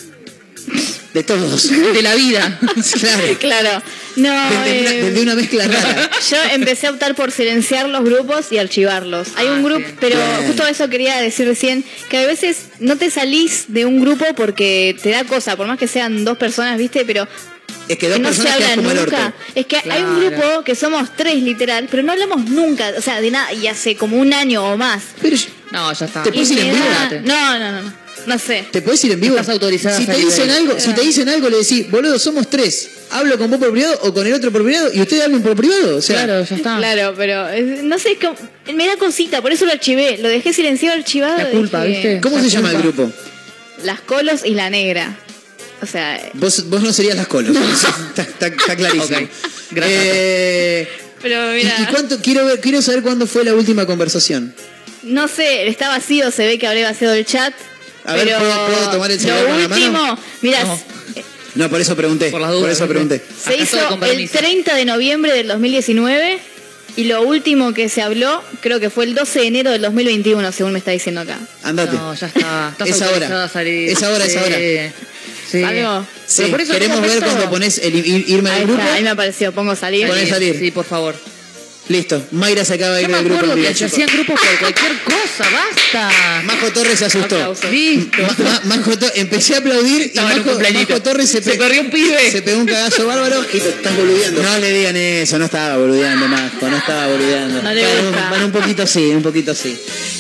De todos. De la vida. Claro. Claro. No, desde, eh... una, desde una mezcla rara. Yo empecé a optar por silenciar los grupos y archivarlos. Hay un grupo, ah, pero bien. Justo eso quería decir recién, que a veces no te salís de un grupo porque te da cosa, por más que sean dos personas, ¿viste? Pero es que dos que no personas se habla como nunca. Es que claro. hay un grupo que somos tres literal, pero no hablamos nunca, o sea, de nada, y hace como un año o más. Pero no, ya está. ¿Te puedes ir en vivo? Da... No, no, no. No sé. ¿Te podés ir en vivo? Estás autorizada. Si te dicen algo, de... si te dicen algo, le decís, boludo, somos tres. Hablo con vos por privado o con el otro por privado y ustedes hablan por privado. O sea, claro, ya está. Claro, pero no sé, es como, me da cosita, por eso lo archivé. Lo dejé silenciado, archivado. La culpa, dije, ¿viste? ¿Cómo la se culpa. llama el grupo? Las Colos y la Negra. O sea... Vos, vos no serías las Colos. está, está, está clarísimo. Okay. Gracias. Eh, pero mira... ¿Y, y cuánto, quiero, ver, quiero saber cuándo fue la última conversación. No sé, está vacío, se ve que habré vaciado el chat. A pero ver, ¿puedo, ¿puedo tomar el celular con la mano? Lo último, mirá... No. no, por eso pregunté. Por las dudas. Por eso pregunté. Se hizo el treinta de noviembre del dos mil diecinueve y lo último que se habló creo que fue el doce de enero del dos mil veintiuno, según me está diciendo acá. Andate. No, ya está. Estás es ahora. A salir. Es ahora, sí. es ahora. Sí. ¿Algo? Sí. Por eso queremos ver cuando pones el ir, irme ahí del grupo. Está, ahí me apareció, pongo salir. Poné salir. Sí, por favor. Listo, Mayra se acaba de ir Yo del me grupo. Que se hacían grupos por cualquier cosa, basta. Majo Torres se asustó. Aplausos. Listo. Ma, Ma, Majo to empecé a aplaudir y Majo, Majo Torres se, se corrió un pibe. Se pegó un cagazo bárbaro. Y te estás boludeando. No le digan eso, no estaba boludeando, Majo, no estaba boludeando. No le bueno, gusta. Bueno, un poquito sí, un poquito sí.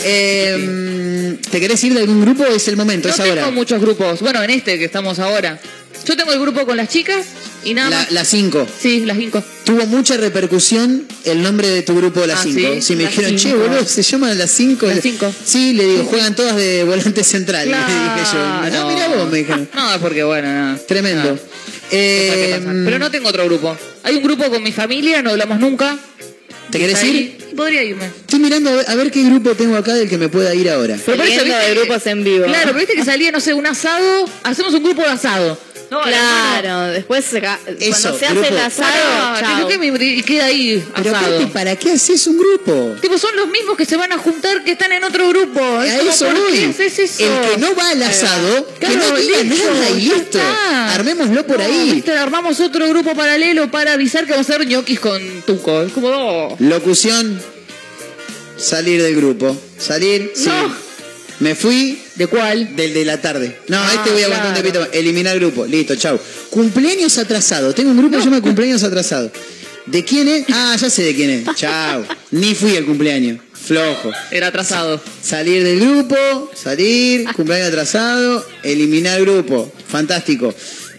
Eh, ¿Te querés ir de algún grupo? Es el momento, Yo es ahora. Tengo muchos grupos. Bueno, en este que estamos ahora. Yo tengo el grupo con las chicas y nada la, más. Las cinco. Sí, las cinco. Tuvo mucha repercusión el nombre de tu grupo, las cinco. Ah, ¿sí? ¿sí? Si me las dijeron, cinco. che, boludo, se llaman las cinco. Las cinco. Sí, le digo, juegan todas de volante central. Claro, le dije yo. Ah, no. mira vos, me dijeron. No, es porque bueno, no. Tremendo. No. Eh, Pero no tengo otro grupo. Hay un grupo con mi familia, no hablamos nunca. ¿Te querés ir? Podría irme. Estoy mirando a ver, a ver qué grupo tengo acá del que me pueda ir ahora. Pero por eso, ¿viste? De grupos en vivo. Claro, pero viste que salía, no sé, un asado. Hacemos un grupo de asado. No, Claro, después se ca- Eso, cuando se hace grupo. el asado, Bueno, chao. ¿qué me- y queda ahí Pero asado. aparte, ¿para qué haces un grupo? Tipo, son los mismos que se van a juntar que están en otro grupo. Es A como, eso ¿por voy. qué haces eso? El que no va al asado, que Claro, no diga listo, nada y ya listo. está. Armémoslo por No, ahí. viste, armamos otro grupo paralelo para avisar que vamos a hacer ñoquis con tuco. Es como, oh. Locución, salir del grupo. Salir, sí. No. Me fui. ¿De cuál? Del de la tarde. No, Ah, este voy a aguantar un claro. tepito más. Eliminar grupo. Listo, chau. Cumpleaños atrasado. Tengo un grupo que se llama Cumpleaños atrasado. ¿De quién es? Ah, ya sé de quién es. Chau. Ni fui al cumpleaños. Flojo. Era atrasado. Salir del grupo, salir, cumpleaños atrasado, eliminar grupo. Fantástico.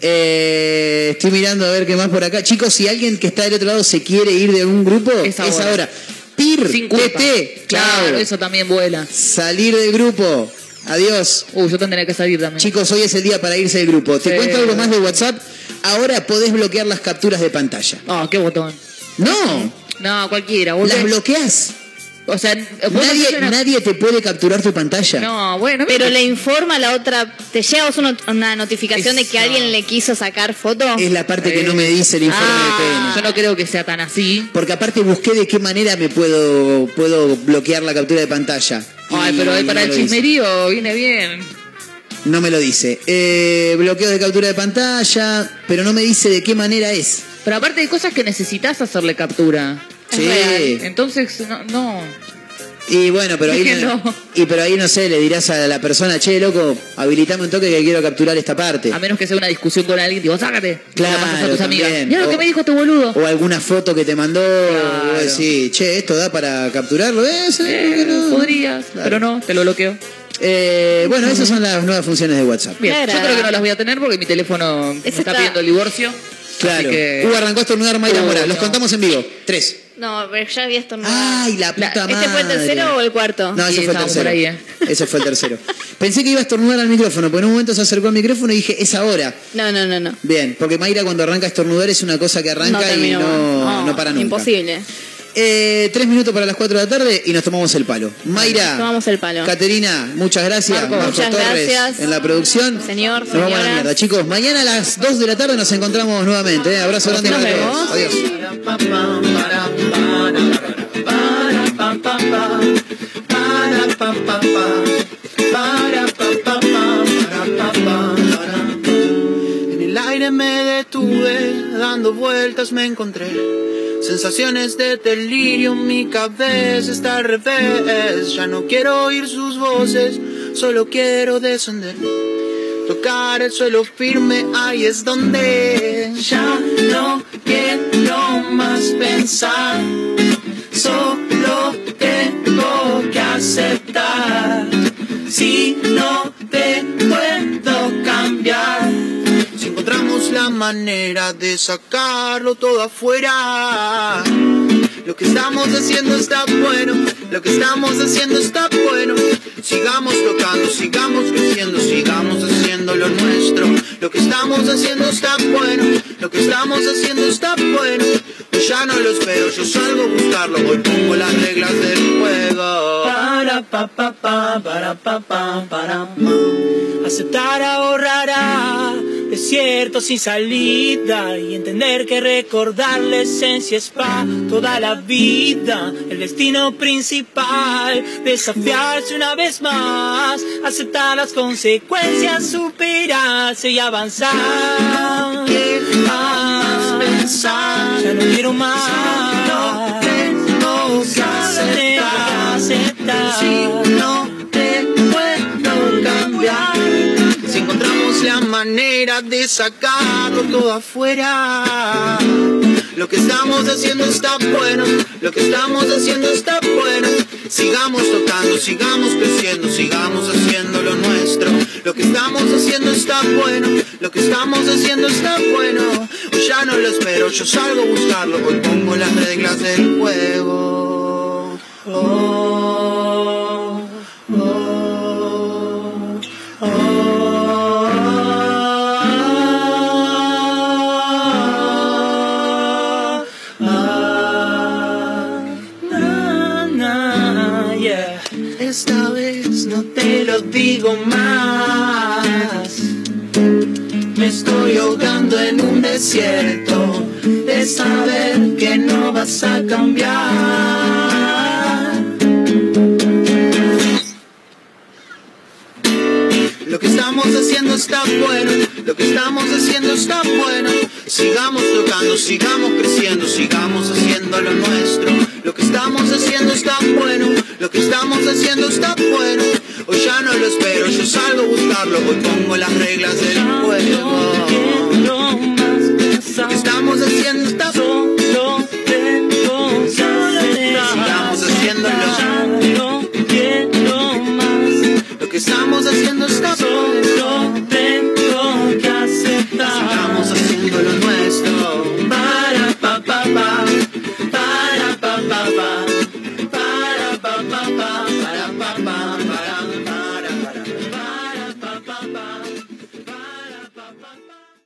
Eh, estoy mirando a ver qué más por acá. Chicos, si alguien que está del otro lado se quiere ir de algún grupo, es Es ahora. ahora. P I R, Sin culpa. T T, Claro, chao. eso también vuela. Salir del grupo. Adiós. Uh, yo tendría que salir también. Chicos, hoy es el día para irse del grupo. Te Sí. cuento algo más de WhatsApp. Ahora podés bloquear las capturas de pantalla. Ah, qué botón. No, No, cualquiera. vos las ves- bloqueas. O sea, vos Nadie, haces una- nadie te puede capturar tu pantalla. No, bueno. Pero le informa a la otra, te llega a vos una, una notificación de que Eso. alguien le quiso sacar foto. Es la parte que no me dice el informe Ah, de P N. yo no creo que sea tan así. Porque aparte busqué de qué manera me puedo, puedo bloquear la captura de pantalla. Ay, Y pero ahí no para me el lo dice. chismerío viene bien. No me lo dice. Eh, bloqueo de captura de pantalla, pero no me dice de qué manera es. Pero aparte hay cosas que necesitas hacerle captura. Es Sí. real. Entonces, no. no. Y bueno, pero ahí, Es que no, no. y pero ahí no sé, le dirás a la persona, che, loco, habilitame un toque que quiero capturar esta parte. A menos que sea una discusión con alguien, digo, sácate. Y Claro, la pasas a tus amigas. también. Mira lo O- que me dijo este boludo. O alguna foto que te mandó, Claro. o decís, che, ¿esto da para capturarlo? Eh, sí, Eh, ¿por qué no? podrías, Claro. pero no, te lo bloqueo. Eh, bueno, esas son las nuevas funciones de WhatsApp. Bien, Qué yo agradable. creo que no las voy a tener porque mi teléfono me Ese está está- pidiendo el divorcio. Claro. Así que... Uh, arrancó a estornudar Mayra Uh, Mora. Los no. contamos en vivo. Tres. No, pero ya había estornudado. Ay, la puta madre. ¿Este fue el tercero o el cuarto? No, ese Sí, fue el estábamos tercero. por ahí, ¿eh? Ese fue el tercero. Pensé que iba a estornudar al micrófono, pero en un momento se acercó al micrófono y dije, es ahora. No, no, no, no. Bien, porque Mayra cuando arranca a estornudar es una cosa que arranca No y terminó. no, no para nunca. Imposible. Eh, tres minutos para las cuatro de la tarde y nos tomamos el palo. Mayra, Tomamos el palo. Caterina, muchas gracias. Marco, Marco muchas Torres gracias. en la producción. Señor, Nos vamos a la señoras. mierda, chicos. Mañana a las dos de la tarde nos encontramos nuevamente. ¿eh? Abrazo grande Nos para vemos. todos. Adiós. En el aire me detuve, dando vueltas me encontré. Sensaciones de delirio, mi cabeza está al revés. Ya no quiero oír sus voces, solo quiero descender. Tocar el suelo firme, ahí es donde ya no quiero más pensar. Solo tengo que aceptar. Si no te puedo cambiar, si encontramos la manera de sacarlo todo afuera. Lo que estamos haciendo está bueno, lo que estamos haciendo está bueno. Sigamos tocando, sigamos creciendo, sigamos haciendo lo nuestro. Lo que estamos haciendo está bueno, lo que estamos haciendo está bueno. Pues ya no lo espero, yo salgo a buscarlo, hoy pongo las reglas del juego. Para pa pa pa, para pa pa, para pa. Aceptar ahorrará desierto sin salida y entender que recordar la esencia es pa' toda la vida. El destino principal, desafiarse una vez más, aceptar las consecuencias, superarse y avanzar. Ya no quiero más pensar, ya no quiero más. No tengo que aceptar, aceptar. Si no te puedo cambiar, si encontramos la manera de sacarlo todo afuera. Lo que estamos haciendo está bueno, lo que estamos haciendo está bueno. Sigamos tocando, sigamos creciendo, sigamos haciendo lo nuestro. Lo que estamos haciendo está bueno, lo que estamos haciendo está bueno. Hoy ya no lo espero, yo salgo a buscarlo, hoy pongo las reglas del juego. Oh, oh, esta vez no te lo digo más, me estoy desierto, de saber que no vas a cambiar. Lo que estamos haciendo está bueno, lo que estamos haciendo está bueno. Sigamos tocando, sigamos creciendo, sigamos haciendo lo nuestro. Lo que estamos haciendo está bueno, lo que estamos haciendo está bueno. Hoy ya no lo espero, yo salgo a buscarlo, hoy pongo las reglas del juego. Lo que estamos haciendo está bueno, sigamos haciéndolo.